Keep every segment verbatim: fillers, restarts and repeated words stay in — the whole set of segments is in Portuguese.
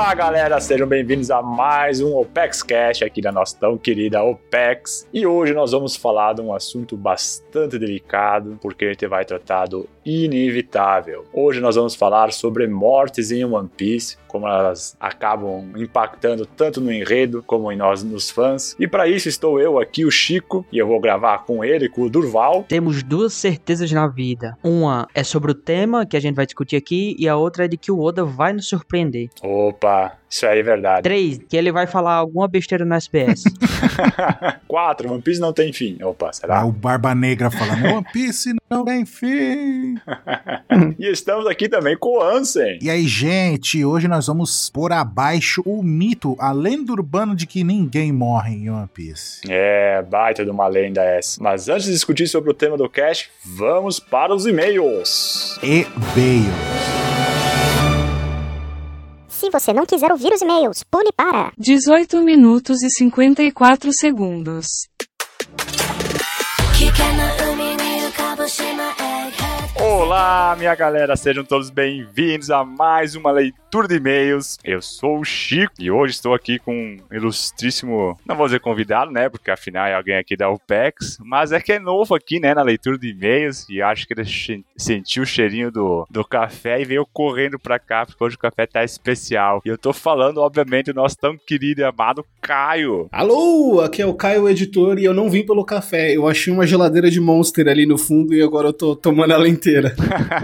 Olá, galera, sejam bem-vindos a mais um OPEXcast aqui da nossa tão querida OPEX. E hoje nós vamos falar de um assunto bastante delicado, porque a gente vai tratar do inevitável. Hoje nós vamos falar sobre mortes em One Piece, como elas acabam impactando tanto no enredo como em nós, nos fãs. E para isso estou eu aqui, o Chico, e eu vou gravar com ele, com o Durval. Temos duas certezas na vida. Uma é sobre o tema que a gente vai discutir aqui e a outra é de que o Oda vai nos surpreender. Opa, isso aí é verdade. Três, que ele vai falar alguma besteira no S B S. Quatro, One Piece não tem fim. Opa, será? Ah, o Barba Negra falando, One Piece não tem fim. E estamos aqui também com o Ansem. E aí, gente, hoje nós vamos pôr abaixo o mito, a lenda urbana de que ninguém morre em One Piece. É, baita de uma lenda essa. Mas antes de discutir sobre o tema do cast, vamos para os e-mails. E-mails. Se você não quiser ouvir os e-mails, pule para dezoito minutos e cinquenta e quatro segundos. Olá, minha galera, sejam todos bem-vindos a mais uma leitura de e-mails. Eu sou o Chico e hoje estou aqui com um ilustríssimo, não vou dizer convidado, né, porque afinal é alguém aqui da OPEX, mas é que é novo aqui, né, na leitura de e-mails e acho que ele sentiu o cheirinho do, do café e veio correndo pra cá, porque hoje o café tá especial. E eu tô falando, obviamente, do nosso tão querido e amado Caio. Alô, aqui é o Caio, o editor, e eu não vim pelo café, eu achei uma geladeira de Monster ali no fundo e agora eu tô tomando ela inteira.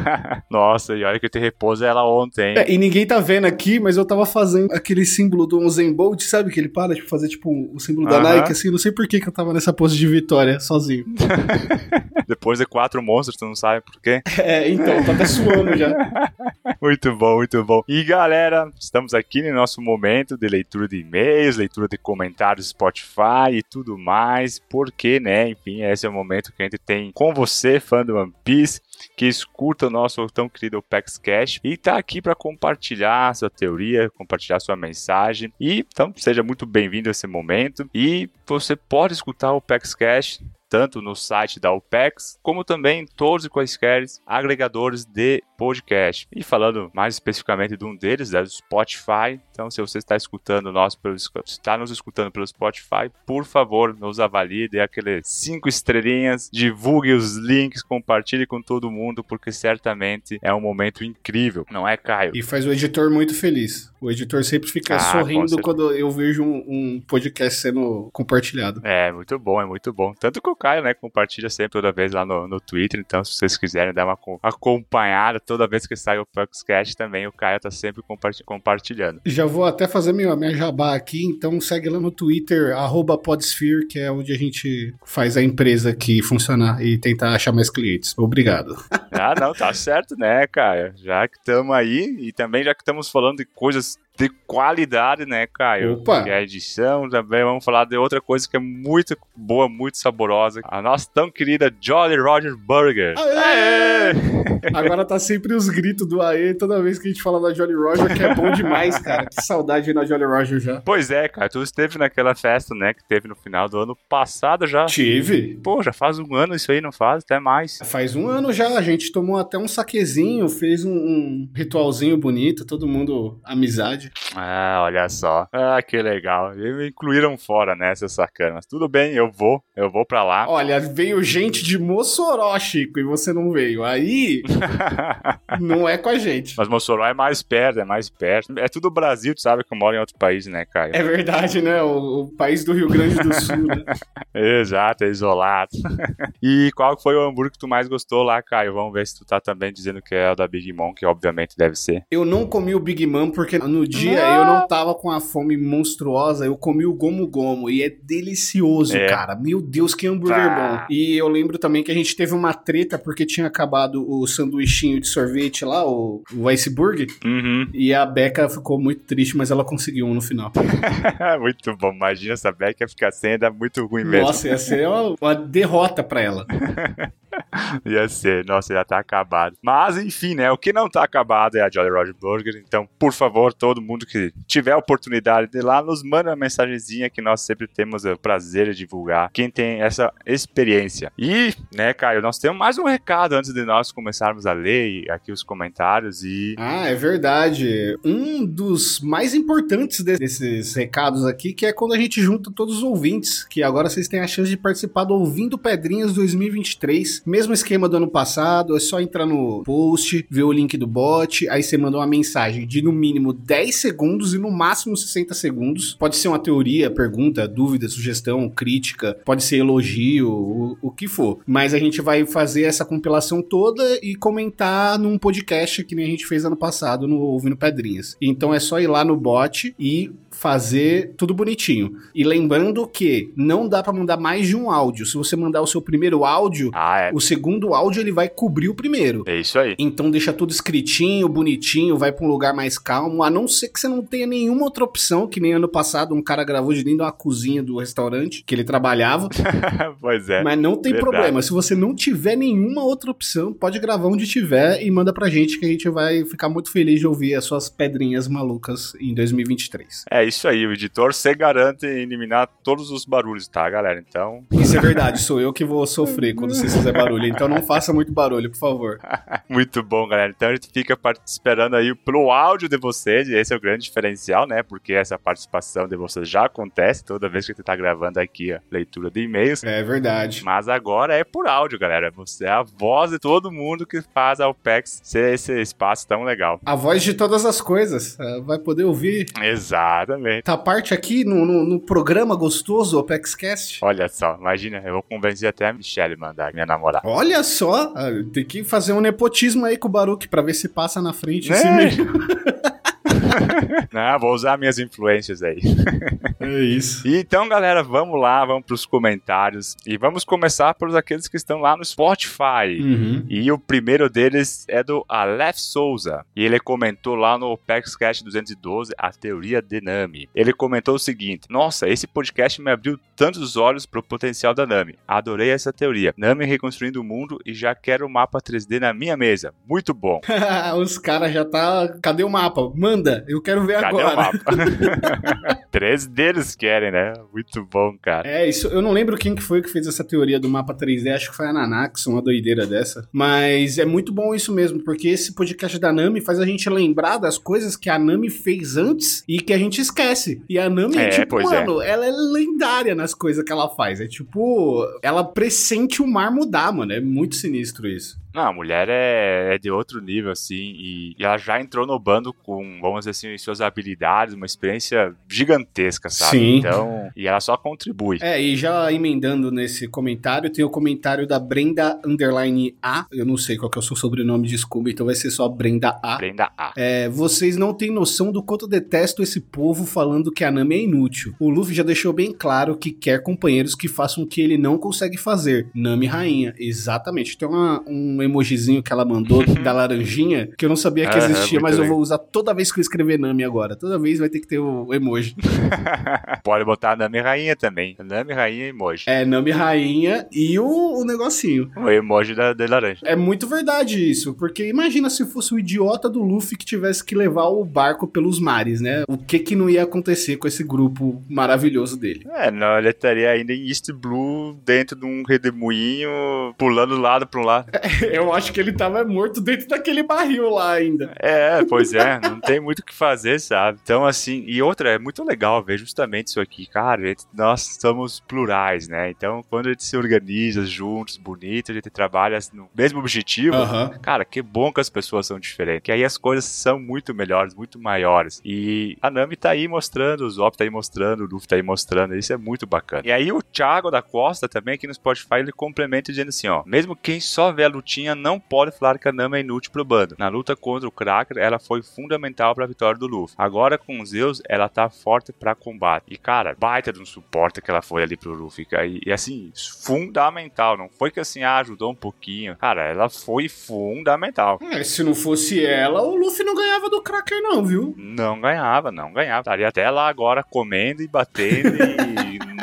Nossa, e olha que eu te repouso ela ontem. É, e ninguém tá vendo aqui, mas eu tava fazendo aquele símbolo do Usain Bolt, sabe que ele para de fazer tipo o símbolo da uh-huh. Nike, assim, não sei por que que eu tava nessa pose de vitória, sozinho. Depois de quatro monstros, tu não sabe por quê? É, então, tá até suando já. Muito bom, muito bom. E galera, estamos aqui no nosso momento de leitura de e-mails, leitura de comentários do Spotify e tudo mais, porque, né, enfim, esse é o momento que a gente tem com você, fã do One Piece, que escuta o nosso tão querido OPEXcast e tá aqui para compartilhar sua teoria, compartilhar sua mensagem. E então seja muito bem-vindo a esse momento. E você pode escutar o OPEXcast tanto no site da OPEX, como também em todos e quaisquer agregadores de podcast. E falando mais especificamente de um deles, é do Spotify. Então, se você está escutando nós pelo, está nos escutando pelo Spotify, por favor, nos avalie, dê aqueles cinco estrelinhas, divulgue os links, compartilhe com todo mundo, porque certamente é um momento incrível, não é, Caio? E faz o editor muito feliz. O editor sempre fica ah, sorrindo quando eu vejo um, um podcast sendo compartilhado. É, muito bom, é muito bom. Tanto que o Caio, né, compartilha sempre toda vez lá no, no Twitter, então se vocês quiserem dar uma acompanhada toda vez que sai o OPEXcast também, o Caio tá sempre compartilh- compartilhando. Já vou até fazer minha, minha jabá aqui, então segue lá no Twitter, arroba Podsphere, que é onde a gente faz a empresa aqui funcionar e tentar achar mais clientes. Obrigado. Ah, não, tá certo, né, Caio? Já que estamos aí e também já que estamos falando de coisas de qualidade, né, Caio? Opa! Que é a edição, também vamos falar de outra coisa que é muito boa, muito saborosa. A nossa tão querida Jolly Roger Burger. Aê! Aê! Agora tá sempre os gritos do aê toda vez que a gente fala da Jolly Roger, que é bom demais, cara. Que saudade na Jolly Roger já. Pois é, cara, tu esteve naquela festa, né, que teve no final do ano passado já. Tive. Pô, já faz um ano isso aí, não faz? Até mais. Faz um ano já, a gente tomou até um saquezinho, fez um, um ritualzinho bonito, todo mundo amizade. Ah, olha só. Ah, que legal. E me incluíram fora, né, seus sacanas. Tudo bem, eu vou. Eu vou pra lá. Olha, veio gente de Mossoró, Chico, e você não veio. Aí, não é com a gente. Mas Mossoró é mais perto, é mais perto. É tudo Brasil, tu sabe que eu moro em outro país, né, Caio? É verdade, né? O, o país do Rio Grande do Sul, né? Exato, é isolado. E qual foi o hambúrguer que tu mais gostou lá, Caio? Vamos ver se tu tá também dizendo que é o da Big Mom, que obviamente deve ser. Eu não comi o Big Mom porque no dia eu não tava com a fome monstruosa, eu comi o Gomu Gomu e é delicioso, é. Cara. Meu Deus, que hambúrguer ah. bom. E eu lembro também que a gente teve uma treta porque tinha acabado o sanduichinho de sorvete lá, o, o iceberg, uhum. E a Becca ficou muito triste, mas ela conseguiu um no final. Muito bom, imagina essa Becca ficar sem, dá muito ruim mesmo. Nossa, ia ser uma, uma derrota pra ela. Ia ser, nossa, já tá acabado. Mas enfim, né, o que não tá acabado é a Jolly Roger Burger, então por favor, todo mundo que tiver a oportunidade de ir lá, nos manda uma mensagenzinha que nós sempre temos o prazer de divulgar quem tem essa experiência. E, né, Caio, nós temos mais um recado antes de nós começarmos começarmos a ler aqui os comentários e... Ah, é verdade. Um dos mais importantes desses recados aqui, que é quando a gente junta todos os ouvintes, que agora vocês têm a chance de participar do Ouvindo Pedrinhas dois mil e vinte e três. Mesmo esquema do ano passado, é só entrar no post, ver o link do bot, aí você manda uma mensagem de no mínimo dez segundos e no máximo sessenta segundos. Pode ser uma teoria, pergunta, dúvida, sugestão, crítica, pode ser elogio, o, o que for. Mas a gente vai fazer essa compilação toda e comentar num podcast que nem a gente fez ano passado no Ouvindo Pedrinhas. Então é só ir lá no bot e fazer tudo bonitinho. E lembrando que não dá pra mandar mais de um áudio. Se você mandar o seu primeiro áudio, ah, é. o segundo áudio ele vai cobrir o primeiro. É isso aí. Então deixa tudo escritinho, bonitinho, vai pra um lugar mais calmo, a não ser que você não tenha nenhuma outra opção, que nem ano passado um cara gravou de dentro de uma cozinha do restaurante que ele trabalhava. Pois é. Mas não tem verdade. problema. Se você não tiver nenhuma outra opção, pode gravar onde tiver e manda pra gente, que a gente vai ficar muito feliz de ouvir as suas pedrinhas malucas em dois mil e vinte e três. É isso aí, o editor se garante em eliminar todos os barulhos, tá, galera? Então... Isso é verdade, sou eu que vou sofrer quando vocês fizerem barulho, então não faça muito barulho, por favor. Muito bom, galera. Então a gente fica esperando aí pelo áudio de vocês, e esse é o grande diferencial, né? Porque essa participação de vocês já acontece toda vez que a gente tá gravando aqui a leitura de e-mails. É verdade. Mas agora é por áudio, galera. Você é a voz de todo mundo que faz a OPEX ser esse espaço tão legal. A voz de todas as coisas. Vai poder ouvir. Exatamente. Tá parte aqui no, no, no programa gostoso, o OpexCast. Olha só, imagina, eu vou convencer até a Michelle mandar, minha namorada. Olha só, tem que fazer um nepotismo aí com o Baruch pra ver se passa na frente né? esse meio. Não, vou usar minhas influências aí. É isso. E então, galera, vamos lá, vamos pros comentários. E vamos começar por aqueles que estão lá no Spotify. Uhum. E o primeiro deles é do Aleph Souza. E ele comentou lá no OpexCast duzentos e doze a teoria de Nami. Ele comentou o seguinte: nossa, esse podcast me abriu tantos olhos pro potencial da Nami. Adorei essa teoria. Nami reconstruindo o mundo e já quero o mapa três D na minha mesa. Muito bom. Os caras já tá... Cadê o mapa? Manda, eu quero ver Cadê agora. o mapa? Três deles querem, né? Muito bom, cara. É, isso, eu não lembro quem que foi que fez essa teoria do mapa três D, acho que foi a Nanax, uma doideira dessa. Mas é muito bom isso mesmo, porque esse podcast da Nami faz a gente lembrar das coisas que a Nami fez antes e que a gente esquece. E a Nami, é, tipo, mano, é. ela é lendária nas coisas que ela faz. É tipo, ela pressente o mar mudar, mano. É muito sinistro isso. Não, a mulher é, é de outro nível, assim, e, e ela já entrou no bando com, vamos dizer assim, suas habilidades, uma experiência gigantesca, sabe? Sim. Então, e ela só contribui. É, e já emendando nesse comentário, tem o comentário da Brenda Underline A, eu não sei qual que é o seu sobrenome, desculpa, então vai ser só Brenda A. Brenda A. É, vocês não têm noção do quanto eu detesto esse povo falando que a Nami é inútil. O Luffy já deixou bem claro que quer companheiros que façam o que ele não consegue fazer. Nami rainha, exatamente. Tem uma, um emojizinho que ela mandou da laranjinha, que eu não sabia que existia, uhum, mas eu legal. vou usar toda vez que eu escrever Nami agora. Toda vez vai ter que ter o emoji. Pode botar a Nami Rainha também. Nami Rainha e emoji. É, Nami rainha e o, o negocinho. O emoji da, de laranja. É muito verdade isso, porque imagina se fosse o idiota do Luffy que tivesse que levar o barco pelos mares, né? O que que não ia acontecer com esse grupo maravilhoso dele? É, não, ele estaria ainda em East Blue, dentro de um redemoinho, pulando do lado para um lado. Eu acho que ele tava morto dentro daquele barril lá ainda. É, pois é, não tem muito o que fazer, sabe? Então, assim, e outra, é muito legal ver justamente isso aqui, cara, gente, nós somos plurais, né? Então, quando a gente se organiza juntos, bonito, a gente trabalha no mesmo objetivo, Uhum. cara, que bom que as pessoas são diferentes, que aí as coisas são muito melhores, muito maiores, e a Nami tá aí mostrando, o Zop tá aí mostrando, o Luffy tá aí mostrando, isso é muito bacana. E aí o Thiago da Costa também aqui no Spotify, ele complementa dizendo assim, ó, mesmo quem só vê a lutinha não pode falar que a Nami é inútil pro bando. Na luta contra o Cracker, ela foi fundamental pra vitória do Luffy. Agora com os Zeus, ela tá forte pra combate. E cara, baita de um suporte que ela foi ali pro Luffy. E, e assim, fundamental. Não foi que assim, ah, ajudou um pouquinho. Cara, ela foi fundamental. É, se não fosse ela, o Luffy não ganhava do Cracker não, viu? Não ganhava, não ganhava. Estaria até lá agora comendo e batendo e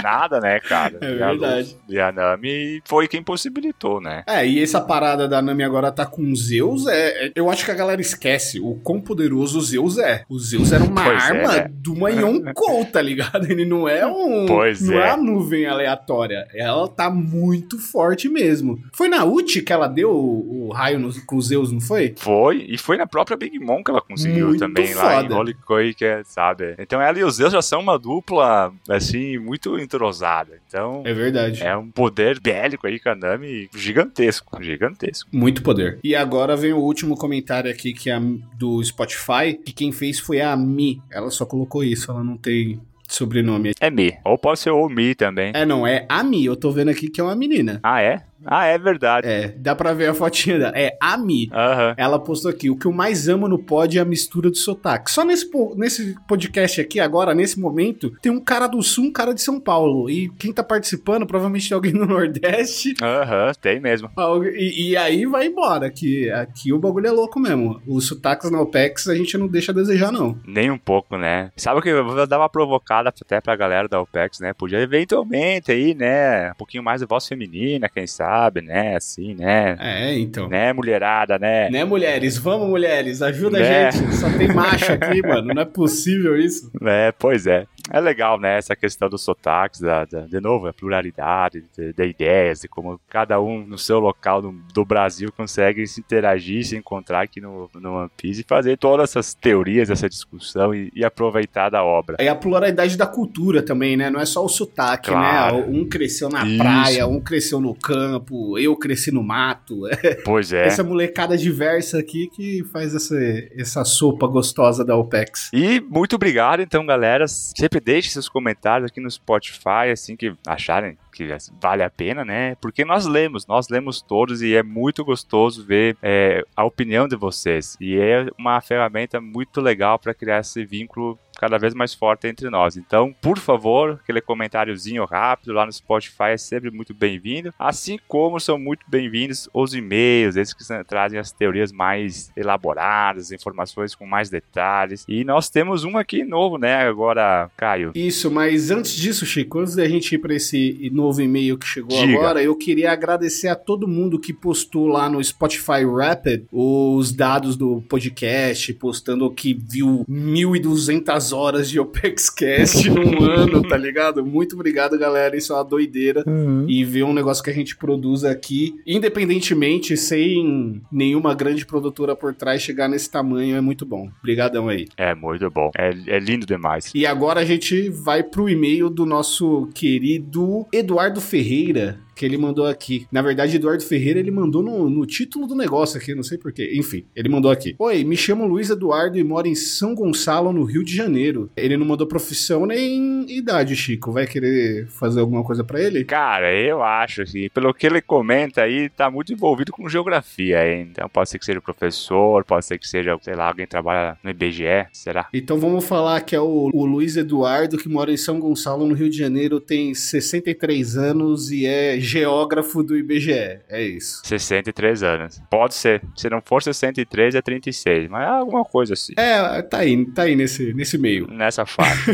nada, né, cara? É e a verdade. Lu, e a Nami foi quem possibilitou, né? É, e essa parada da Nami agora tá com Zeus, é, é- eu acho que a galera esquece o quão poderoso o Zeus é. O Zeus era uma Pois é, arma né? de uma Yonkou, tá ligado? Ele não é um... Pois não é é. a nuvem aleatória. Ela tá muito forte mesmo. Foi na Uchi que ela deu o, o raio no, com o Zeus, não foi? Foi, e foi na própria Big Mom que ela conseguiu Muito também, lá em foda. Holy Quake, sabe? Então ela e o Zeus já são uma dupla, assim, muito entrosada. Então, É verdade. é um poder bélico aí com a Nami gigantesco, gigantesco. Muito poder. E agora vem o último comentário aqui, que é a- do Spotify, que quem fez foi a Mi. Ela só colocou isso, ela não tem sobrenome. É Mi, ou pode ser o Mi também. É, não, é a Mi. Eu tô vendo aqui que é uma menina. Ah, é? Ah, é verdade. É, dá pra ver a fotinha dela. É a Mi. Aham. Ela postou aqui, o que eu mais amo no pod é a mistura do sotaque. Só nesse, po- nesse podcast aqui, agora, nesse momento, tem um cara do Sul, um cara de São Paulo. E quem tá participando, provavelmente tem alguém no Nordeste. Aham, tem mesmo. Algu- E, e aí vai embora, que aqui o bagulho é louco mesmo. Os sotaques na OPEX a gente não deixa a desejar, não. Nem um pouco, né? Sabe o que eu vou dar uma provocada até pra galera da OPEX, né? Podia eventualmente aí, né? Um pouquinho mais de voz feminina, quem sabe, né? Assim, né? É, então. Né, mulherada, né? Né, mulheres? Vamos, mulheres, ajuda Né? a gente. Só tem macho aqui, mano. Não é possível isso. É, pois é. É legal, né? Essa questão dos sotaques, da, da- de novo, a pluralidade de, de ideias, de como cada um no seu local do, do Brasil consegue se interagir, se encontrar aqui no, no One Piece e fazer todas essas teorias, essa discussão e, e aproveitar da obra. É a pluralidade da cultura também, né? Não é só o sotaque, Claro. né? Um cresceu na Isso. praia, um cresceu no campo, eu cresci no mato. Pois é. Essa molecada diversa aqui que faz essa, essa sopa gostosa da OPEX. E muito obrigado, então, galera. Sempre deixe seus comentários aqui no Spotify, assim que acharem que vale a pena, né? Porque nós lemos, nós lemos todos e é muito gostoso ver é, a opinião de vocês. E é uma ferramenta muito legal para criar esse vínculo cada vez mais forte entre nós. Então, por favor, aquele comentáriozinho rápido lá no Spotify é sempre muito bem-vindo. Assim como são muito bem-vindos os e-mails, esses que trazem as teorias mais elaboradas, informações com mais detalhes. E nós temos um aqui novo, né? Agora, Caio. Isso, mas antes disso, Chico, antes da gente ir para esse novo e-mail que chegou Diga. agora, eu queria agradecer a todo mundo que postou lá no Spotify Rapid os dados do podcast, postando que viu mil e duzentas horas de OpexCast num ano, tá ligado? Muito obrigado, galera. Isso é uma doideira. E ver um negócio que a gente produz aqui, independentemente, sem nenhuma grande produtora por trás, chegar nesse tamanho é muito bom. Obrigadão aí. É muito bom. É, é lindo demais. E agora a gente vai pro e-mail do nosso querido Eduardo Ferreira, que ele mandou aqui. Na verdade, Eduardo Ferreira, ele mandou no, no título do negócio aqui, não sei porquê. Enfim, ele mandou aqui. Oi, me chamo Luiz Eduardo e moro em São Gonçalo, no Rio de Janeiro. Ele não mandou profissão nem idade, Chico. Vai querer fazer alguma coisa pra ele? Cara, eu acho assim, pelo que ele comenta aí, tá muito envolvido com geografia, hein? Então pode ser que seja professor, pode ser que seja, sei lá, alguém que trabalha no I B G E, será? Então vamos falar que é o, o Luiz Eduardo, que mora em São Gonçalo, no Rio de Janeiro, tem sessenta e três anos e é geógrafo do I B G E. É isso. sessenta e três anos. Pode ser. Se não for sessenta e três, é trinta e seis. Mas é alguma coisa assim. É, tá aí, tá aí nesse, nesse meio. Nessa faixa.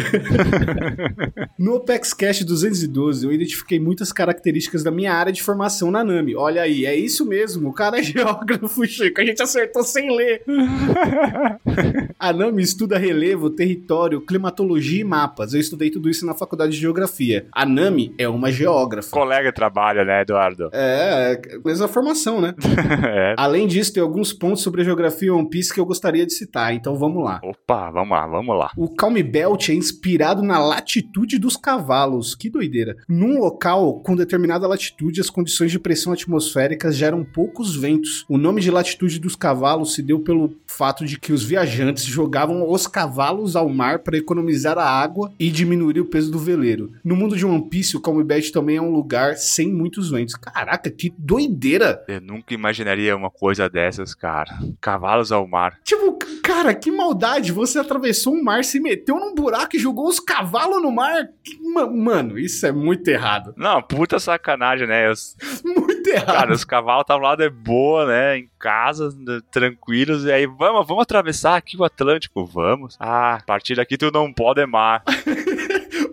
No OpexCast duzentos e doze, eu identifiquei muitas características da minha área de formação na Nami. Olha aí, é isso mesmo, o cara é geógrafo, Chico, a gente acertou sem ler. A Nami estuda relevo, território, climatologia e mapas. Eu estudei tudo isso na faculdade de geografia. A Nami é uma geógrafa. Colega trabalha, né, Eduardo? É, mesma formação, né? É. Além disso, tem alguns pontos sobre a geografia One Piece que eu gostaria de citar, então vamos lá. Opa, vamos lá, vamos lá. O Calm Belt é inspirado na latitude dos cavalos. Que doideira. Num local com determinada latitude, as condições de pressão atmosférica geram poucos ventos. O nome de latitude dos cavalos se deu pelo fato de que os viajantes jogavam os cavalos ao mar para economizar a água e diminuir o peso do veleiro. No mundo de One Piece, o Calm Belt também é um lugar sem muitos ventos. Caraca, que doideira! Eu nunca imaginaria uma coisa dessas, cara. Cavalos ao mar. Tipo, cara, que maldade! Você atravessou um mar, se meteu num buraco e jogou os cavalos no mar? Que- ma- Mano, isso é muito errado. Não, puta sacanagem, né? Os, Muito errado. cara, os cavalos estavam lá de boa, né? Em casa, né, tranquilos. E aí, vamos, vamos atravessar aqui o Atlântico? Vamos. Ah, a partir daqui tu não pode mar.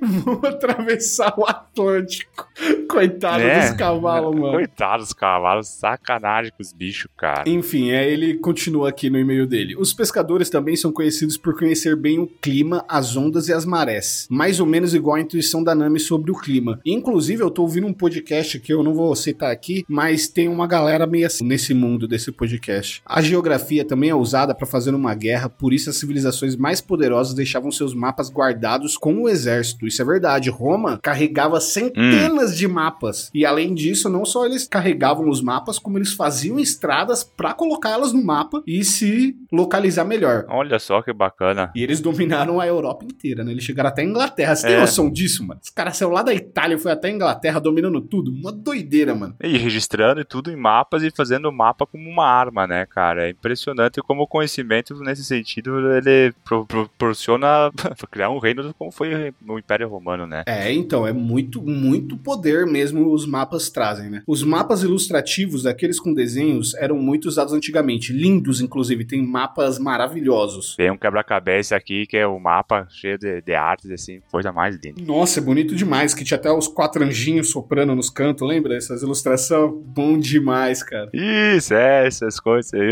Vamos atravessar o Atlântico. Coitado É, dos cavalos, mano. Coitado dos cavalos, sacanagem com os bichos, cara. Enfim, é, ele continua aqui no e-mail dele. Os pescadores também são conhecidos por conhecer bem o clima, as ondas e as marés. Mais ou menos igual a intuição da Nami sobre o clima. Inclusive, eu tô ouvindo um podcast que eu não vou citar aqui, mas tem uma galera meio assim nesse mundo desse podcast. A geografia também é usada para fazer uma guerra, por isso as civilizações mais poderosas deixavam seus mapas guardados com o exército. Isso é verdade. Roma carregava centenas hum. de mapas. E além disso, não só eles carregavam os mapas, como eles faziam estradas para colocá-las no mapa e se localizar melhor. Olha só que bacana. E eles dominaram a Europa inteira, né? Eles chegaram até a Inglaterra. Você tem é. noção disso, mano? Os caras saíram lá da Itália e foi até a Inglaterra dominando tudo. Uma doideira, mano. E registrando tudo em mapas e fazendo o mapa como uma arma, né, cara? É impressionante como o conhecimento, nesse sentido, ele pro- proporciona criar um reino como foi o Império Romano, né? É, então, é muito, muito poder mesmo os mapas trazem, né? Os mapas ilustrativos, aqueles com desenhos, eram muito usados antigamente. Lindos, inclusive. Tem mapas maravilhosos. Tem um quebra-cabeça aqui que é o mapa cheio de, de artes, assim, coisa mais linda. Nossa, é bonito demais, que tinha até os quatro anjinhos soprando nos cantos, lembra? Essas ilustrações? Bom demais, cara. Isso, é, essas coisas aí.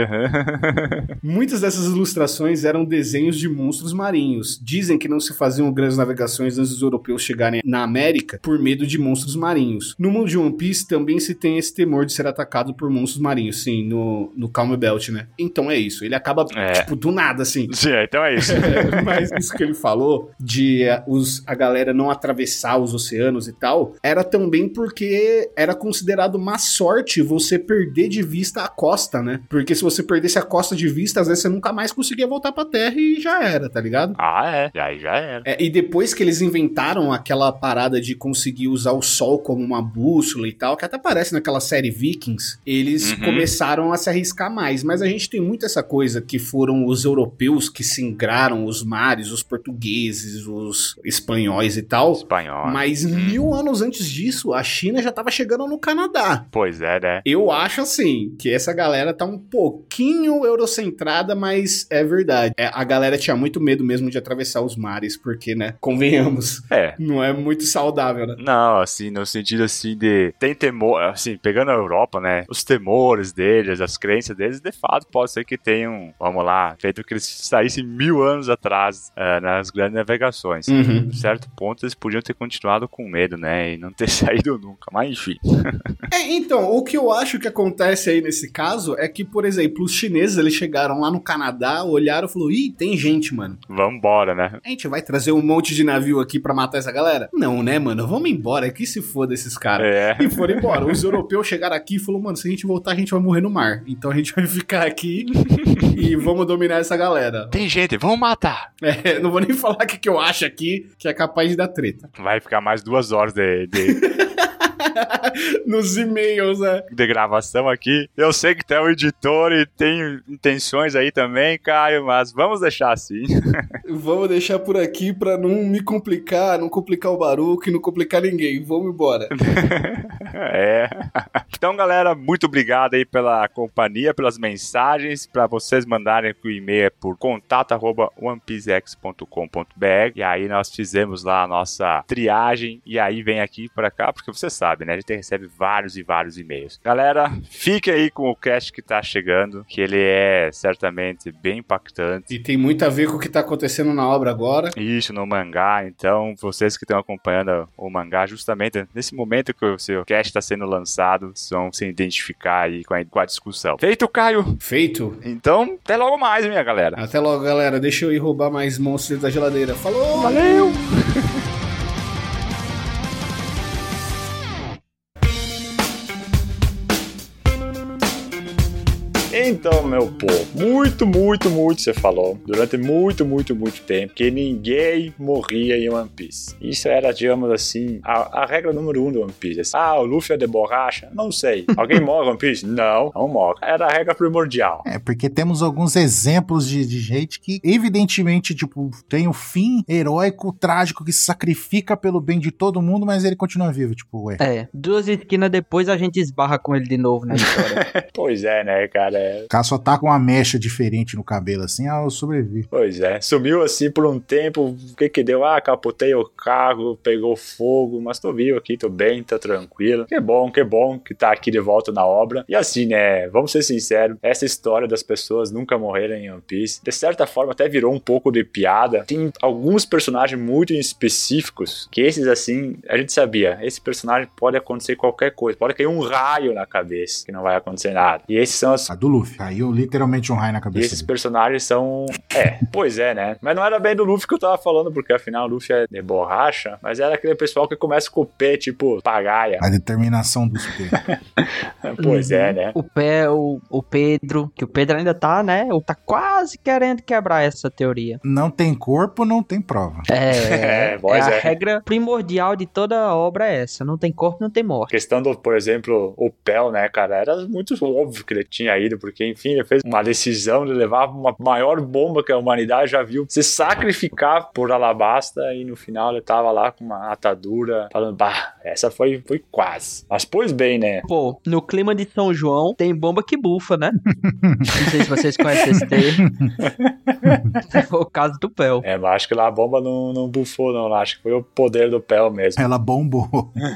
Muitas dessas ilustrações eram desenhos de monstros marinhos. Dizem que não se faziam grandes navegações antes dos europeus chegarem na América por medo de monstros marinhos. No mundo de One Piece também se tem esse temor de ser atacado por monstros marinhos, sim, no, no Calm Belt, né? Então é isso, ele acaba, É. tipo, do nada, assim. Sim, então é isso. É, mas isso que ele falou de eh, os, a galera não atravessar os oceanos e tal, era também porque era considerado má sorte você perder de vista a costa, né? Porque se você perdesse a costa de vista, às vezes você nunca mais conseguia voltar pra terra e já era, tá ligado? Ah, é. E aí já era. É, e depois que eles inventaram aquela parada de conseguir usar o sol como uma bússola e tal, que até aparece naquela série Vikings, eles Uhum. começaram a se arriscar mais. Mas a gente tem muito essa coisa que foram os europeus que singraram os mares, os portugueses, os espanhóis e tal. Espanhol. Mas mil anos antes disso, a China já tava chegando no Canadá. Pois é, né? Eu acho, assim, que essa galera tá um pouquinho eurocentrada, mas é verdade. É, a galera tinha muito medo mesmo de atravessar os mares, porque, né, convenhamos, É. não é muito saudável, né? Não, assim, no sentido assim de... Tem temor, assim, pegando a Europa, né? Os temores deles, as crenças deles, de fato, pode ser que tenham, vamos lá, feito que eles saíssem mil anos atrás uh, nas grandes navegações. Uhum. Em certo ponto, eles podiam ter continuado com medo, né? E não ter saído nunca, mas enfim. É, então, o que eu acho que acontece aí nesse caso é que, por exemplo, os chineses, eles chegaram lá no Canadá, olharam e falaram, ih, tem gente, mano. Vambora, né? A gente vai trazer um monte de navio aqui pra matar essa galera? Não, né, mano? Vamos embora, que se foda esses caras. É. E foram embora. Os europeus chegaram aqui e falaram, mano, se a gente voltar, a gente vai morrer no mar. Então a gente vai ficar aqui e vamos dominar essa galera. Tem gente, vamos matar. É, não vou nem falar o que, que eu acho aqui, que é capaz de dar treta. Vai ficar mais duas horas de... de... Nos e-mails, né? de gravação aqui. Eu sei que tu é um editor e tem intenções aí também, Caio, mas vamos deixar assim. Vamos deixar por aqui pra não me complicar, não complicar o Baruco e não complicar ninguém. Vamos embora. É. Então, galera, muito obrigado aí pela companhia, pelas mensagens. Pra vocês mandarem o e-mail é por contato arroba onepiecex ponto com ponto br. E aí nós fizemos lá a nossa triagem e aí vem aqui pra cá, porque você sabe, né? A gente recebe vários e vários e-mails. Galera, fique aí com o cast que tá chegando, que ele é certamente bem impactante. E tem muito a ver com o que tá acontecendo na obra agora. Isso, no mangá. Então, vocês que estão acompanhando o mangá, justamente nesse momento que o seu cast está sendo lançado, vão se identificar aí com a, com a discussão. Feito, Caio? Feito. Então, até logo mais, minha galera. Até logo, galera. Deixa eu ir roubar mais monstros da geladeira. Falou! Valeu! Então, meu povo, muito, muito, muito você falou, durante muito, muito, muito tempo, que ninguém morria em One Piece. Isso era, digamos assim, a, a regra número um do One Piece. Assim, ah, o Luffy é de borracha? Não sei. Alguém morre em One Piece? Não, não morre. Era a regra primordial. É, porque temos alguns exemplos de, de gente que, evidentemente, tipo, tem o fim heróico, trágico, que se sacrifica pelo bem de todo mundo, mas ele continua vivo, tipo, ué. É, duas esquinas depois a gente esbarra com ele de novo na história. Pois é, né, cara? né? O cara só tá com uma mecha diferente no cabelo, assim, ah, eu sobrevivi. Pois é, sumiu assim por um tempo, o que que deu? Ah, capotei o carro, pegou fogo, mas tô vivo aqui, tô bem, tô tranquilo. Que bom, que bom que tá aqui de volta na obra. E assim, né, vamos ser sinceros, essa história das pessoas nunca morrerem em One Piece, de certa forma até virou um pouco de piada. Tem alguns personagens muito específicos, que esses assim, a gente sabia, esse personagem pode acontecer qualquer coisa, pode cair um raio na cabeça, que não vai acontecer nada. E esses são as... A do Luffy, caiu literalmente um raio na cabeça E esses dele. personagens são... É, pois é, né? Mas não era bem do Luffy que eu tava falando, porque afinal o Luffy é de borracha, mas era aquele pessoal que começa com o pé, tipo, pagaia. A determinação dos P. Pois Uhum. é, né? O pé, o, o Pedro, que o Pedro ainda tá, né? Ou tá quase querendo quebrar essa teoria. Não tem corpo, não tem prova. É, É, pois a é. regra primordial de toda obra é essa. Não tem corpo, não tem A morte. questão do, por exemplo, o Pel, né, cara, era muito óbvio que ele tinha ido, porque, enfim, ele fez uma decisão de levar uma maior bomba que a humanidade já viu se sacrificar por Alabasta, e no final ele tava lá com uma atadura, falando, bah, essa foi, foi quase. Mas, pois bem, né? Pô, no clima de São João, tem bomba que bufa, né? Não sei se vocês conhecem esse termo. Foi o caso do Pel. É, mas acho que lá a bomba não, não bufou, não. Acho que foi o poder do Pel mesmo. Ela bombou.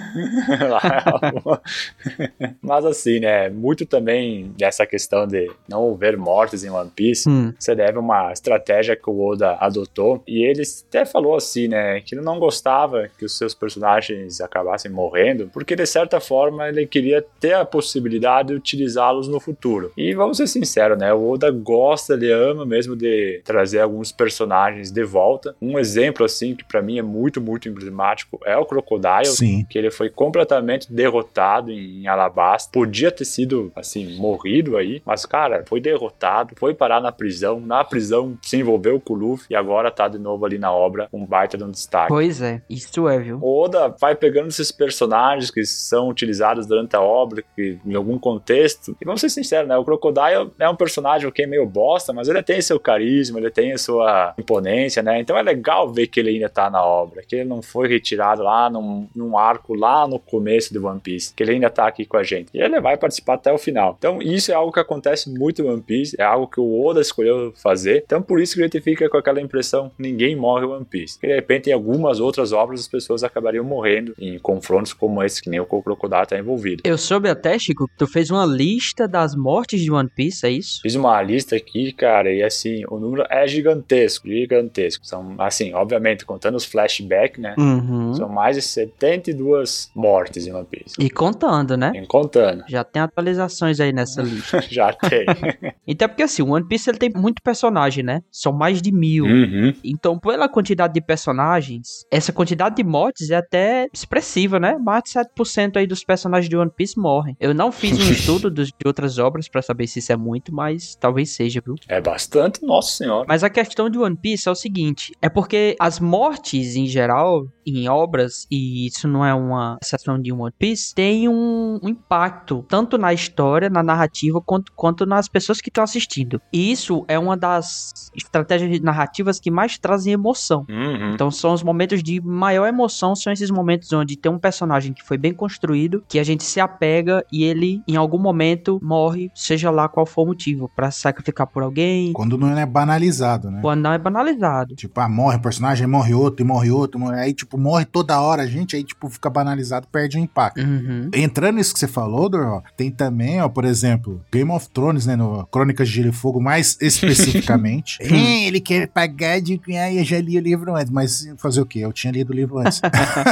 Mas assim, né, muito também dessa questão de não haver mortes em One Piece, Hum. você deve a uma estratégia que o Oda adotou, e ele até falou assim, né, que ele não gostava que os seus personagens acabassem morrendo, porque de certa forma ele queria ter a possibilidade de utilizá-los no futuro. E vamos ser sinceros, né, o Oda gosta, ele ama mesmo de trazer alguns personagens de volta. Um exemplo, assim, que pra mim é muito, muito emblemático é o Crocodile, Sim. que ele foi completamente derrotado em Alabasta. Podia ter sido, assim, morrido aí, mas, cara, foi derrotado, foi parar na prisão, na prisão se envolveu com o Luffy e agora tá de novo ali na obra, um baita de um destaque. Pois é, isso é, viu? O Oda vai pegando esses personagens que são utilizados durante a obra, que em algum contexto, e vamos ser sinceros, né, o Crocodile é um personagem que é meio bosta, mas ele tem seu carisma, ele tem a sua imponência, né, então é legal ver que ele ainda tá na obra, que ele não foi retirado lá num, num arco lá no começo de One Piece, que ele ainda tá aqui com a gente, e ele vai participar até o final. Então isso é algo que acontece muito em One Piece, é algo que o Oda escolheu fazer, então por isso que a gente fica com aquela impressão, ninguém morre em One Piece, que de repente em algumas outras obras as pessoas acabariam morrendo em confrontos como esse, que nem o Crocodile tá envolvido. Eu soube até, Chico, que tu fez uma lista das mortes de One Piece, é isso? Fiz uma lista aqui, cara, e assim, o número é gigantesco, gigantesco. São, assim, obviamente, contando os flashbacks, né? Uhum. São mais de setenta e duas mortes em One Piece. E contando, né? Em contando. Já tem atualizações aí nessa lista. Já tem. Então, porque assim, o One Piece ele tem muito personagem, né? São mais de mil. Uhum. Então, pela quantidade de personagens, essa quantidade de mortes é até expressiva, né? Mais de sete por cento aí dos personagens de One Piece morrem. Eu não fiz um estudo dos, de outras obras pra saber se isso é muito, mas talvez seja, viu? É bastante, nossa senhora. Mas a questão de One Piece é o seguinte, é porque as mortes em geral, em obras, e isso não é uma exceção de One Piece, tem um, um impacto, tanto na história, na narrativa, quanto, quanto nas pessoas que estão assistindo. E isso é uma das estratégias narrativas que mais trazem emoção. Uhum. Então são os momentos de maior emoção, são esses momentos onde tem um personagem que foi bem construído, que a gente se apega e ele, em algum momento, morre, seja lá qual for o motivo, pra sacrificar por alguém, Quando não é banalizado, né? quando não é banalizado. Tipo, ah, morre o personagem, morre outro, e morre outro, morre... aí, tipo, morre toda hora a gente, aí, tipo, fica banalizado, perde o impacto. Uhum. Entrando nisso que você falou, Dor, tem também, ó, por exemplo, Game of Thrones, né, no Crônicas de Gelo e Fogo, mais especificamente. É, ele quer pagar de... Ah, eu já li o livro antes, mas fazer o quê? Eu tinha lido o livro antes.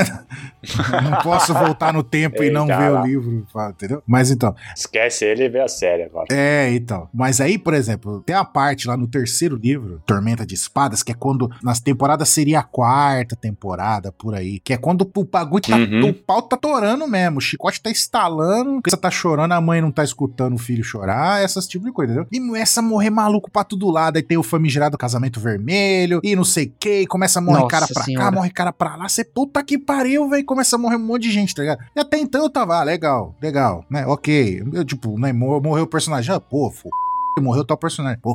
Não posso voltar no tempo e não Eita ver lá. o livro, entendeu? Mas então, Esquece ele e vê a série agora. é, então. Mas aí, por exemplo, tem a parte lá no terceiro livro, Tormenta de Espadas, que é quando nas temporadas seria a quarta temporada, por aí. Que é quando o bagulho tá, Uhum. o pau tá torando mesmo. O chicote tá estalando, a criança tá chorando, a mãe não tá escutando o filho chorar, essas tipo de coisa, entendeu? E começa a morrer maluco pra todo lado. Aí tem o famigerado casamento vermelho, e não sei o que, começa a morrer Nossa cara pra senhora. cá, morre cara pra lá. Você puta que pariu, velho. Começa a morrer um monte de gente, tá ligado? E até então eu tava, ah, legal, legal, né? Ok. Eu, tipo, né, mor- morreu o personagem. Ah, pô, f... morreu tal personagem. Pô,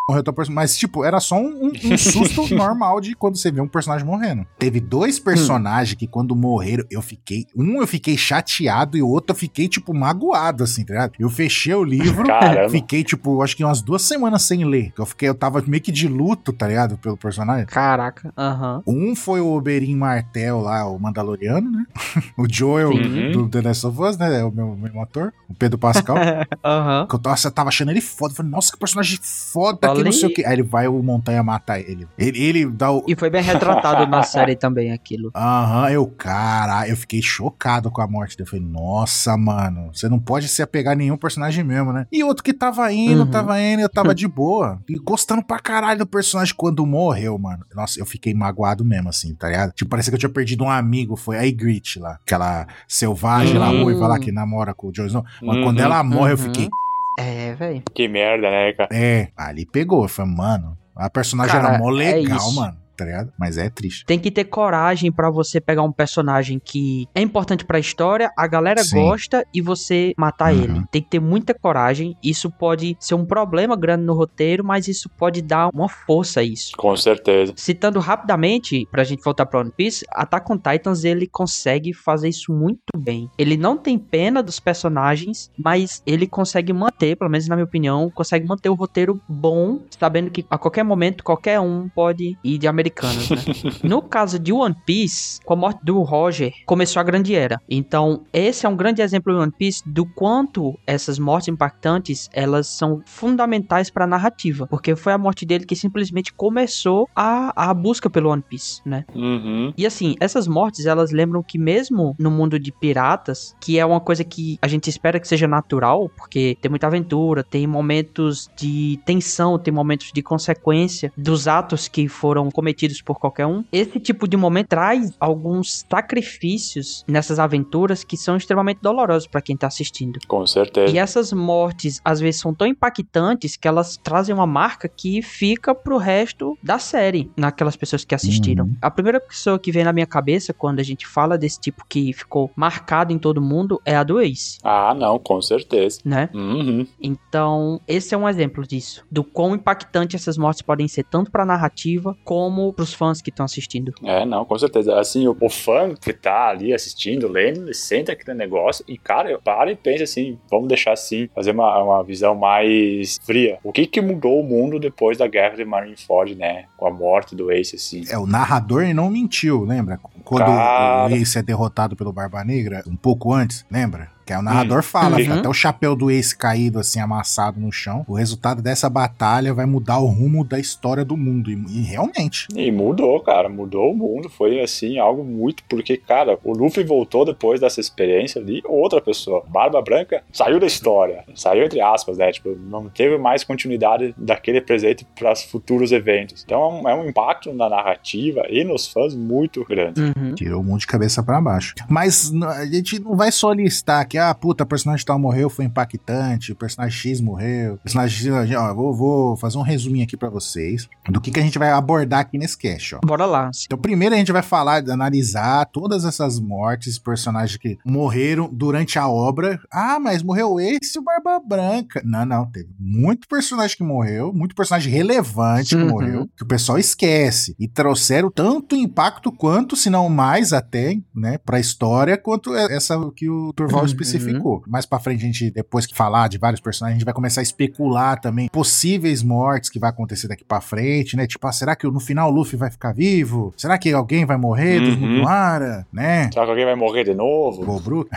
Morreu tal personagem. Mas, tipo, era só um, um, um susto normal de quando você vê um personagem morrendo. Teve dois personagens hum. que quando morreram, eu fiquei... Um eu fiquei chateado e o outro eu fiquei, tipo, magoado, assim, tá ligado? Eu fechei o livro, Caramba. Fiquei, tipo, acho que umas duas semanas sem ler. Eu fiquei, eu tava meio que de luto, tá ligado? Pelo personagem. Caraca, aham. Um foi o Oberyn Martell lá, o Mandaloriano, né? O Joel Uhum. do The Last of Us, né? É o meu, meu ator. O Pedro Pascal. Aham. Que eu tava, eu tava achando ele foda. Eu falei, nossa, que personagem foda, que Falei. não sei o que. Aí ele vai, o Montanha mata ele. Ele, ele dá o... E foi bem retratado na série também, aquilo. Aham, eu, cara, eu fiquei chocado com a morte dele. Eu falei, nossa, mano, você não pode se apegar a nenhum personagem mesmo, né? E outro que tava indo, Uhum. tava indo, eu tava de boa. E gostando pra caralho do personagem quando morreu, mano. Nossa, eu fiquei magoado mesmo, assim, tá ligado? Tipo, parecia que eu tinha perdido um amigo. Foi a Ygritte lá, aquela selvagem Uhum. lá, ruiva lá, que namora com o Jon Snow. Mas Uhum. quando ela morre, eu Uhum. fiquei... É, velho. Que merda, né, cara? É, ali pegou. Eu falei, mano, a personagem Cara, era mó é legal, isso. mano. Tá ligado? Mas é triste. Tem que ter coragem pra você pegar um personagem que é importante pra história, a galera Sim. gosta e você matar Uhum. ele. Tem que ter muita coragem. Isso pode ser um problema grande no roteiro, mas isso pode dar uma força a isso. Com certeza. Citando rapidamente, pra gente voltar pra One Piece, Attack on Titans, ele consegue fazer isso muito bem. Ele não tem pena dos personagens, mas ele consegue manter, pelo menos na minha opinião, consegue manter o roteiro bom, sabendo que a qualquer momento, qualquer um pode ir de americanos, né? No caso de One Piece, com a morte do Roger, começou a grande era. Então, esse é um grande exemplo de One Piece do quanto essas mortes impactantes, elas são fundamentais pra narrativa, porque foi a morte dele que simplesmente começou a, a busca pelo One Piece, né? Uhum. E assim, essas mortes, elas lembram que mesmo no mundo de piratas, que é uma coisa que a gente espera que seja natural, porque tem muita aventura, tem momentos de tensão, tem momentos de consequência dos atos que foram cometidos por qualquer um, esse tipo de momento traz alguns sacrifícios nessas aventuras que são extremamente dolorosos pra quem tá assistindo. Com certeza. E essas mortes, às vezes, são tão impactantes que elas trazem uma marca que fica pro resto da série, naquelas pessoas que assistiram. Uhum. A primeira pessoa que vem na minha cabeça quando a gente fala desse tipo que ficou marcado em todo mundo é a do Ace, Ah, não, com certeza. né? Uhum. Então, esse é um exemplo disso, do quão impactante essas mortes podem ser, tanto pra narrativa, como pros fãs que estão assistindo. É, não, com certeza. Assim, o, o fã que tá ali assistindo, lendo, ele sente aquele negócio e, cara, eu paro e penso assim, vamos deixar assim, fazer uma, uma visão mais fria. O que que mudou o mundo depois da guerra de Marineford, né? Com a morte do Ace, assim. É, o narrador não mentiu, lembra? Quando Cara. o Ace é derrotado pelo Barba Negra, um pouco antes, lembra? Que aí o narrador fala, Uhum. fica até o chapéu do Ace caído, assim, amassado no chão. O resultado dessa batalha vai mudar o rumo da história do mundo. E, e realmente. E mudou, cara, mudou o mundo, foi assim, algo muito, porque, cara, o Luffy voltou depois dessa experiência ali, outra pessoa, Barba Branca, saiu da história, saiu entre aspas, né, tipo, não teve mais continuidade daquele presente para os futuros eventos, então é um, é um impacto na narrativa e nos fãs muito grande. Uhum. Tirou o mundo de cabeça pra baixo. Mas n- a gente não vai só listar que, ah, puta, o personagem tal morreu, foi impactante, o personagem X morreu, o personagem X, ó, vou, vou fazer um resuminho aqui pra vocês do que, que a gente vai abordar aqui nesse cast, ó. Bora lá. Então, primeiro a gente vai falar, analisar todas essas mortes, personagens que morreram durante a obra. Ah, mas morreu esse o Barba Branca. Não, não, teve muito personagem que morreu, muito personagem relevante que Uhum. morreu, que o pessoal esquece. E trouxeram tanto impacto quanto, se não mais até, né, pra história, quanto essa que o Turval Uhum. especificou. Mais pra frente, a gente, depois que falar de vários personagens, a gente vai começar a especular também possíveis mortes que vai acontecer daqui pra frente, né? Tipo, ah, será que no final o Luffy vai ficar vivo? Será que alguém vai morrer dos Uhum. Mugiwara? Né? Será que alguém vai morrer de novo? Gobru?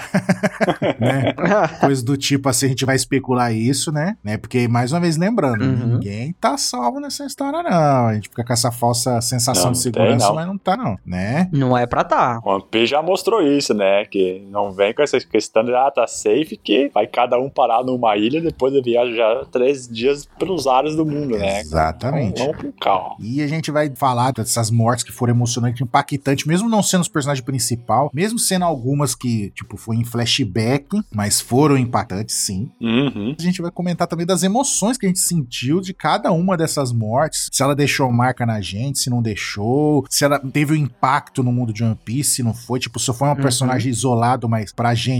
Né? Coisa do tipo assim, a gente vai especular isso, né? né? Porque, mais uma vez, lembrando, Uhum. ninguém tá salvo nessa história, não. A gente fica com essa falsa sensação Não, de não segurança, tem, não. mas não tá, não. Né? Não é pra tá. One Piece já mostrou isso, né? Que não vem com essa questão de, ah, tá safe, que vai cada um parar numa ilha depois de viajar três dias pelos ares do mundo, né? Exatamente. Então, vamos com calma. E a gente vai falar dessas mortes que foram emocionantes, impactantes, mesmo não sendo os personagens principais, mesmo sendo algumas que, tipo, foi em flashback, mas foram impactantes, sim. Uhum. A gente vai comentar também das emoções que a gente sentiu de cada uma dessas mortes, se ela deixou marca na gente, se não deixou, se ela teve um impacto no mundo de One Piece, se não foi, tipo, se foi um Uhum. personagem isolado, mas pra gente que é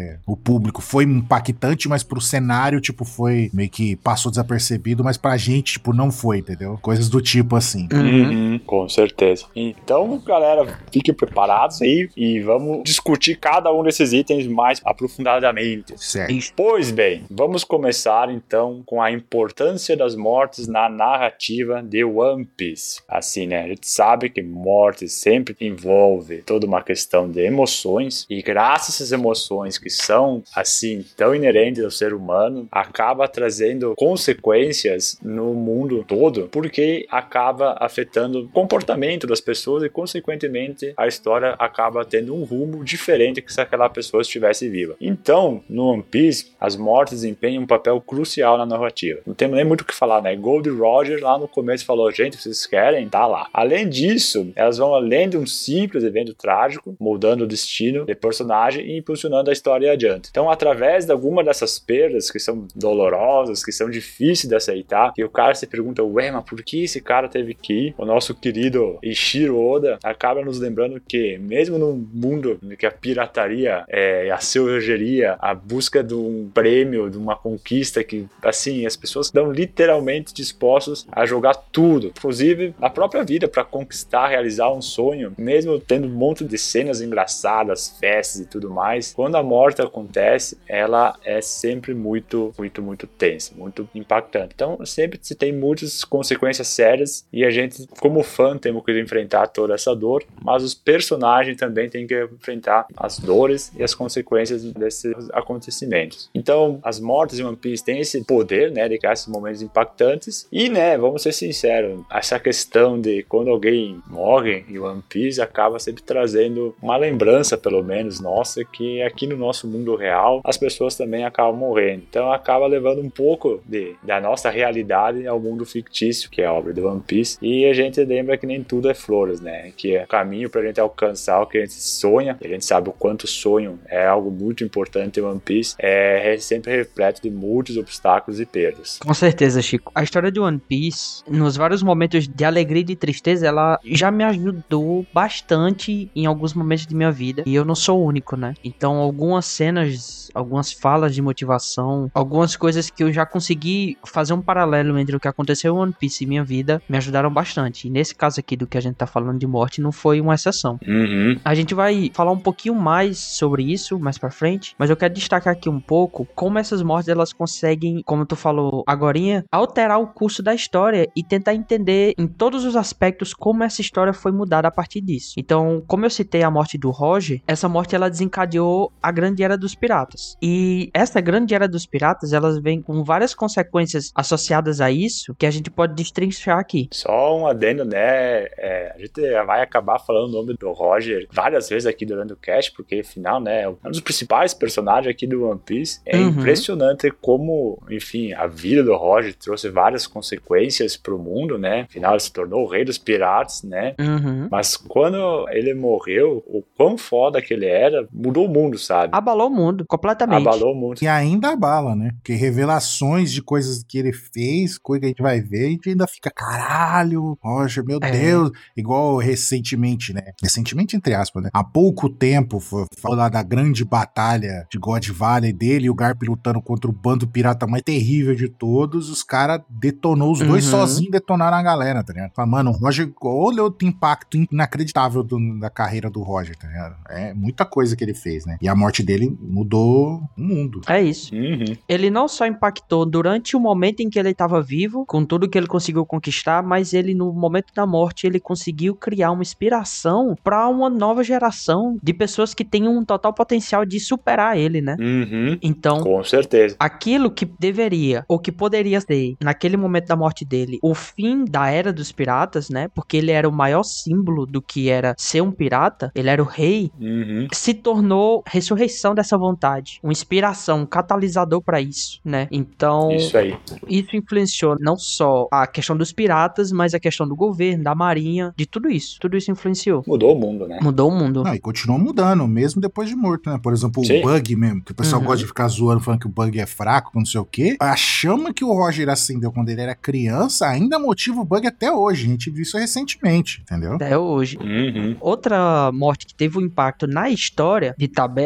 é, o público foi impactante, mas pro cenário, tipo, foi meio que passou desapercebido, mas pra gente, tipo, não foi, entendeu? Coisas do tipo assim. Uhum, com certeza. Então, galera, fiquem preparados aí e vamos discutir cada um desses itens mais aprofundadamente. Certo. Pois bem, vamos começar então com a importância das mortes na narrativa de One Piece. Assim, né? A gente sabe que morte sempre envolve toda uma questão de emoções e graças a essas emoções que são, assim, tão inerentes ao ser humano, acaba trazendo consequências no mundo todo, porque acaba afetando o comportamento das pessoas e, consequentemente, a história acaba tendo um rumo diferente que se aquela pessoa estivesse viva. Então, no One Piece, as mortes desempenham um papel crucial na narrativa. Não temos nem muito o que falar, né? Gold Roger lá no começo falou, gente, vocês querem? Tá lá. Além disso, elas vão além de um simples evento trágico, moldando o destino do personagem e impulsionando a história adiante. Então, através de alguma dessas perdas que são dolorosas, que são difíceis de aceitar, que o cara se pergunta, ué, mas por que esse cara teve que ir? O nosso querido Eiichiro Oda acaba nos lembrando que, mesmo num mundo em que a pirataria, é, a selvageria, a busca de um prêmio, de uma conquista que, assim, as pessoas estão literalmente dispostos a jogar tudo, inclusive a própria vida, para conquistar, realizar um sonho, mesmo tendo um monte de cenas engraçadas, festas e tudo mais. Quando a morte acontece, ela é sempre muito, muito, muito tensa, muito impactante. Então, sempre se tem muitas consequências sérias e a gente, como fã, temos que enfrentar toda essa dor, mas os personagens também têm que enfrentar as dores e as consequências desses acontecimentos. Então, as mortes em One Piece têm esse poder, né, de criar esses momentos impactantes e, né, vamos ser sinceros, essa questão de quando alguém morre em One Piece acaba sempre trazendo uma lembrança, pelo menos, nossa, que aqui no nosso mundo real as pessoas também acabam morrendo. Então, acaba levando um pouco de, da nossa realidade ao mundo fictício, que é a obra de One Piece. E a gente lembra que nem tudo é flores, né? Que é o caminho pra gente alcançar o que a gente sonha. E a gente sabe o quanto o sonho é algo muito importante em One Piece. É sempre repleto de muitos obstáculos e perdas. Com certeza, Chico. A história de One Piece, nos vários momentos de alegria e de tristeza, ela já me ajudou bastante em alguns momentos de minha vida. E eu não sou o único, né? Então, algumas cenas, algumas falas de motivação, algumas coisas que eu já consegui fazer um paralelo entre o que aconteceu em One Piece e minha vida, me ajudaram bastante. E nesse caso aqui do que a gente tá falando de morte, não foi uma exceção. Uhum. A gente vai falar um pouquinho mais sobre isso mais pra frente, mas eu quero destacar aqui um pouco como essas mortes, elas conseguem, como tu falou agorinha, alterar o curso da história e tentar entender em todos os aspectos como essa história foi mudada a partir disso. Então, como eu citei a morte do Roger, essa morte ela desencadeou a Grande Era dos Piratas. E essa Grande Era dos Piratas, elas vêm com várias consequências associadas a isso, que a gente pode destrinchar aqui. Só um adendo, né? É, a gente vai acabar falando o nome do Roger várias vezes aqui durante o cast, porque afinal, né, é um dos principais personagens aqui do One Piece. É Uhum. impressionante como, enfim, a vida do Roger trouxe várias consequências pro mundo, né? Afinal, ele se tornou o rei dos piratas, né? Uhum. Mas quando ele morreu, o quão foda que ele era, mudou o mundo, sabe? Abalou o mundo, completamente. Abalou o mundo. E ainda abala, né? Porque revelações de coisas que ele fez, coisa que a gente vai ver, a gente ainda fica, caralho, Roger, meu É. Deus. Igual recentemente, né? Recentemente, entre aspas, né? Há pouco tempo, foi- falou lá da grande batalha de God Valley dele e o Garp lutando contra o bando pirata mais terrível de todos. Os caras detonou, os dois Uhum. sozinhos detonaram a galera, tá ligado? Fala, mano, o Roger, olha o impacto inacreditável do- da carreira do Roger, tá ligado? É muita coisa que ele fez, né? E a morte dele mudou o mundo. É isso. Uhum. Ele não só impactou durante o momento em que ele estava vivo, com tudo que ele conseguiu conquistar, mas ele, no momento da morte, ele conseguiu criar uma inspiração para uma nova geração de pessoas que têm um total potencial de superar ele, né? Uhum. Então, Com certeza. aquilo que deveria, ou que poderia ser, naquele momento da morte dele, o fim da Era dos Piratas, né? Porque ele era o maior símbolo do que era ser um pirata, ele era o rei, Uhum. se tornou ressurreição dessa vontade, uma inspiração, um catalisador pra isso, né? Então, Isso aí. isso influenciou não só a questão dos piratas, mas a questão do governo, da marinha, de tudo isso. Tudo isso influenciou. Mudou o mundo, né? Mudou o mundo. Não, e continuou mudando, mesmo depois de morto, né? Por exemplo, Sim. o Bug mesmo, que o pessoal Uhum. gosta de ficar zoando, falando que o Bug é fraco, não sei o quê. A chama que o Roger acendeu quando ele era criança ainda motiva o Bug até hoje. A gente viu isso recentemente, entendeu? Até hoje. Uhum. Outra morte que teve um impacto na história, de tabela, assim,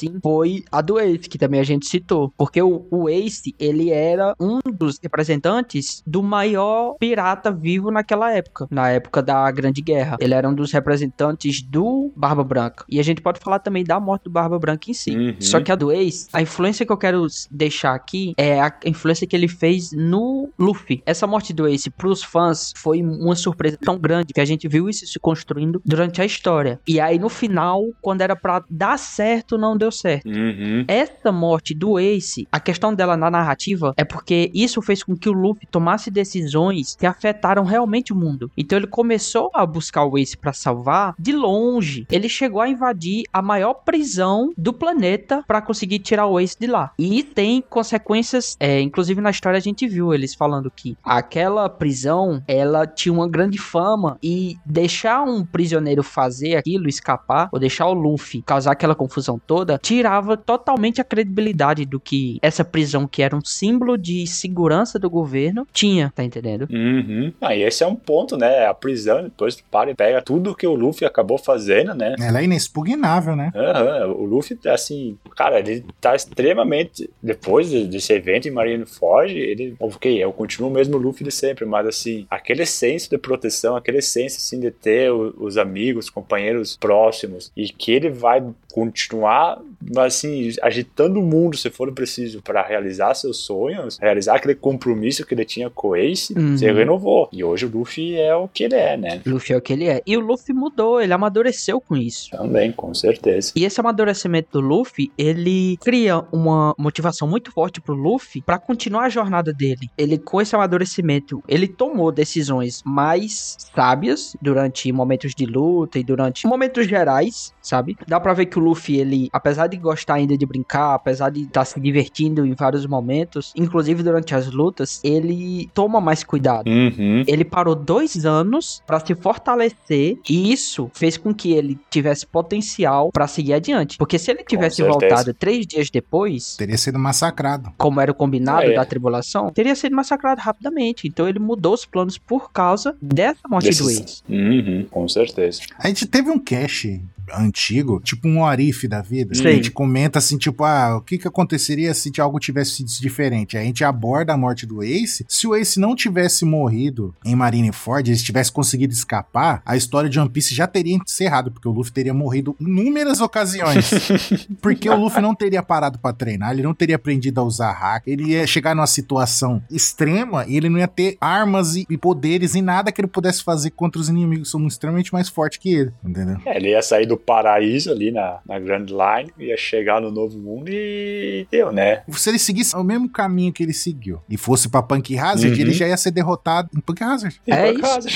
King foi a do Ace, que também a gente citou. Porque o, o Ace, ele era um dos representantes do maior pirata vivo naquela época. Na época da Grande Guerra. Ele era um dos representantes do Barba Branca. E a gente pode falar também da morte do Barba Branca em si. Uhum. Só que a do Ace, a influência que eu quero deixar aqui é a influência que ele fez no Luffy. Essa morte do Ace pros fãs foi uma surpresa tão grande que a gente viu isso se construindo durante a história. E aí no final, quando era pra dar certo, não deu certo. Uhum. Essa morte do Ace, a questão dela na narrativa é porque isso fez com que o Luffy tomasse decisões que afetaram realmente o mundo. Então ele começou a buscar o Ace pra salvar de longe. Ele chegou a invadir a maior prisão do planeta pra conseguir tirar o Ace de lá. E tem consequências, é, inclusive na história a gente viu eles falando que aquela prisão, ela tinha uma grande fama e deixar um prisioneiro fazer aquilo, escapar, ou deixar o Luffy causar aquela confusão toda, tirava totalmente a credibilidade do que essa prisão, que era um símbolo de segurança do governo, tinha, tá entendendo? Uhum. Ah, e esse é um ponto, né? A prisão, depois tu para e pega tudo que o Luffy acabou fazendo, né? Ela é inexpugnável, né? Uhum. O Luffy, assim, cara, ele tá extremamente, depois desse evento em Marineford, ele, ok, eu continuo o mesmo Luffy de sempre, mas assim, aquele senso de proteção, aquele senso, assim, de ter os amigos, companheiros próximos, e que ele vai continuar, assim, agitando o mundo, se for preciso, para realizar seus sonhos, realizar aquele compromisso que ele tinha com o Ace, Uhum. se renovou. E hoje o Luffy é o que ele é, né? O Luffy é o que ele é. E o Luffy mudou, ele amadureceu com isso. Também, com certeza. E esse amadurecimento do Luffy, ele cria uma motivação muito forte pro Luffy pra continuar a jornada dele. Ele, com esse amadurecimento, ele tomou decisões mais sábias durante momentos de luta e durante momentos gerais, sabe? Dá pra ver que o Luffy, ele, apesar de gostar ainda de brincar, apesar de estar se divertindo em vários momentos, inclusive durante as lutas, ele toma mais cuidado. Uhum. Ele parou dois anos pra se fortalecer e isso fez com que ele tivesse potencial pra seguir adiante. Porque se ele tivesse certeza. voltado três dias depois, Teria sido massacrado. como era o combinado É. da tribulação, teria sido massacrado rapidamente. Então ele mudou os planos por causa dessa morte do Desses- Ace. Uhum, com certeza. A gente teve um cache antigo, tipo um Orif da vida. Sim. A gente comenta assim, tipo, ah, o que que aconteceria se de algo tivesse sido diferente? A gente aborda a morte do Ace. Se o Ace não tivesse morrido em Marineford, ele tivesse conseguido escapar, a história de One Piece já teria encerrado, porque o Luffy teria morrido em inúmeras ocasiões. Porque o Luffy não teria parado pra treinar, ele não teria aprendido a usar hack, ele ia chegar numa situação extrema e ele não ia ter armas e, e poderes e nada que ele pudesse fazer contra os inimigos que são extremamente mais fortes que ele, entendeu? É, ele ia sair do paraíso ali na, na Grand Line, ia chegar no Novo Mundo e deu, né? Se ele seguisse o mesmo caminho que ele seguiu e fosse pra Punk Hazard, Uhum. ele já ia ser derrotado em Punk Hazard. É Por causa-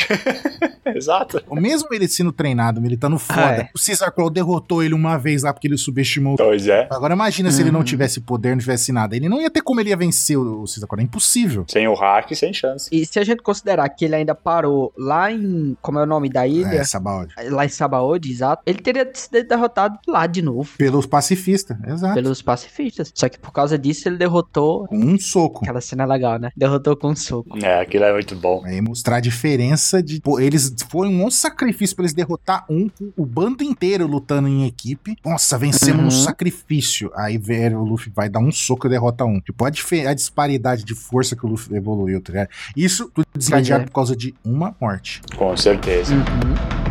Exato. Ou mesmo ele sendo treinado, ele estando foda. Ah, é. O Caesar Claw derrotou ele uma vez lá porque ele subestimou. Pois é. Agora imagina se ele não Uhum. tivesse poder, não tivesse nada. Ele não ia ter como ele ia vencer o Caesar Claw. É impossível. Sem o hack, sem chance. E se a gente considerar que ele ainda parou lá em... Como é o nome da ilha? É, Sabaody. Lá em Sabaody, exato. Ele teria sido derrotado lá de novo. Pelos pacifistas, exato. Pelos pacifistas. Só que por causa disso ele derrotou... Com um soco. Aquela cena é legal, né? Derrotou com um soco. É, aquilo é muito bom. Aí mostrar a diferença de. Pô, eles foi um monte de sacrifício pra eles derrotar um, o bando inteiro lutando em equipe. Nossa, vencemos Uhum. no sacrifício. Aí, velho, o Luffy vai dar um soco e derrota um. Tipo, a, dife- a disparidade de força que o Luffy evoluiu, tá ligado? Isso tudo desencadeado é. por causa de uma morte. Com certeza. Uhum.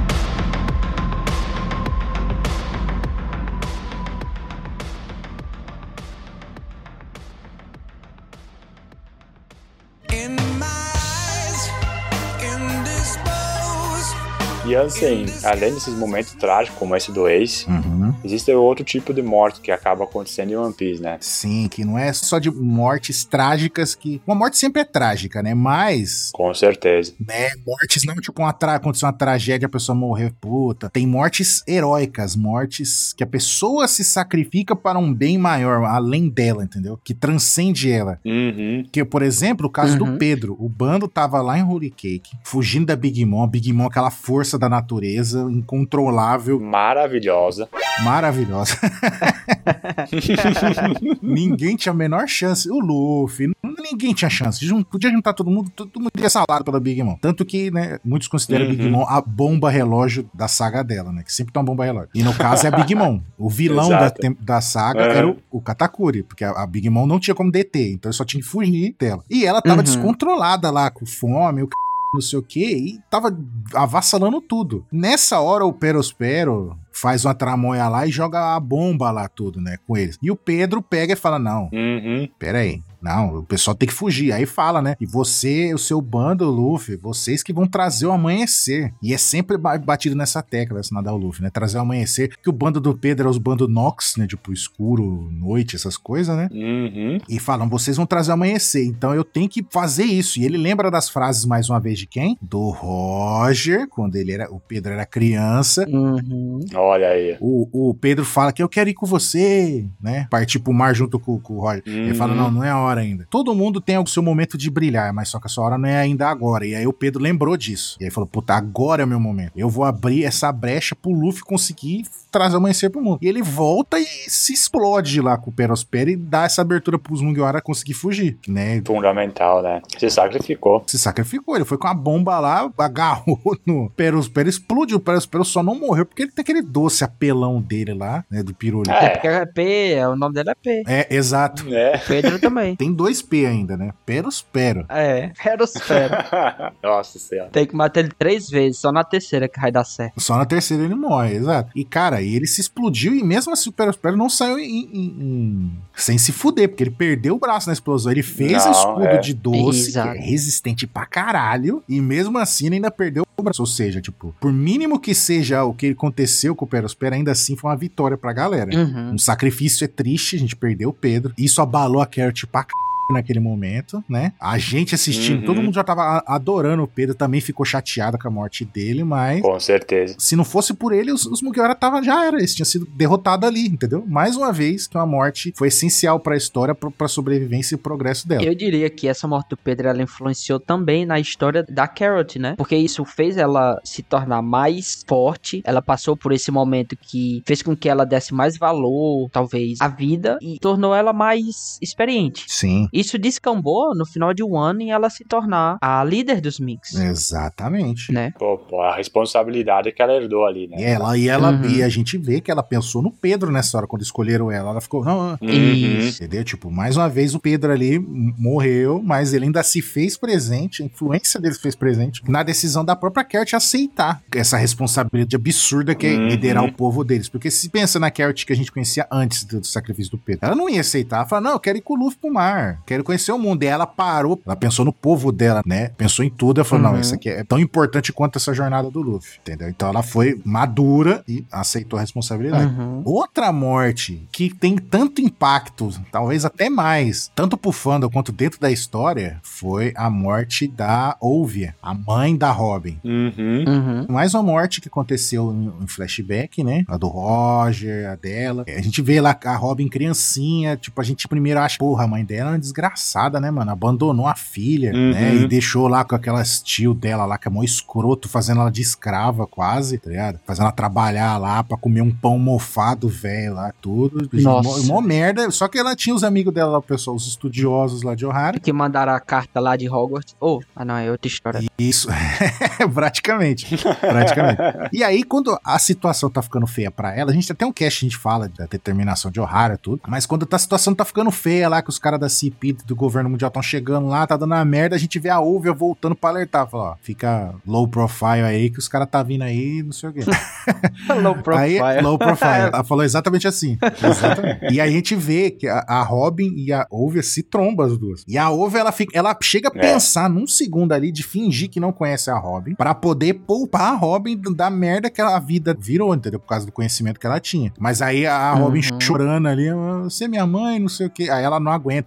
E assim, além desses momentos trágicos, como esse do Ace, Uhum. existe outro tipo de morte que acaba acontecendo em One Piece, né? Sim, que não é só de mortes trágicas que... Uma morte sempre é trágica, né? Mas... Com certeza. né, mortes não tipo uma tra... aconteceu uma tragédia, a pessoa morreu, puta. Tem mortes heróicas, mortes que a pessoa se sacrifica para um bem maior, além dela, entendeu? Que transcende ela. Uhum. Que, por exemplo, o caso Uhum. do Pedro. O bando tava lá em Holy Cake, fugindo da Big Mom. A Big Mom, aquela força da natureza, incontrolável, Maravilhosa. maravilhosa. Ninguém tinha a menor chance. O Luffy, ninguém tinha chance. Podia juntar todo mundo, todo mundo ia salado pela Big Mom. Tanto que, né, muitos consideram uhum. a Big Mom a bomba relógio da saga dela, né? Que sempre tem uma bomba relógio. E no caso é a Big Mom. O vilão da, da saga uhum. era o, o Katakuri, porque a, a Big Mom não tinha como deter, então ele só tinha que fugir dela. E ela tava uhum. descontrolada lá, com fome, o c... não sei o que, e tava avassalando tudo. Nessa hora o Perospero faz uma tramóia lá e joga a bomba lá tudo, né, com eles. E o Pedro pega e fala, não, uhum. peraí. Não, o pessoal tem que fugir. Aí fala, né? E você, o seu bando, Luffy, vocês que vão trazer o amanhecer. E é sempre batido nessa tecla, essa nadar o Luffy, né? Trazer o amanhecer. Que o bando do Pedro é os bandos Nox, né? Tipo, escuro, noite, essas coisas, né? Uhum. E falam, vocês vão trazer o amanhecer. Então eu tenho que fazer isso. E ele lembra das frases, mais uma vez, de quem? Do Roger, quando ele era, o Pedro era criança. Uhum. Olha aí. O, o Pedro fala que eu quero ir com você, né? Partir pro mar junto com, com o Roger. Uhum. Ele fala, não, não é a hora ainda. Todo mundo tem o seu momento de brilhar, mas só que a sua hora não é ainda agora. E aí o Pedro lembrou disso. E aí falou, puta, agora é o meu momento. Eu vou abrir essa brecha pro Luffy conseguir trazer o amanhecer pro mundo. E ele volta e se explode lá com o Perospero e dá essa abertura pros Mugiwara conseguir fugir, né? Fundamental, né? Se sacrificou. Se sacrificou. Ele foi com a bomba lá, agarrou no Perospero, explodiu. O Perospero só não morreu porque ele tem aquele doce apelão dele lá, né? Do pirulito. É, porque é P, o nome dele é P. É, exato. É. Pedro também. Tem dois P ainda, né? Perospero. É, Perospero. Nossa senhora. Tem que matar ele três vezes, só na terceira que vai dar certo. Só na terceira ele morre, exato. E, cara, ele se explodiu e mesmo assim o Perospero não saiu em, em, em... sem se fuder, porque ele perdeu o braço na explosão. Ele fez não, o escudo é. de doce, exato. Que é resistente pra caralho, e mesmo assim ele ainda perdeu o braço. Ou seja, tipo, por mínimo que seja o que aconteceu com o Perospero, ainda assim foi uma vitória pra galera. Uhum. Um sacrifício é triste, a gente perdeu o Pedro. Isso abalou a Carrot pra caralho naquele momento, né? A gente assistindo, uhum. todo mundo já tava adorando o Pedro, também ficou chateado com a morte dele, mas... Com certeza. Se não fosse por ele, os, os Mugiwara tava, já era, eles tinham sido derrotados ali, entendeu? Mais uma vez, que uma morte foi essencial pra história, pra, pra sobrevivência e progresso dela. Eu diria que essa morte do Pedro, ela influenciou também na história da Carrot, né? Porque isso fez ela se tornar mais forte, ela passou por esse momento que fez com que ela desse mais valor, talvez, à vida, e tornou ela mais experiente. Sim. Isso descambou no final de um ano em ela se tornar a líder dos Minks. Exatamente. Né? Pô, pô, a responsabilidade que ela herdou ali, né? E ela, e, ela uhum. e a gente vê que ela pensou no Pedro nessa hora, quando escolheram ela. Ela ficou, não, uhum. entendeu? Tipo, mais uma vez o Pedro ali morreu, mas ele ainda se fez presente, a influência dele se fez presente na decisão da própria Carrot aceitar essa responsabilidade absurda que é uhum. liderar o povo deles. Porque se pensa na Carrot que a gente conhecia antes do sacrifício do Pedro, ela não ia aceitar. Ela falou, não, eu quero ir com o Luffy pro mar. Quero conhecer o mundo. E ela parou, ela pensou no povo dela, né? Pensou em tudo. Ela falou, uhum. não, isso aqui é tão importante quanto essa jornada do Luffy, entendeu? Então ela foi madura e aceitou a responsabilidade. Uhum. Outra morte que tem tanto impacto, talvez até mais, tanto pro fandom quanto dentro da história, foi a morte da Olvia, a mãe da Robin. Uhum. Uhum. Mais uma morte que aconteceu em, em flashback, né? A do Roger, a dela. A gente vê lá a Robin criancinha, tipo, a gente primeiro acha, porra, a mãe dela é uma desgraçada, né, mano? Abandonou a filha, uhum. né? E deixou lá com aquelas tio dela lá, que é mó escroto, fazendo ela de escrava quase, tá ligado? Fazendo ela trabalhar lá pra comer um pão mofado, velho, lá, tudo. Nossa. Mó, mó merda. Só que ela tinha os amigos dela lá, o pessoal, os estudiosos lá de Ohara. Que mandaram a carta lá de Hogwarts. Oh, ah não, é outra história. Isso. praticamente. Praticamente. E aí, quando a situação tá ficando feia pra ela, a gente até um cast, a gente fala da determinação de Ohara, tudo, mas quando a situação tá ficando feia lá, que os caras da C P do governo mundial estão chegando lá, tá dando uma merda, a gente vê a Olvia voltando pra alertar, fala, ó, fica low profile aí, que os caras tá vindo aí, não sei o quê. Low profile. Aí, low profile. Ela falou exatamente assim. Exatamente. E aí a gente vê que a, a Robin e a Olvia se trombam as duas. E a Olvia, ela, fica, ela chega a pensar é. num segundo ali de fingir que não conhece a Robin, pra poder poupar a Robin da merda que a vida virou, entendeu? Por causa do conhecimento que ela tinha. Mas aí a Robin uhum. chorando ali, você é minha mãe, não sei o quê. Aí ela não aguenta, tá? Ela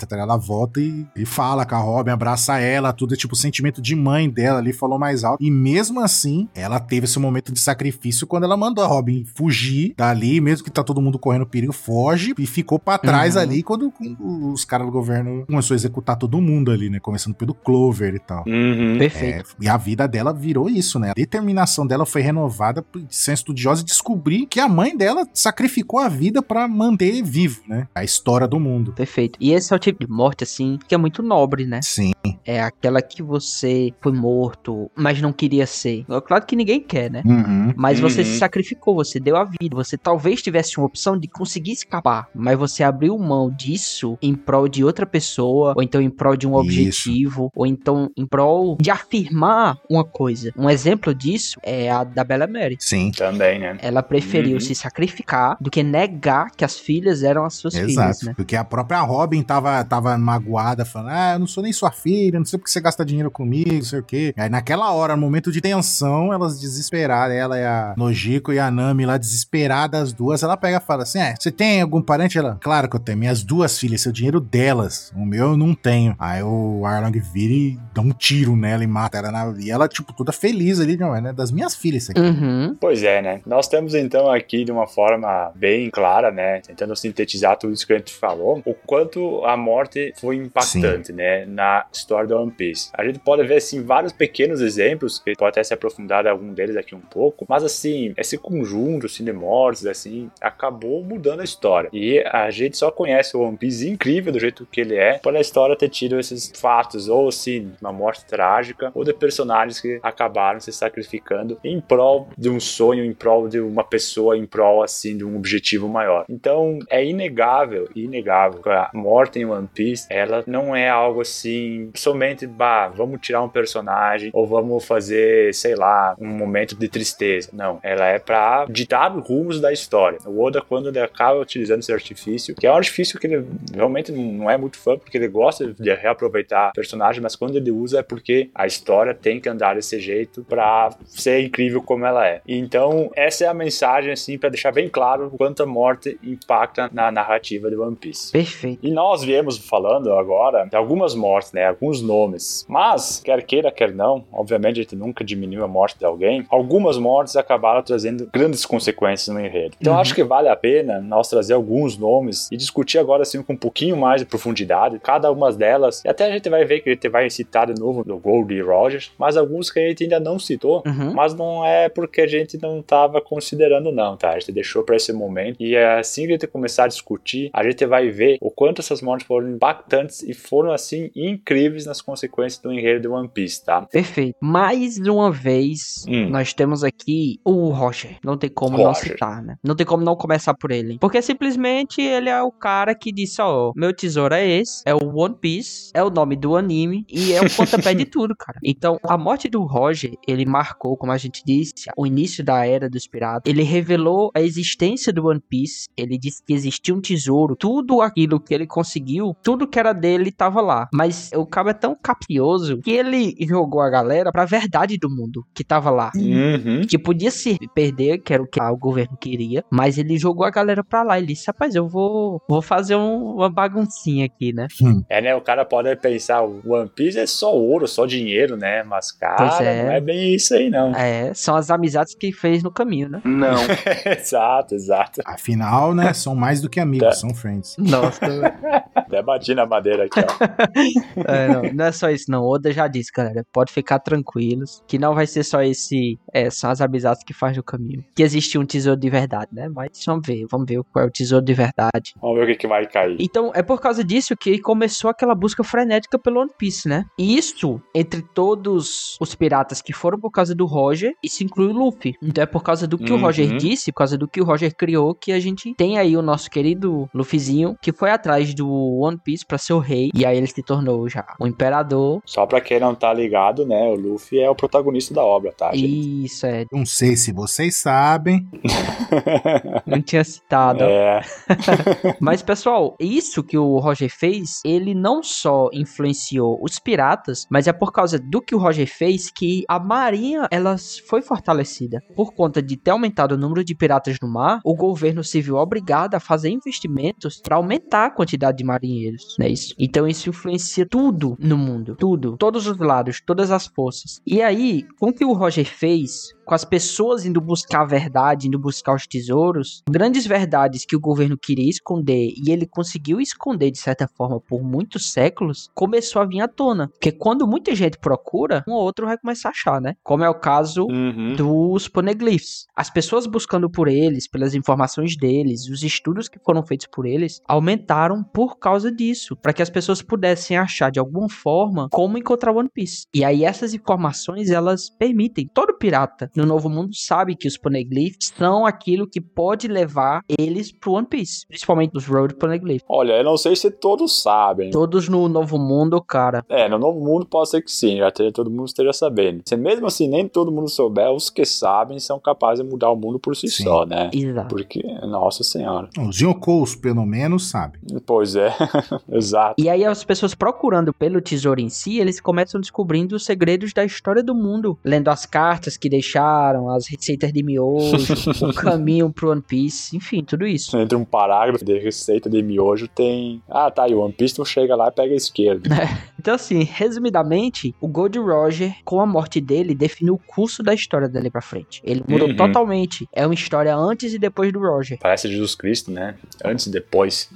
volta e, e fala com a Robin, abraça ela, tudo é tipo o sentimento de mãe dela ali, falou mais alto. E mesmo assim, ela teve esse momento de sacrifício quando ela mandou a Robin fugir dali, mesmo que tá todo mundo correndo perigo, foge e ficou pra trás uhum. ali quando, quando os caras do governo começou a executar todo mundo ali, né? Começando pelo Clover e tal. Uhum. Perfeito. É, e a vida dela virou isso, né? A determinação dela foi renovada de ser estudiosa e descobrir que a mãe dela sacrificou a vida pra manter vivo, né? A história do mundo. Perfeito. E esse é o tipo de morte, assim, que é muito nobre, né? Sim. É aquela que você foi morto, mas não queria ser. Claro que ninguém quer, né? Uhum. Mas uhum. você se sacrificou, você deu a vida. Você talvez tivesse uma opção de conseguir escapar, mas você abriu mão disso em prol de outra pessoa, ou então em prol de um objetivo, Isso. ou então em prol de afirmar uma coisa. Um exemplo disso é a da Bella Mary. Sim. Também, né? Ela preferiu uhum. se sacrificar do que negar que as filhas eram as suas Exato. filhas, né? Porque a própria Robin tava, tava magoada, falando, ah, eu não sou nem sua filha, não sei porque você gasta dinheiro comigo, não sei o quê. Aí naquela hora, no momento de tensão, elas desesperaram, ela e a Nojiko e a Nami lá, desesperadas as duas, ela pega e fala assim, é, você tem algum parente? Ela, claro que eu tenho, minhas duas filhas, esse é o dinheiro delas, o meu eu não tenho. Aí o Arlong vira e dá um tiro nela e mata ela, na... e ela, tipo, toda feliz ali, não é, né, das minhas filhas isso aqui. Uhum. Pois é, né, nós temos então aqui de uma forma bem clara, né, tentando sintetizar tudo isso que a gente falou, o quanto a morte foi impactante, Sim. né, na história do One Piece. A gente pode ver, assim, vários pequenos exemplos, que pode até se aprofundar em algum deles aqui um pouco, mas, assim, esse conjunto, assim, de mortes, assim, acabou mudando a história. E a gente só conhece o One Piece incrível do jeito que ele é, por a história ter tido esses fatos, ou, assim, uma morte trágica, ou de personagens que acabaram se sacrificando em prol de um sonho, em prol de uma pessoa, em prol, assim, de um objetivo maior. Então, é inegável, inegável, que a morte em One Piece, ela não é algo assim, somente, bah, vamos tirar um personagem, ou vamos fazer, sei lá, um momento de tristeza. Não, ela é pra ditar rumos da história. O Oda, quando ele acaba utilizando esse artifício, que é um artifício que ele realmente não é muito fã, porque ele gosta de reaproveitar personagem, mas quando ele usa é porque a história tem que andar desse jeito pra ser incrível como ela é. Então, essa é a mensagem, assim, pra deixar bem claro o quanto a morte impacta na narrativa de One Piece. Perfeito. E nós viemos falando agora de algumas mortes, né, alguns nomes, mas, quer queira, quer não, obviamente a gente nunca diminuiu a morte de alguém, algumas mortes acabaram trazendo grandes consequências no enredo. Então, uhum. acho que vale a pena nós trazer alguns nomes e discutir agora, assim, com um pouquinho mais de profundidade, cada uma delas, e até a gente vai ver que a gente vai citar de novo do Goldie Roger, mas alguns que a gente ainda não citou, uhum. mas não é porque a gente não estava considerando não, tá? A gente deixou para esse momento, e assim que a gente começar a discutir, a gente vai ver o quanto essas mortes foram impactantes e foram, assim, incríveis nas consequências do enredo de One Piece, tá? Perfeito. Mais uma vez, hum. nós temos aqui o Roger. Não tem como Roger. não citar, né? Não tem como não começar por ele. Porque simplesmente ele é o cara que disse, ó, oh, meu tesouro é esse, é o One Piece, é o nome do anime e é o pontapé de tudo, cara. Então, a morte do Roger, ele marcou, como a gente disse, o início da Era dos Piratas. Ele revelou a existência do One Piece. Ele disse que existia um tesouro. Tudo aquilo que ele conseguiu, tudo que era dele tava lá. Mas o cara é tão capcioso que ele jogou a galera pra verdade do mundo que tava lá. Uhum. Que podia se perder, que era o que o governo queria, mas ele jogou a galera pra lá. Ele disse, rapaz, eu vou, vou fazer um, uma baguncinha aqui, né? Hum. É, né? O cara pode pensar, o One Piece é só ouro, só dinheiro, né? Mas, cara, é. não é bem isso aí, não. É, são as amizades que fez no caminho, né? Não. Exato, exato. Afinal, né, são mais do que amigos, tá. são friends. Nossa. Até bati na madeira aqui, ó. É, não, não é só isso, não. Oda já disse, galera, pode ficar tranquilos, que não vai ser só esse, é, são as amizades que faz no caminho. Que existe um tesouro de verdade, né? Mas vamos ver, vamos ver qual é o tesouro de verdade. Vamos ver o que, que vai cair. Então, é por causa disso que começou aquela busca frenética pelo One Piece, né? E isso, entre todos os piratas que foram por causa do Roger, isso inclui o Luffy. Então é por causa do que uhum. o Roger disse, por causa do que o Roger criou, que a gente tem aí o nosso querido Luffyzinho, que foi atrás do One Piece pra ser o rei, e aí ele se tornou já o imperador. Só pra quem não tá ligado, né, o Luffy é o protagonista da obra, tá, gente? Isso, é. Não sei se vocês sabem. Não tinha citado. É. Mas, pessoal, isso que o Roger fez, ele não só influenciou os piratas, mas é por causa do que o Roger fez que a marinha, ela foi fortalecida. Por conta de ter aumentado o número de piratas no mar, o governo se viu obrigado a fazer investimentos para aumentar a quantidade de marinheiros. não é isso? Então isso influencia tudo no mundo, tudo, todos os lados, todas as forças. E aí, com o que o Roger fez, com as pessoas indo buscar a verdade, indo buscar os tesouros, grandes verdades que o governo queria esconder e ele conseguiu esconder de certa forma por muitos séculos, começou a vir à tona. Porque quando muita gente procura, um ou outro vai começar a achar, né? Como é o caso Uhum. dos poneglyphs. As pessoas buscando por eles, pelas informações deles, os estudos que foram feitos por eles, aumentaram por causa disso, para que as pessoas pudessem achar de alguma forma como encontrar One Piece. E aí essas informações, elas permitem, todo pirata no Novo Mundo sabe que os poneglyphs são aquilo que pode levar eles pro One Piece, principalmente os Road Poneglyphs. Olha, eu não sei se todos sabem. Todos no Novo Mundo, cara. É, no Novo Mundo pode ser que sim, já esteja, todo mundo esteja sabendo. Se mesmo assim nem todo mundo souber, os que sabem são capazes de mudar o mundo por si Sim. só, né? Exato. Porque, nossa senhora. Os Yonkous, pelo menos, sabem. Pois é, exato. E aí as pessoas procurando pelo tesouro em si, eles começam descobrindo os segredos da história do mundo, lendo as cartas que deixaram, as receitas de miojo, o caminho pro One Piece, enfim, tudo isso. Entre um parágrafo de receita de miojo tem... Ah, tá, e o One Piece tu chega lá e pega a esquerda. Então assim, resumidamente, o Gold Roger, com a morte dele, definiu o curso da história dali pra frente. Ele mudou Uhum. totalmente. É uma história antes e depois do Roger. Parece Jesus Cristo, né? Antes e depois.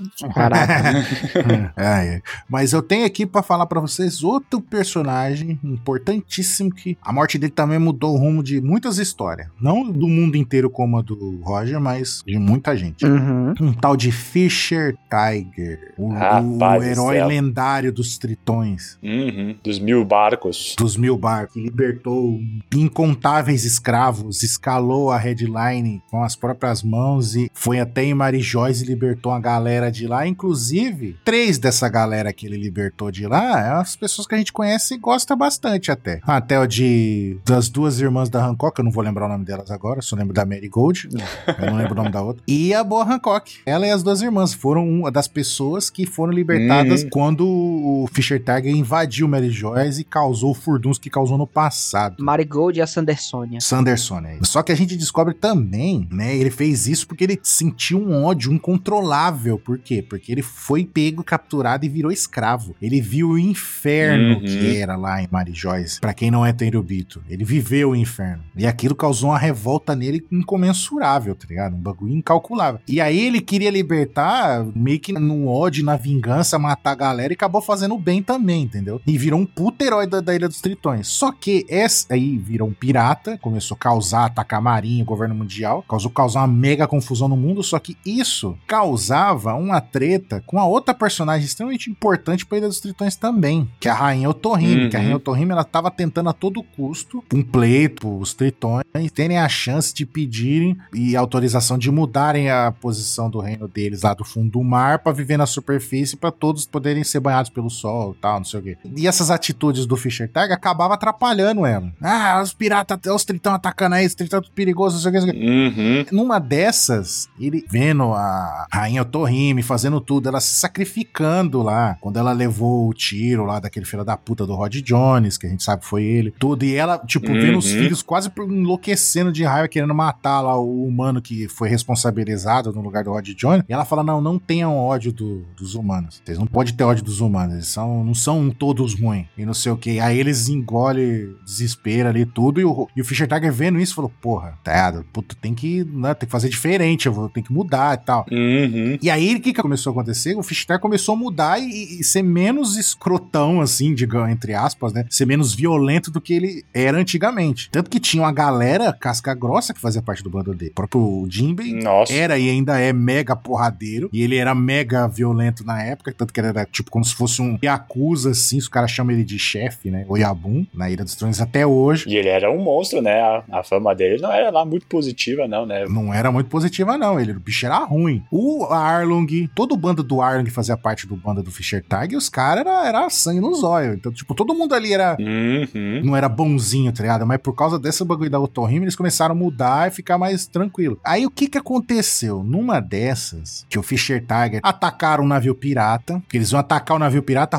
Caraca. É, é. Mas eu tenho aqui pra falar pra vocês outro personagem importantíssimo que a morte dele também mudou o rumo de muitas histórias. Não do mundo inteiro como a do Roger, mas de muita gente. Uhum. Um tal de Fisher Tiger. O, Rapaz o do herói céu. lendário dos tritões. Uhum. Dos mil barcos. Dos mil barcos, que libertou incontáveis escravos, escalou a headline com as próprias mãos e foi até em Marijóis e libertou a galera de lá. Inclusive, três dessa galera que ele libertou de lá, é as pessoas que a gente conhece e gosta bastante até. Até o de das duas irmãs da Hancock, eu não vou lembrar o nome delas agora, só lembro da Mary Gold, eu não lembro o nome da outra. E a boa Hancock. Ela e as duas irmãs foram uma das pessoas que foram libertadas Uhum. quando o Fisher Tiger invadiu Marijóis e causou o furdunço que causou no passado. Marigold e a Sandersonia. Sanderson, é. Só que a gente descobre também, né, ele fez isso porque ele sentiu um ódio incontrolável. Por quê? Porque ele foi pego, capturado e virou escravo. Ele viu o inferno Uhum. que era lá em Marijóis. Pra quem não é Tenryubito, ele viveu o inferno. E aquilo causou uma revolta nele incomensurável, tá ligado? Um bagulho incalculável. E aí ele queria libertar, meio que no ódio, na vingança, matar a galera e acabou fazendo bem também, entendeu? E virou um puto herói da, da Ilha dos Tritões. Só que esse aí virou um pirata, começou a causar, atacar a marinha, o governo mundial, causou causar uma mega confusão no mundo, só que isso causava uma treta com a outra personagem extremamente importante pra Ilha dos Tritões também, que é a Rainha Otohime, Uhum. que a Rainha Otohime, ela tava tentando a todo custo um pleito, os Tritões terem a chance de pedirem e autorização de mudarem a posição do reino deles lá do fundo do mar pra viver na superfície, pra todos poderem ser banhados pelo sol e tal, não sei o quê. E essas atitudes do Fisher Tiger acabavam atrapalhando ela. Ah, os piratas, os tritão atacando aí, os tritão perigosos, não sei o que, não sei o quê. Uhum. Numa dessas, ele vendo a Rainha Otohime fazendo tudo, ela se sacrificando lá, quando ela levou o tiro lá daquele filho da puta do Rod Jones, que a gente sabe que foi ele, tudo, e ela, tipo, Uhum. vendo os filhos quase enlouquecendo de raiva, querendo matar lá o humano que foi responsabilizado no lugar do Rod Jones, e ela fala, não, não tenham ódio do- dos humanos, vocês não podem ter ódio dos humanos, eles são, não são todos ruins, e não sei o que, aí eles engolem desespero ali, tudo, e o, e o Fisher Tiger vendo isso, falou, porra, tá errado, puta, tem que, né, tem que fazer diferente, eu vou ter que mudar e tal. Uhum. E aí, o que, que começou a acontecer? O Fisher Tiger começou a mudar e, e ser menos escrotão, assim, digamos, entre aspas, né? Ser menos violento do que ele era antigamente. Tanto que tinha uma galera casca grossa que fazia parte do bando dele. O próprio Jinbei Nossa. era e ainda é mega porradeiro. E ele era mega violento na época. Tanto que ele era tipo como se fosse um Yakuza, assim. Os caras chamam ele de chefe, né? O Yabun, na Ilha dos Tronos até hoje. E ele era um monstro, né? A, a fama dele não era lá muito positiva, não, né? Não era muito positiva, não. Ele, o bicho era ruim. O Arlong, todo o bando do Arlong fazia parte do bando do Fisher Tiger, e os caras era, era sangue nos olhos. Então, tipo, todo mundo ali era. Uhum. Não era bonzinho, tá ligado? Mas por causa dessa bagulho da Otohime, eles começaram a mudar e ficar mais tranquilo. Aí o que que aconteceu? Numa dessas, que o Fisher Tiger atacaram um navio pirata, que eles vão atacar o navio pirata, roubar o navio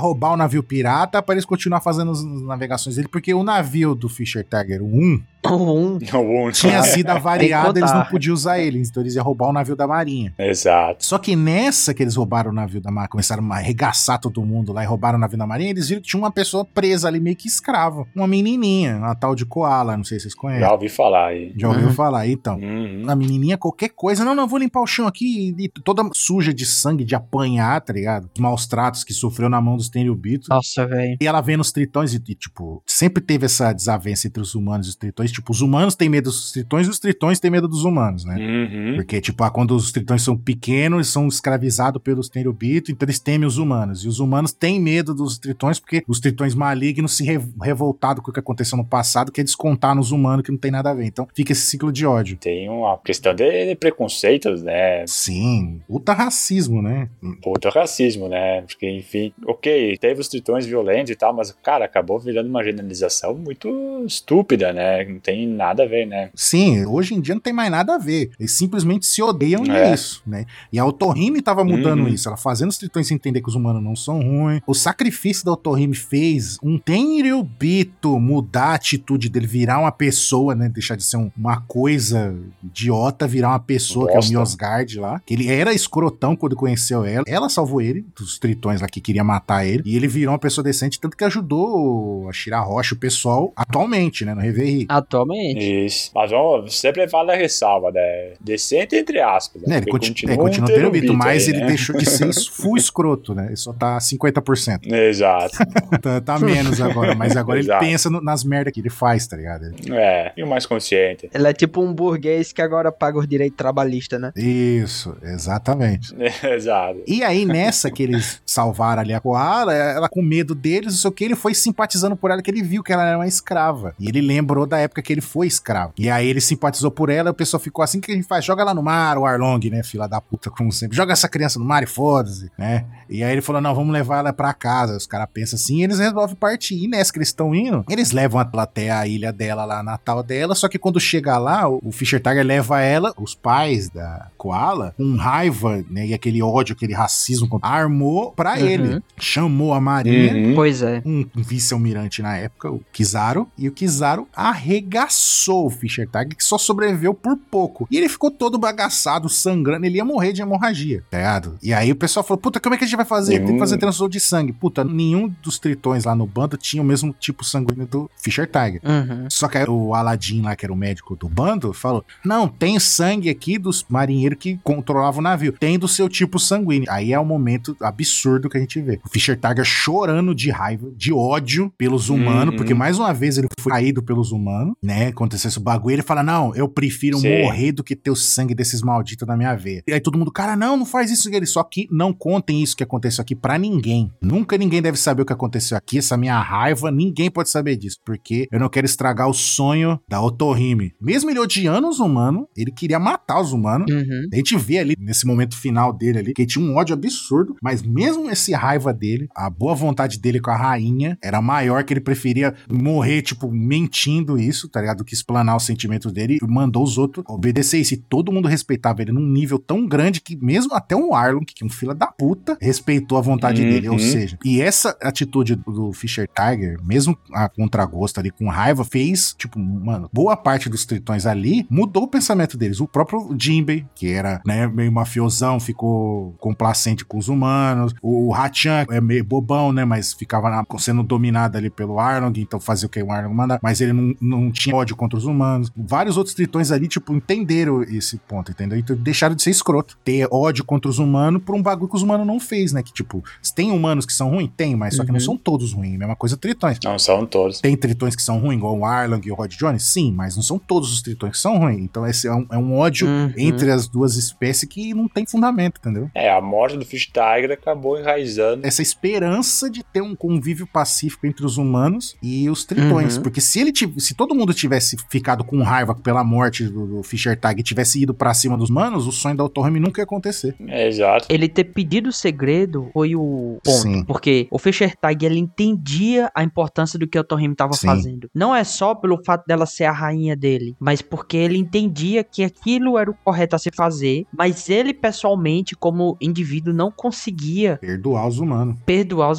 navio pirata pra eles continuar fazendo as navegações dele, porque o navio do Fischer Tiger um Um. Não, tinha sido avariado, Tem que eles não contar. podiam usar ele, então eles iam roubar o navio da marinha. Exato. Só que nessa que eles roubaram o navio da marinha, começaram a arregaçar todo mundo lá e roubaram o navio da marinha, eles viram que tinha uma pessoa presa ali, meio que escrava. Uma menininha, uma tal de Koala, não sei se vocês conhecem. Já ouvi falar aí. Já ouviu Uhum. falar? Então, Uhum. a menininha, qualquer coisa, não, não, eu vou limpar o chão aqui, e toda suja de sangue, de apanhar, tá ligado? Os maus tratos que sofreu na mão dos Tenryubito. Nossa, velho. E ela vendo os tritões e, e, tipo, sempre teve essa desavença entre os humanos e os tritões. Tipo, os humanos têm medo dos tritões e os tritões têm medo dos humanos, né? Uhum. Porque, tipo, ah, quando os tritões são pequenos, eles são escravizados pelos Tenryubito, então eles temem os humanos. E os humanos têm medo dos tritões, porque os tritões malignos se re revoltaram com o que aconteceu no passado, que é descontar nos humanos que não tem nada a ver. Então, fica esse ciclo de ódio. Tem uma questão de, de preconceitos, né? Sim, puta racismo, né? Puta racismo, né? Porque, enfim, ok, teve os tritões violentos e tal, mas, cara, acabou virando uma generalização muito estúpida, né? Não tem nada a ver, né? Sim, hoje em dia não tem mais nada a ver. Eles simplesmente se odeiam e é É. isso, né? E a Otohime tava mudando Uhum. isso, ela fazendo os tritões entender que os humanos não são ruins. O sacrifício da Otohime fez um Tenryubito mudar a atitude dele, virar uma pessoa, né? Deixar de ser um- uma coisa idiota, virar uma pessoa, que é o Bosta. Miosgard lá. Que ele era escrotão quando conheceu ela. Ela salvou ele, dos tritões lá que queria matar ele. E ele virou uma pessoa decente, tanto que ajudou a Shirahoshi, o pessoal, atualmente, né? No Reverie. Atualmente. Isso. Mas vamos, sempre vale a ressalva, né? Decente entre aspas. Né, ele Porque continua, continua é, continua um tendo o Bito, Tenryubito mas aí, ele né? deixou de ser full escroto, né? Ele só tá cinquenta por cento. Exato. tá, tá menos agora, mas agora ele Exato. pensa no- nas merdas que ele faz, tá ligado? Ele- É, e o mais consciente. Ele é tipo um burguês que agora paga os direitos trabalhistas, né? Isso, exatamente. Exato. E aí, nessa que eles salvaram ali a Koala, ela com medo deles, não sei o que, ele foi simpatizando por ela, que ele viu que ela era uma escrava. E ele lembrou da época que ele foi escravo. E aí ele simpatizou por ela, o pessoal ficou assim, que a gente faz? Joga ela no mar, o Arlong, né, fila da puta, como sempre. Joga essa criança no mar e foda-se, né? E aí ele falou, não, vamos levar ela pra casa. Os caras pensam assim, e eles resolvem partir. E nessa que eles estão indo, eles levam ela até a ilha dela, lá, natal dela, só que quando chega lá, o, o Fischer Tiger leva ela, os pais da Koala, com raiva, né, e aquele ódio, aquele racismo, armou pra Uhum. ele. Chamou a marinha, Uhum. Pois é. um vice-almirante na época, o Kizaru, e o Kizaru arregaçou o Fischer Tiger, que só sobreviveu por pouco. E ele ficou todo bagaçado, sangrando, ele ia morrer de hemorragia, tá ligado? E aí o pessoal falou, puta, como é que a gente vai fazer? Tem que fazer transfusão de sangue. Puta, nenhum dos tritões lá no bando tinha o mesmo tipo sanguíneo do Fischer Tiger. Uhum. Só que aí o Aladdin lá, que era o médico do bando, falou, não, tem sangue aqui dos marinheiros que controlavam o navio, tem do seu tipo sanguíneo. Aí é o momento absurdo que a gente vê. O Fischer Tiger chorando de raiva, de ódio pelos humanos, Uhum. porque mais uma vez ele foi caído pelos humanos, né? Aconteceu esse bagulho, ele fala, não, eu prefiro Sim. morrer do que ter o sangue desses malditos na minha veia. E aí todo mundo, cara, não, não faz isso. Ele, só que não contem isso que aconteceu aqui pra ninguém. Nunca ninguém deve saber o que aconteceu aqui, essa minha raiva, ninguém pode saber disso, porque eu não quero estragar o sonho da Otohime. Mesmo ele odiando os humanos, ele queria matar os humanos. Uhum. A gente vê ali, nesse momento final dele ali, que ele tinha um ódio absurdo, mas mesmo esse raiva dele, a boa vontade dele com a rainha era maior, que ele preferia morrer, tipo, mentindo isso, tá ligado? Do que explanar os sentimentos dele, e mandou os outros obedecer isso. E todo mundo respeitava ele num nível tão grande que mesmo até um Arlong, que é um fila da puta, respeitou a vontade Uhum. dele. Ou seja, e essa atitude do Fischer Tiger, mesmo a contragosto ali, com raiva, fez, tipo, mano, boa parte dos tritões ali mudou o pensamento deles. O próprio Jinbei, que era, né, meio mafiosão, ficou complacente com os humanos. O Hachan é meio bobão, né, mas ficava na- sendo dominado ali pelo Arlong, então fazia o que o Arlong manda, mas ele não, não tinha ódio contra os humanos. Vários outros tritões ali, tipo, entenderam esse ponto, entendeu? Então deixaram de ser escroto. Ter ódio contra os humanos por um bagulho que os humanos não fez, né? Que, tipo, tem humanos que são ruins? Tem, mas só que não Uhum. são todos ruins. Mesma coisa tritões. Não são todos. Tem tritões que são ruins, igual o Arlong e o Rod Jones? Sim, mas não são todos os tritões que são ruins. Então esse é um, é um ódio Uhum. entre as duas espécies que não tem fundamento, entendeu? É, a morte do Fish Tiger acabou enraizando. Essa esperança de ter um convívio pacífico entre os humanos e os tritões. Uhum. Porque se ele tiv- se todo mundo tivesse ficado com raiva pela morte do, do Fischer Tiger e tivesse ido pra cima dos manos, o sonho da Otohime nunca ia acontecer. É, exato. Ele ter pedido o segredo foi o ponto. Sim. Porque o Fischer Tiger, ele entendia a importância do que a Otohime estava Sim. fazendo. Não é só pelo fato dela ser a rainha dele, mas porque ele entendia que aquilo era o correto a se fazer, mas ele, pessoalmente, como indivíduo, não conseguia Perdoar os humanos. perdoar os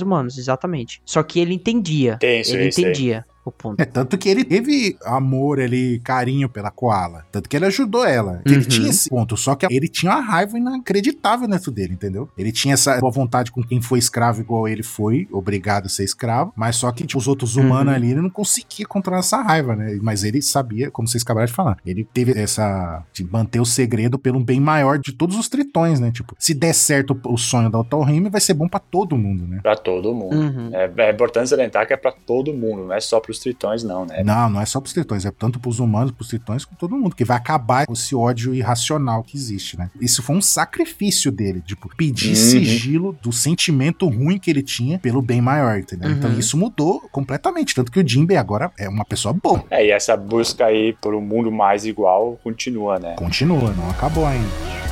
aos humanos, exatamente. Só que ele entendia. Tem isso ele aí, isso aí. entendia. O ponto. É, tanto que ele teve amor ali, carinho pela Koala. Tanto que ele ajudou ela. Ele Uhum. tinha esse ponto, só que ele tinha uma raiva inacreditável dentro dele, entendeu? Ele tinha essa boa vontade com quem foi escravo igual ele foi, obrigado a ser escravo, mas só que tipo, os outros humanos Uhum. ali, ele não conseguia controlar essa raiva, né? Mas ele sabia, como vocês acabaram de falar, ele teve essa, de manter o segredo pelo bem maior de todos os tritões, né? Tipo, se der certo o sonho da Otohime, vai ser bom pra todo mundo, né? Pra todo mundo. Uhum. É, é importante salientar que é pra todo mundo, não é só pros tritões, não, né? Não, não é só pros tritões, é tanto pros humanos, pros tritões, com todo mundo, que vai acabar com esse ódio irracional que existe, né? Isso foi um sacrifício dele, tipo, pedir Uhum. sigilo do sentimento ruim que ele tinha pelo bem maior, entendeu? Uhum. Então isso mudou completamente, tanto que o Jinbei agora é uma pessoa boa. É, e essa busca aí por um mundo mais igual continua, né? Continua, não acabou ainda.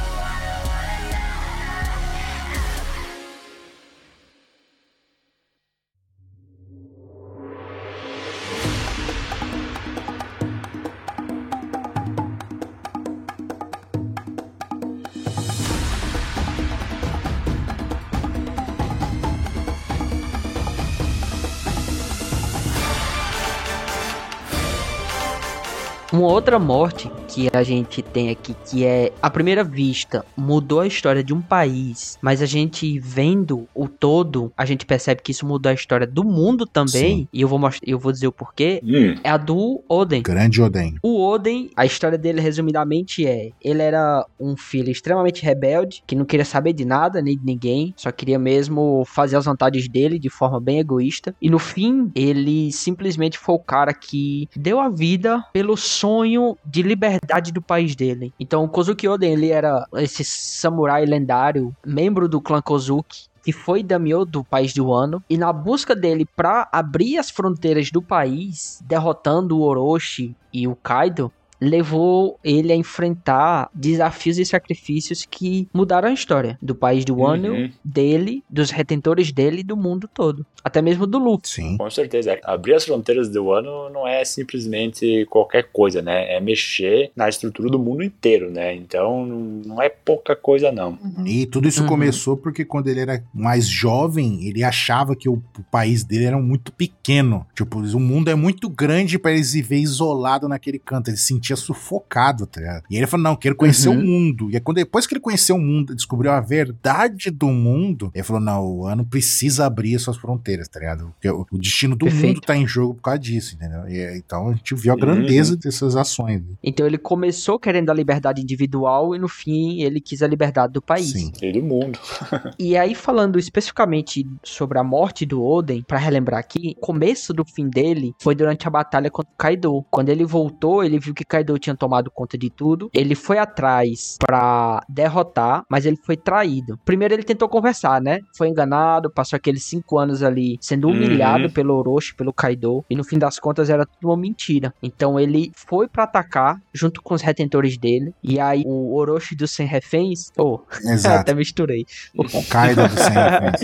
Uma outra morte que a gente tem aqui, que é, à primeira vista, mudou a história de um país, mas a gente vendo o todo, a gente percebe que isso mudou a história do mundo também, Sim. e eu vou, most- eu vou dizer o porquê, Hum. é a do Oden. Grande Oden. O Oden, a história dele resumidamente é, ele era um filho extremamente rebelde, que não queria saber de nada, nem de ninguém, só queria mesmo fazer as vontades dele de forma bem egoísta, e no fim, ele simplesmente foi o cara que deu a vida pelo sonho de liberdade do país dele. Então, o Kozuki Oden, ele era esse samurai lendário, membro do clã Kozuki, que foi daimyo do país de Wano, e na busca dele pra abrir as fronteiras do país, derrotando o Orochi e o Kaido, levou ele a enfrentar desafios e sacrifícios que mudaram a história do país de Wano, Uhum. dele, dos retentores dele e do mundo todo. Até mesmo do Luffy. Sim. Com certeza. Abrir as fronteiras do ano não é simplesmente qualquer coisa, né? É mexer na estrutura do mundo inteiro, né? Então não é pouca coisa, não. E tudo isso Uhum. começou porque quando ele era mais jovem, ele achava que o, o país dele era muito pequeno. Tipo, o mundo é muito grande pra ele se ver isolado naquele canto. Ele se sentia sufocado, tá ligado? E aí ele falou, não, quero conhecer Uhum. o mundo. E aí, quando, depois que ele conheceu o mundo, descobriu a verdade do mundo, ele falou, não, o ano precisa abrir as suas fronteiras, tá ligado? Porque o, o destino do Perfeito. mundo tá em jogo por causa disso, entendeu? E, então a gente viu a grandeza Uhum. dessas ações. Né? Então ele começou querendo a liberdade individual e no fim ele quis a liberdade do país. Sim. E do mundo. E aí, falando especificamente sobre a morte do Oden, pra relembrar aqui, o começo do fim dele foi durante a batalha contra o Kaido. Quando ele voltou, ele viu que Kaido tinha tomado conta de tudo. Ele foi atrás pra derrotar, mas ele foi traído. Primeiro ele tentou conversar, né? Foi enganado, passou aqueles cinco anos ali sendo humilhado Uhum. pelo Orochi, pelo Kaido. E no fim das contas era tudo uma mentira. Então ele foi pra atacar junto com os retentores dele. E aí o Orochi dos cem reféns... Oh, Exato. até misturei. O Kaido do Sem Reféns.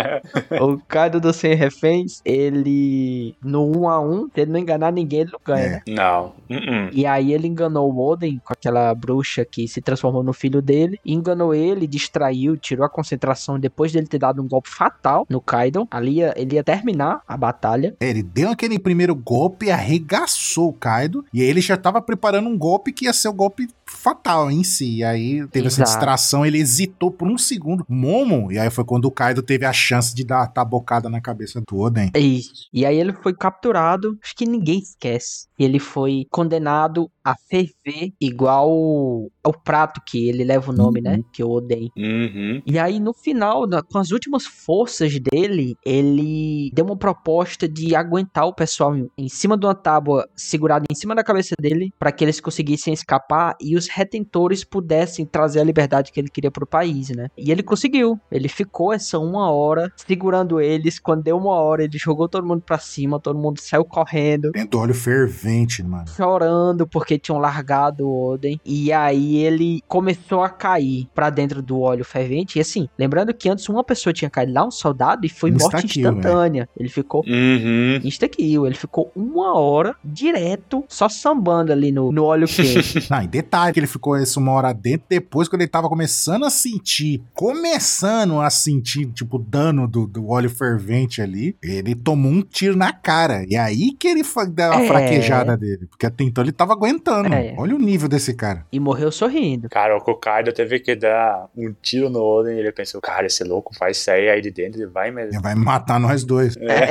O Kaido dos cem reféns, ele no um a um, se ele não enganar ninguém, ele não ganha, É. né? Não. Uh-uh. E aí ele enganou o Oden com aquela bruxa que se transformou no filho dele, enganou ele, distraiu, tirou a concentração depois dele ter dado um golpe fatal no Kaido. Ali ia- ele ia terminar a batalha. É, ele deu aquele primeiro golpe e arregaçou o Kaido. E aí ele já tava preparando um golpe que ia ser o golpe fatal em si. E aí teve essa Exato. distração, ele hesitou por um segundo. Momo! E aí foi quando o Kaido teve a chance de dar a tabocada na cabeça do Oden. É isso. E aí ele foi capturado, acho que ninguém esquece. E ele foi condenado a ferver igual ao prato que ele leva o nome, Uhum. né? Que é o Oden. Uhum. E aí, no final, na- com as últimas forças dele, ele deu uma proposta de aguentar o pessoal em, em cima de uma tábua segurada em cima da cabeça dele, para que eles conseguissem escapar e os retentores pudessem trazer a liberdade que ele queria pro país, né? E ele conseguiu. Ele ficou essa uma hora segurando eles. Quando deu uma hora, ele jogou todo mundo pra cima, todo mundo saiu correndo, Dentro do olho fervente, mano. chorando porque tinham largado o Oden. E aí ele começou a cair pra dentro do óleo fervente. E assim, lembrando que antes uma pessoa tinha caído lá, um soldado, e foi morte Insta-kill, instantânea. Ele ficou Uhum. insta-kill. Ele ficou uma hora direto só sambando ali no, no óleo quente. Não, e detalhe, lá, que ele ficou isso uma hora dentro, depois quando ele tava começando a sentir, começando a sentir, tipo, o dano do, do óleo fervente ali, ele tomou um tiro na cara, e aí que ele deu a É. fraquejada dele, porque até então ele tava aguentando, É. olha o nível desse cara. E morreu sorrindo. Cara, o Kokaido teve que dar um tiro no Oden e ele pensou, cara, esse louco vai sair aí de dentro, ele vai mesmo. Ele vai matar nós dois.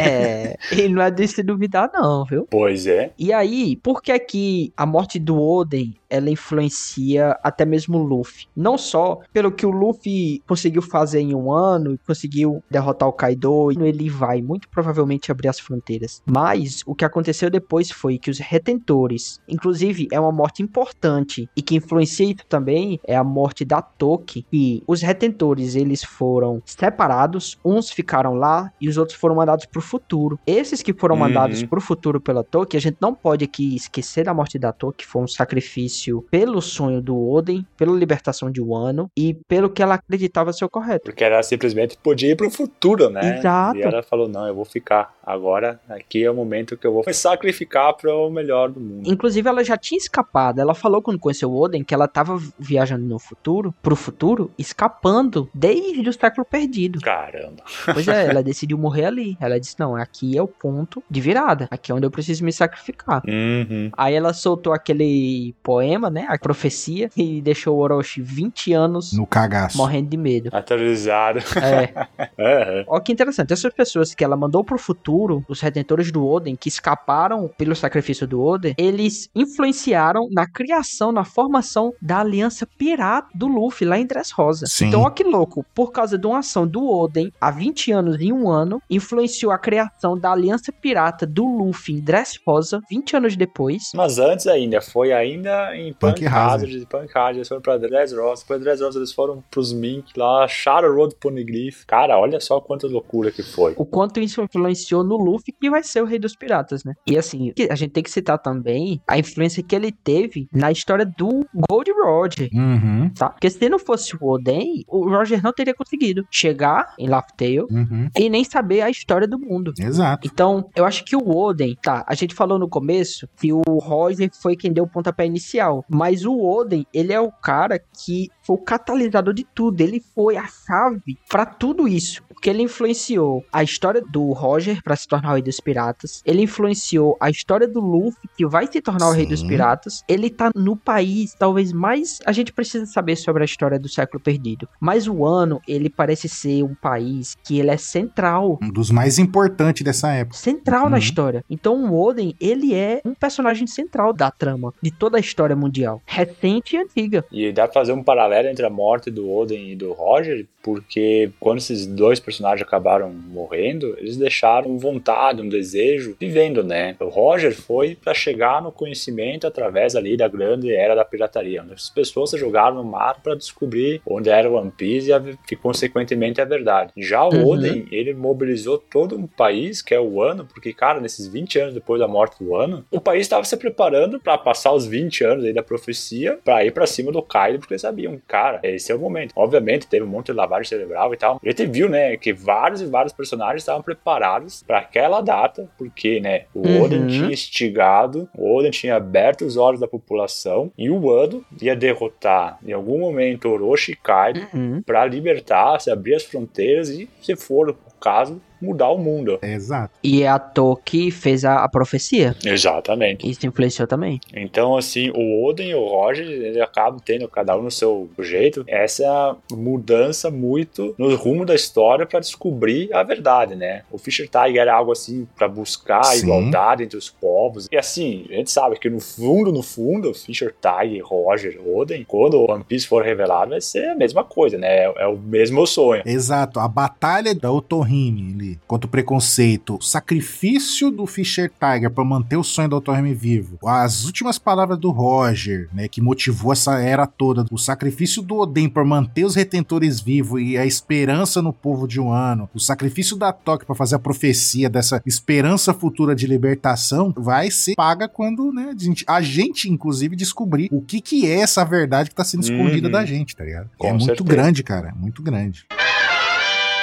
É, e não é de se duvidar não, viu? Pois é. E aí, por que que a morte do Oden, ela influencia até mesmo o Luffy? Não só pelo que o Luffy conseguiu fazer em um ano, e conseguiu derrotar o Kaido, e ele vai muito provavelmente abrir as fronteiras. Mas o que aconteceu depois foi que os retentores, inclusive é uma morte importante, e que influencia isso também, é a morte da Toki, e os retentores, eles foram separados, uns ficaram lá, e os outros foram mandados pro futuro. Esses que foram Uhum. mandados pro futuro pela Toki, a gente não pode aqui esquecer da morte da Toki, foi um sacrifício pelo sonho do Oden, pela libertação de Wano e pelo que ela acreditava ser o correto. Porque ela simplesmente podia ir pro futuro, né? Exato. E ela falou, não, eu vou ficar. Agora, aqui é o momento que eu vou me sacrificar para o melhor do mundo. Inclusive, ela já tinha escapado. Ela falou quando conheceu o Oden que ela tava viajando no futuro, pro futuro, escapando desde o século perdido. Caramba. Pois é, ela decidiu morrer ali. Ela disse, não, aqui é o ponto de virada. Aqui é onde eu preciso me sacrificar. Uhum. Aí ela soltou aquele poema, né? A profecia. E deixou o Orochi vinte anos No cagaço. morrendo de medo. Atualizado. É. Uhum. Ó, que interessante. Essas pessoas que ela mandou pro futuro, os retentores do Oden, que escaparam pelo sacrifício do Oden, eles influenciaram na criação, na formação da aliança pirata do Luffy lá em Dressrosa. Sim. Então, ó que louco. Por causa de uma ação do Oden, há vinte anos e um ano, influenciou a criação da aliança pirata do Luffy em Dressrosa, vinte anos depois. Mas antes ainda, foi ainda em Punk Punk Hazard, de Punk Hazard, eles foram pra Dressrosa, depois de Dressrosa eles foram pros Mink lá, acharam o Road Poneglyph. Cara, olha só quanta loucura que foi. O quanto isso influenciou no Luffy, que vai ser o rei dos piratas, né? E assim, a gente tem que citar também a influência que ele teve na história do Gold Roger, Uhum, tá? Porque se não fosse o Oden, o Roger não teria conseguido chegar em Laugh Tale uhum. e nem saber a história do mundo. Exato. Então, eu acho que o Oden, tá, a gente falou no começo que o Roger foi quem deu o pontapé inicial, mas o Oden, ele é o cara que foi o catalisador de tudo, ele foi a chave pra tudo isso, porque ele influenciou a história do Roger pra se tornar o rei dos piratas, ele influenciou a história do Luffy, que vai se tornar o rei Sim. dos piratas, ele tá no país, talvez mais, a gente precisa saber sobre a história do século perdido, mas o Wano, ele parece ser um país que ele é central, Um dos mais importantes dessa época. central Uhum. na história. Então o Oden, ele é um personagem central da trama, de toda a história mundial, recente e antiga. E dá pra fazer um paralelo entre a morte do Oden e do Roger, porque quando esses dois personagens acabaram morrendo, eles deixaram vontade, um desejo, vivendo, né? O Roger foi pra chegar no conhecimento através ali da grande era da pirataria, onde as pessoas se jogaram no mar pra descobrir onde era o One Piece e, a, e consequentemente a verdade. Já o Uhum. Oden, ele mobilizou todo um país, que é o Wano, porque, cara, nesses vinte anos depois da morte do Wano, o país estava se preparando pra passar os vinte anos aí da profecia pra ir pra cima do Kaido, porque eles sabiam, cara, esse é o momento. Obviamente, teve um monte de lavagem cerebral e tal. A gente viu, né, que vários e vários personagens estavam preparados pra aquela data, porque, né, o Uhum. Oden tinha instigado, o Oden tinha aberto os olhos da população, e o Wano ia derrotar, em algum momento, Orochi e Kaido, Uhum. pra libertar, se abrir as fronteiras e, se for o caso, mudar o mundo. Exato. E é a Toki fez a, a profecia. Exatamente. Isso influenciou também. Então, assim, o Oden e o Roger, eles acabam tendo cada um no seu jeito essa mudança muito no rumo da história pra descobrir a verdade, né? O Fisher Tiger era algo assim pra buscar a Sim. igualdade entre os povos. E assim, a gente sabe que no fundo, no fundo, Fisher Tiger, Roger, Oden, quando o One Piece for revelado, vai ser a mesma coisa, né? É, é o mesmo sonho. Exato. A batalha da Otohime ali, contra o preconceito, o sacrifício do Fisher Tiger pra manter o sonho da Otohime vivo, as últimas palavras do Roger, né, que motivou essa era toda, o sacrifício do Oden pra manter os retentores vivos e a esperança no povo de Wano, o sacrifício da Toki pra fazer a profecia dessa esperança futura de libertação, vai ser paga quando, né, a gente, a gente inclusive descobrir o que que é essa verdade que tá sendo escondida Uhum. da gente, tá ligado? Com é muito certeza. grande, cara, muito grande.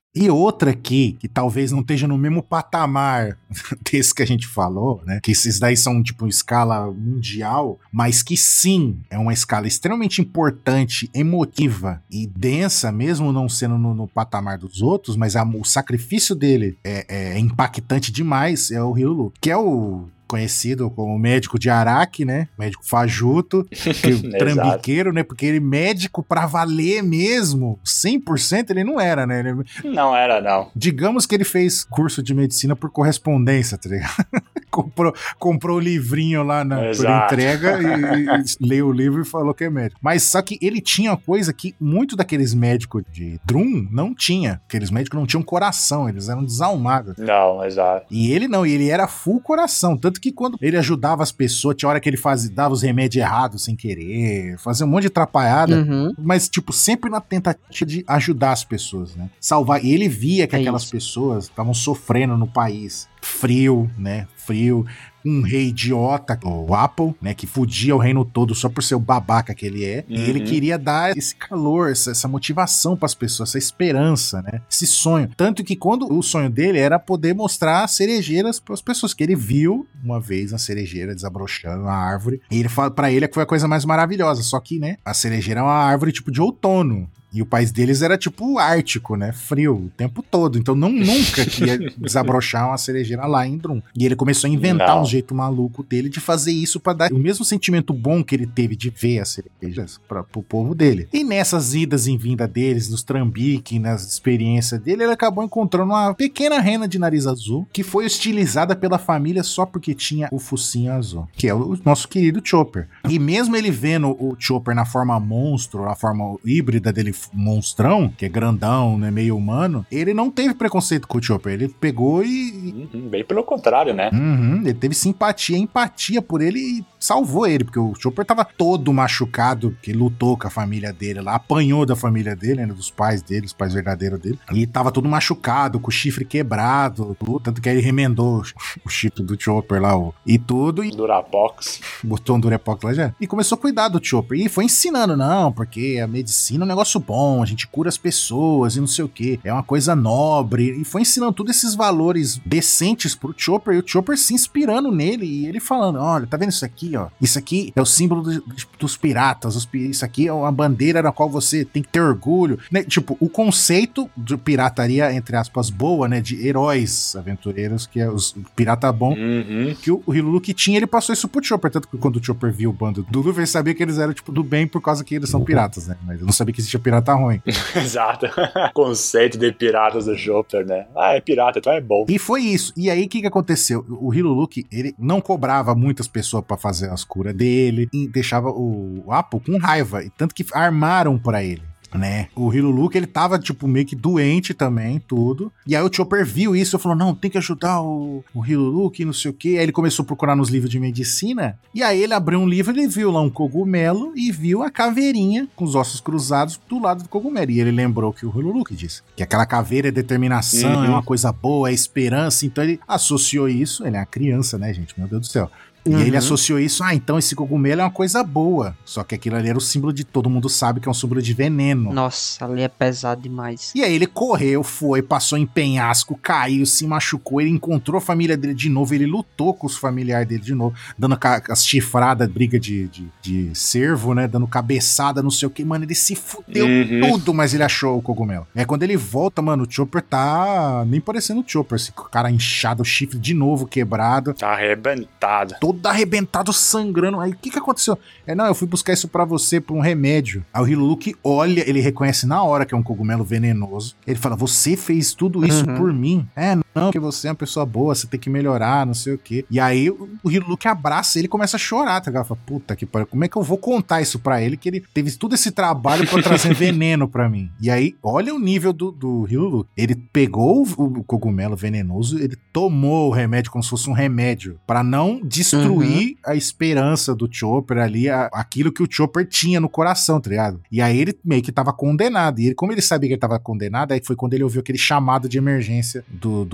E outra aqui, que talvez não esteja no mesmo patamar desse que a gente falou, né? Que esses daí são, tipo, escala mundial, mas que sim, é uma escala extremamente importante, emotiva e densa, mesmo não sendo no, no patamar dos outros, mas a, o sacrifício dele é, é impactante demais, é o Ryulu, que é o conhecido como médico de Araki, né? Médico fajuto, trambiqueiro, né? Porque ele médico pra valer mesmo, cem por cento ele não era, né? Ele... Não era, não. Digamos que ele fez curso de medicina por correspondência, tá ligado? comprou, comprou o livrinho lá na, por entrega e, e leu o livro e falou que é médico. Mas só que ele tinha uma coisa que muito daqueles médicos de Drum não tinha. Aqueles médicos não tinham coração, eles eram desalmados. Não, exato. E ele não, e ele era full coração, tanto que quando ele ajudava as pessoas, tinha hora que ele fazia, dava os remédios errados sem querer, fazia um monte de atrapalhada, uhum. mas, tipo, sempre na tentativa de ajudar as pessoas, né? Salvar. E ele via que é aquelas isso. pessoas estavam sofrendo no país. Frio, né? Frio. Um rei idiota, o Apple, né? Que fudia o reino todo só por ser o babaca que ele é. Uhum. E ele queria dar esse calor, essa, essa motivação pras pessoas, essa esperança, né? Esse sonho. Tanto que quando o sonho dele era poder mostrar cerejeiras pras pessoas, que ele viu uma vez a cerejeira desabrochando na árvore. E ele fala pra ele que foi a coisa mais maravilhosa. Só que, né? A cerejeira é uma árvore tipo de outono. E o país deles era tipo ártico, né? Frio o tempo todo. Então não, nunca que ia desabrochar uma cerejeira lá em Drum. E ele começou a inventar não. um jeito maluco dele de fazer isso pra dar o mesmo sentimento bom que ele teve de ver as cerejas pra, pro povo dele. E nessas idas e vindas deles, nos trambiques, nas experiências dele, ele acabou encontrando uma pequena rena de nariz azul que foi estilizada pela família só porque tinha o focinho azul. Que é o nosso querido Chopper. E mesmo ele vendo o Chopper na forma monstro, na forma híbrida dele monstrão, que é grandão, né, meio humano, ele não teve preconceito com o Chopper, ele pegou e... Uhum, bem pelo contrário, né? Uhum, ele teve simpatia, empatia por ele e salvou ele, porque o Chopper tava todo machucado, que lutou com a família dele lá, apanhou da família dele, né, dos pais dele, os pais verdadeiros dele, e tava todo machucado, com o chifre quebrado, tudo, tanto que aí ele remendou o chifre do Chopper lá, ó, e tudo, e... Durapox. Botou um Durapox lá já. E começou a cuidar do Chopper, e foi ensinando, não, porque a medicina é um negócio bom, a gente cura as pessoas e não sei o que, é uma coisa nobre, e foi ensinando todos esses valores decentes pro Chopper, e o Chopper se inspirando nele, e ele falando, olha, tá vendo isso aqui, ó, isso aqui é o símbolo do, dos piratas, os, isso aqui é uma bandeira na qual você tem que ter orgulho, né? Tipo, o conceito de pirataria, entre aspas, boa, né, de heróis aventureiros, que é os pirata bom, uhum. que o, o Ryuluki tinha, ele passou isso pro Chopper, tanto que quando o Chopper viu o bando do Luffy, ele sabia que eles eram, tipo, do bem por causa que eles são piratas, né, mas eu não sabia que existia pirata ruim. Exato. Conceito de piratas do Chopper, né? Ah, é pirata, então é bom. E foi isso. E aí, o que que aconteceu? O Ryuluki, ele não cobrava muitas pessoas pra fazer as curas dele e deixava o Apple com raiva. E tanto que armaram pra ele. Né? O Ryuluki, ele tava, tipo, meio que doente também, tudo. E aí o Chopper viu isso e falou, não, tem que ajudar o, o Ryuluki, não sei o quê. Aí ele começou a procurar nos livros de medicina. E aí ele abriu um livro, ele viu lá um cogumelo e viu a caveirinha com os ossos cruzados do lado do cogumelo. E ele lembrou que o Ryuluki disse. Que aquela caveira é determinação, uhum. é uma coisa boa, é esperança. Então ele associou isso. Ele é uma criança, né, gente? Meu Deus do céu. E uhum. ele associou isso, ah, então esse cogumelo é uma coisa boa. Só que aquilo ali era o símbolo de todo mundo sabe que é um símbolo de veneno. Nossa, ali é pesado demais. E aí ele correu, foi, passou em penhasco, caiu, se machucou, ele encontrou a família dele de novo, ele lutou com os familiares dele de novo, dando as chifradas, briga de, de, de cervo, né, dando cabeçada, não sei o que, mano, ele se fudeu uhum. tudo, mas ele achou o cogumelo. É quando ele volta, mano, o Chopper tá nem parecendo o Chopper, esse cara inchado, o chifre de novo quebrado. Tá arrebentado. Todo arrebentado, sangrando. Aí o que que aconteceu? É, não, eu fui buscar isso pra você por um remédio. Aí o Ryuluki olha, ele reconhece na hora que é um cogumelo venenoso. Ele fala, você fez tudo isso uhum. por mim? É, não, porque você é uma pessoa boa, você tem que melhorar, não sei o quê. E aí o Ryuluki abraça ele e começa a chorar, tá ligado? Fala, puta que pariu, como é que eu vou contar isso pra ele, que ele teve todo esse trabalho pra trazer veneno pra mim? E aí, olha o nível do, do Ryuluki. Ele pegou o, o cogumelo venenoso, ele tomou o remédio como se fosse um remédio, pra não destruir Uhum. a esperança do Chopper ali, a, aquilo que o Chopper tinha no coração, tá ligado? E aí ele meio que tava condenado. E ele, como ele sabia que ele tava condenado, aí foi quando ele ouviu aquele chamado de emergência do, do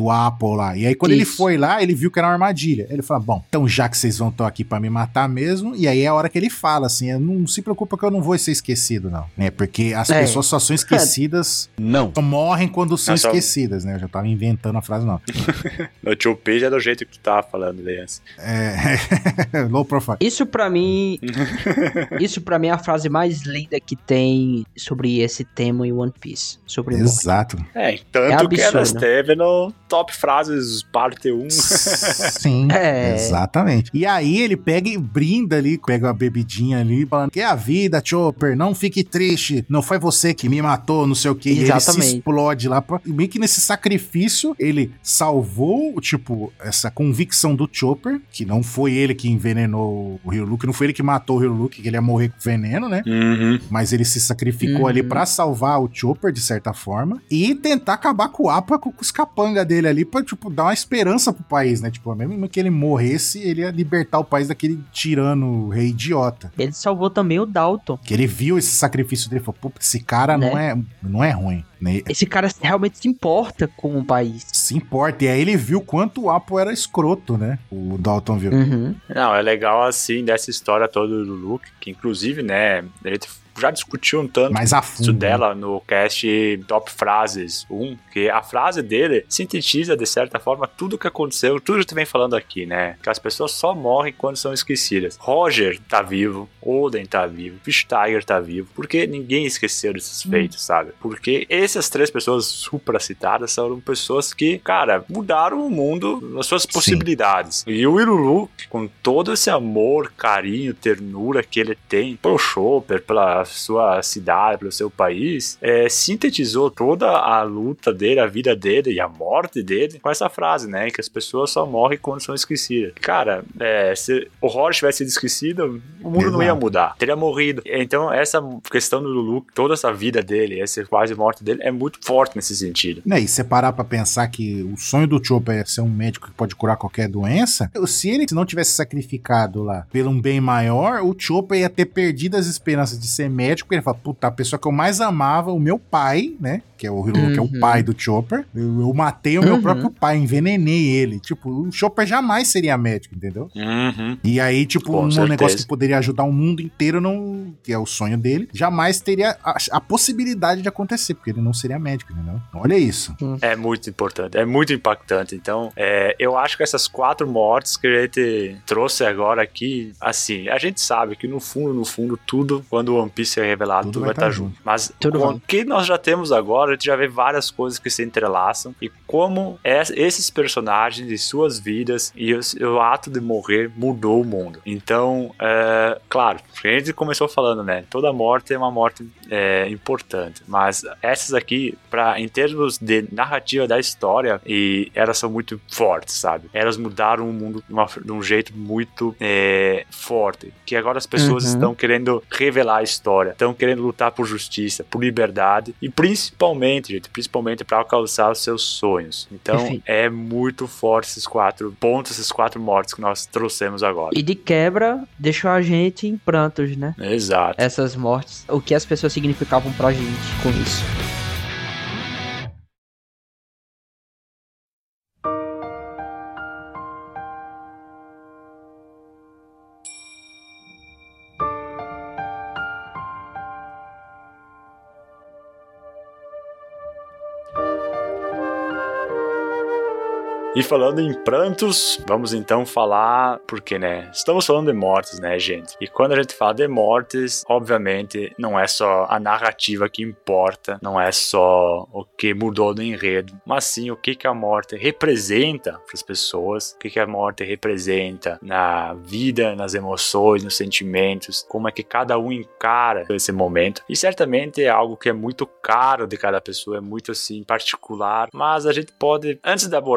do Apple lá. E aí quando Isso. ele foi lá, ele viu que era uma armadilha. Ele falou, bom, então já que vocês vão estar aqui pra me matar mesmo, e aí é a hora que ele fala assim, não se preocupa que eu não vou ser esquecido não, né? Porque as É. pessoas só são esquecidas, Não. só morrem quando são Não, só- esquecidas, né? Eu já tava inventando a frase não. No Tio Page é do jeito que tu tava falando, Leandro. É... Low profile. Isso pra mim. Isso pra mim é a frase mais linda que tem sobre esse tema em One Piece. Sobre morte. Exato. É, tanto É que ela absurdo. esteve no Top Frases parte um. Sim, É. exatamente. E aí ele pega e brinda ali, pega uma bebidinha ali, falando que é a vida, Chopper, não fique triste, não foi você que me matou, não sei o que. E ele se Exatamente. explode lá. Pra... e meio que nesse sacrifício, ele salvou, tipo, essa convicção do Chopper, que não foi ele que envenenou o Ryuluki, não foi ele que matou o Ryuluki, que ele ia morrer com veneno, né? Uhum. Mas ele se sacrificou Uhum. ali pra salvar o Chopper, de certa forma, e tentar acabar com o Appa, com, com os capanga dele ali, pra, tipo, dar uma esperança pro país, né? Tipo, mesmo que ele morresse, ele ia libertar o país daquele tirano rei idiota. Ele salvou também o Dalton. Que ele viu esse sacrifício dele e falou, pô, esse cara Né? não, é, não é ruim, né? Esse cara realmente se importa com o país. Se importa. E aí ele viu quanto o Apple era escroto, né? O Dalton viu. Uhum. Não, é legal assim dessa história toda do Luke, que inclusive, né, a gente já discutiu um tanto Mais a isso fundo. dela no cast Top Frases um, que a frase dele sintetiza, de certa forma, tudo o que aconteceu, tudo que tu vem falando aqui, né? Que as pessoas só morrem quando são esquecidas. Roger tá vivo, Oden tá vivo, Fish Tiger tá vivo, porque ninguém esqueceu desses feitos, sabe? Porque essas três pessoas supracitadas são pessoas que, cara, mudaram o mundo, as suas Sim. possibilidades. E o Irulu, com todo esse amor, carinho, ternura que ele tem pro Chopper, pela sua cidade, pelo seu país, é, sintetizou toda a luta dele, a vida dele e a morte dele com essa frase, né? Que as pessoas só morrem quando são esquecidas. Cara, é, se o Roger tivesse sido esquecido, o mundo não ia Exato. mudar. Teria morrido. Então, essa questão do Lulu, toda essa vida dele, essa quase morte dele, é muito forte nesse sentido. Né, e você parar pra pensar que o sonho do Chopper é ser um médico que pode curar qualquer doença, se ele não tivesse sacrificado lá pelo um bem maior, o Chopper ia ter perdido as esperanças de ser médico, porque ele fala, puta, a pessoa que eu mais amava, o meu pai, né, que é o Hirulu, Uhum. que é o pai do Chopper, eu, eu matei o meu Uhum. próprio pai, envenenei ele. Tipo, o Chopper jamais seria médico, entendeu? Uhum. E aí, tipo, Com um certeza. negócio que poderia ajudar o mundo inteiro, não, que é o sonho dele, jamais teria a, a possibilidade de acontecer, porque ele não seria médico, entendeu? Olha isso. É muito importante, é muito impactante. Então, é, eu acho que essas quatro mortes que a gente trouxe agora aqui, assim, a gente sabe que no fundo, no fundo, tudo, quando o One Piece é revelado, Tudo tudo, vai vai estar tá junto. junto. Mas Tudo com vai. o que nós já temos agora, a gente já vê várias coisas que se entrelaçam e como es- esses personagens e suas vidas e os- o ato de morrer mudou o mundo. Então, é, claro, a gente começou falando, né? Toda morte é uma morte é, importante, mas essas aqui, pra, em termos de narrativa da história, e elas são muito fortes, sabe? Elas mudaram o mundo de, uma- de um jeito muito é, forte, que agora as pessoas Uhum. estão querendo revelar a história, estão querendo lutar por justiça, por liberdade e principalmente, gente, principalmente para alcançar os seus sonhos. Então, Perfeito. é muito forte esses quatro pontos, esses quatro mortes que nós trouxemos agora. E de quebra, deixou a gente em prantos, né? Exato. Essas mortes. O que as pessoas significavam pra gente com isso. E falando em prantos, vamos então falar, porque, né, estamos falando de mortes, né, gente? E quando a gente fala de mortes, obviamente, não é só a narrativa que importa, não é só o que mudou no enredo, mas sim o que, que a morte representa para as pessoas, o que, que a morte representa na vida, nas emoções, nos sentimentos, como é que cada um encara esse momento. E certamente é algo que é muito caro de cada pessoa, é muito, assim, particular, mas a gente pode, antes de abordar, assim,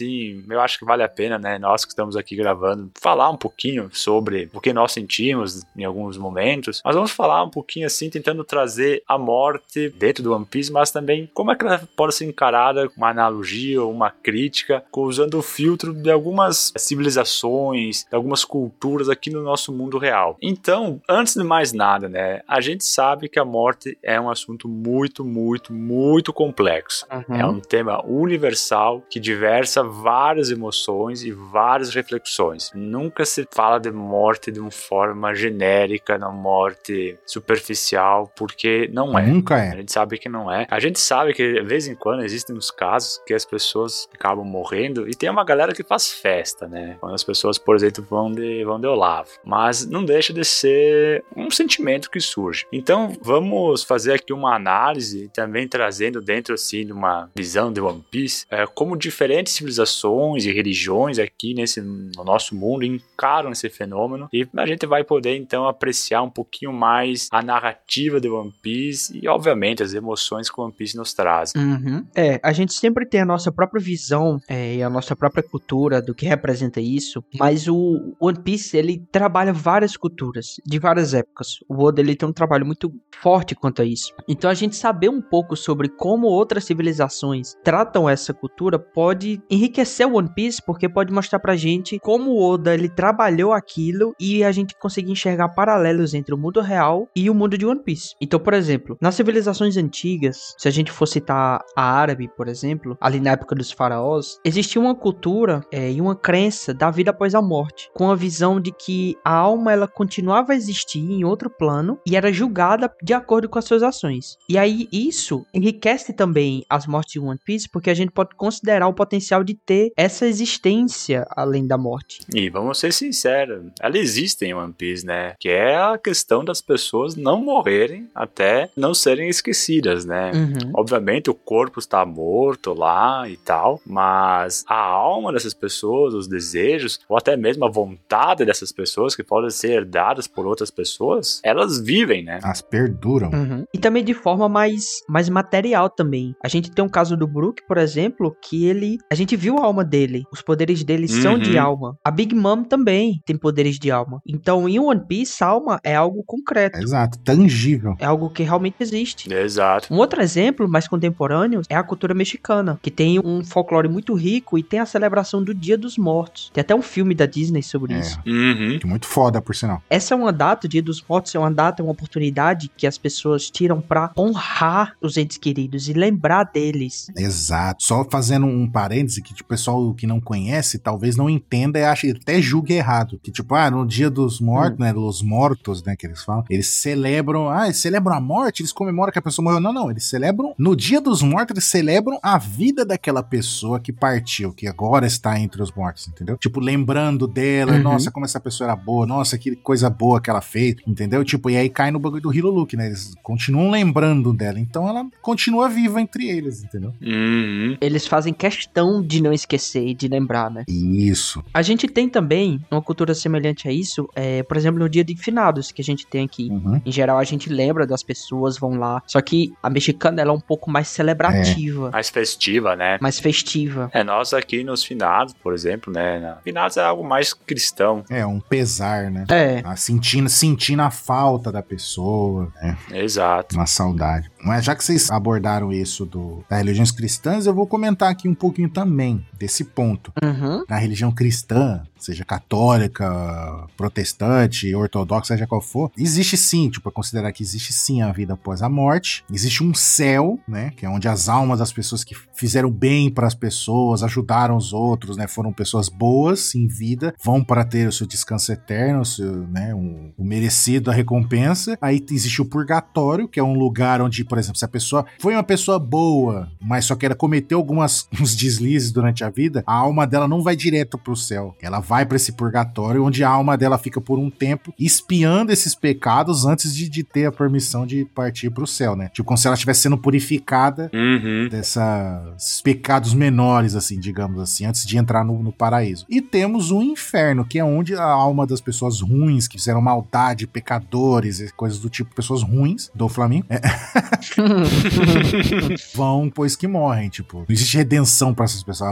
assim, eu acho que vale a pena, né, nós que estamos aqui gravando, falar um pouquinho sobre o que nós sentimos em alguns momentos. Nós vamos falar um pouquinho assim, tentando trazer a morte dentro do One Piece, mas também como é que ela pode ser encarada, uma analogia ou uma crítica, usando o filtro de algumas civilizações, de algumas culturas aqui no nosso mundo real. Então, antes de mais nada, né, a gente sabe que a morte é um assunto muito, muito, muito complexo. Uhum. É um tema universal que diversa várias emoções e várias reflexões. Nunca se fala de morte de uma forma genérica, na morte superficial, porque não é. Nunca é. A gente sabe que não é. A gente sabe que de vez em quando existem uns casos que as pessoas acabam morrendo e tem uma galera que faz festa, né? Quando as pessoas, por exemplo, vão de, vão de Olavo. Mas não deixa de ser um sentimento que surge. Então, vamos fazer aqui uma análise, também trazendo dentro, assim, de uma visão de One Piece, é, como diferentes civilizações e religiões aqui nesse, no nosso mundo encaram esse fenômeno, e a gente vai poder, então, apreciar um pouquinho mais a narrativa de One Piece e, obviamente, as emoções que One Piece nos traz. Uhum. É, a gente sempre tem a nossa própria visão é, e a nossa própria cultura do que representa isso, mas o One Piece, ele trabalha várias culturas, de várias épocas. O Oda, ele tem um trabalho muito forte quanto a isso. Então, a gente saber um pouco sobre como outras civilizações tratam essa cultura pode enriquecer o One Piece, porque pode mostrar pra gente como o Oda, ele trabalhou aquilo e a gente conseguir enxergar paralelos entre o mundo real e o mundo de One Piece. Então, por exemplo, nas civilizações antigas, se a gente for citar a árabe, por exemplo, ali na época dos faraós, existia uma cultura é, e uma crença da vida após a morte, com a visão de que a alma, ela continuava a existir em outro plano e era julgada de acordo com as suas ações. E aí, isso enriquece também as mortes de One Piece, porque a gente pode considerar o potencial de ter essa existência além da morte. E vamos ser sinceros, ela existe em One Piece, né? Que é a questão das pessoas não morrerem até não serem esquecidas, né? Uhum. Obviamente o corpo está morto lá e tal, mas a alma dessas pessoas, os desejos, ou até mesmo a vontade dessas pessoas que podem ser herdadas por outras pessoas, elas vivem, né? Elas perduram. Uhum. E também de forma mais, mais material também. A gente tem um caso do Brook, por exemplo, que ele... A gente viu a alma dele. Os poderes dele uhum. são de alma. A Big Mom também tem poderes de alma. Então, em One Piece, a alma é algo concreto. Exato. Tangível. É algo que realmente existe. Exato. Um outro exemplo, mais contemporâneo, é a cultura mexicana, que tem um folclore muito rico e tem a celebração do Dia dos Mortos. Tem até um filme da Disney sobre é. isso. Uhum. Muito foda, por sinal. Essa é uma data, o Dia dos Mortos é uma data, é uma oportunidade que as pessoas tiram pra honrar os entes queridos e lembrar deles. Exato. Só fazendo um parêntese, que tipo, o pessoal que não conhece, talvez não entenda e ache, até julgue errado. Que tipo, ah, no Dia dos Mortos, hum. né, dos mortos, né, que eles falam, eles celebram, ah, eles celebram a morte, eles comemoram que a pessoa morreu. Não, não, eles celebram, no Dia dos Mortos, eles celebram a vida daquela pessoa que partiu, que agora está entre os mortos, entendeu? Tipo, lembrando dela, uhum. nossa, como essa pessoa era boa, nossa, que coisa boa que ela fez, entendeu? Tipo, e aí cai no bagulho do Hiluluki, né? Eles continuam lembrando dela, então ela continua viva entre eles, entendeu? Uhum. Eles fazem questão de não esquecer e de lembrar, né? Isso. A gente tem também uma cultura semelhante a isso, é, por exemplo, no Dia de Finados, que a gente tem aqui. Uhum. Em geral, a gente lembra das pessoas, vão lá, só que a mexicana, ela é um pouco mais celebrativa. É. Mais festiva, né? Mais festiva. É, nós aqui nos finados, por exemplo, né? Na... Finados é algo mais cristão. É, um pesar, né? É. Ah, sentindo, sentindo a falta da pessoa, né? Exato. Uma saudade. Mas já que vocês abordaram isso do, das religiões cristãs, eu vou comentar aqui um pouquinho também desse ponto. Uhum. Na religião cristã, seja católica, protestante, ortodoxa, seja qual for, existe sim, tipo, considerar que existe sim a vida após a morte. Existe um céu, né, que é onde as almas das pessoas que fizeram bem para as pessoas, ajudaram os outros, né, foram pessoas boas em vida, vão para ter o seu descanso eterno, o seu, né, um, o merecido, a recompensa. Aí existe o purgatório, que é um lugar onde, por exemplo, se a pessoa foi uma pessoa boa, mas só que ela cometeu algumas uns deslizes durante a vida, a alma dela não vai direto pro céu. Ela vai para esse purgatório, onde a alma dela fica por um tempo espiando esses pecados antes de, de ter a permissão de partir pro céu, né? Tipo, como se ela estivesse sendo purificada uhum. desses pecados menores, assim, digamos assim, antes de entrar no, no paraíso. E temos o inferno, que é onde a alma das pessoas ruins, que fizeram maldade, pecadores, e coisas do tipo, pessoas ruins, do Flamengo, é. vão, pois que morrem, tipo, não existe redenção para essas pessoas.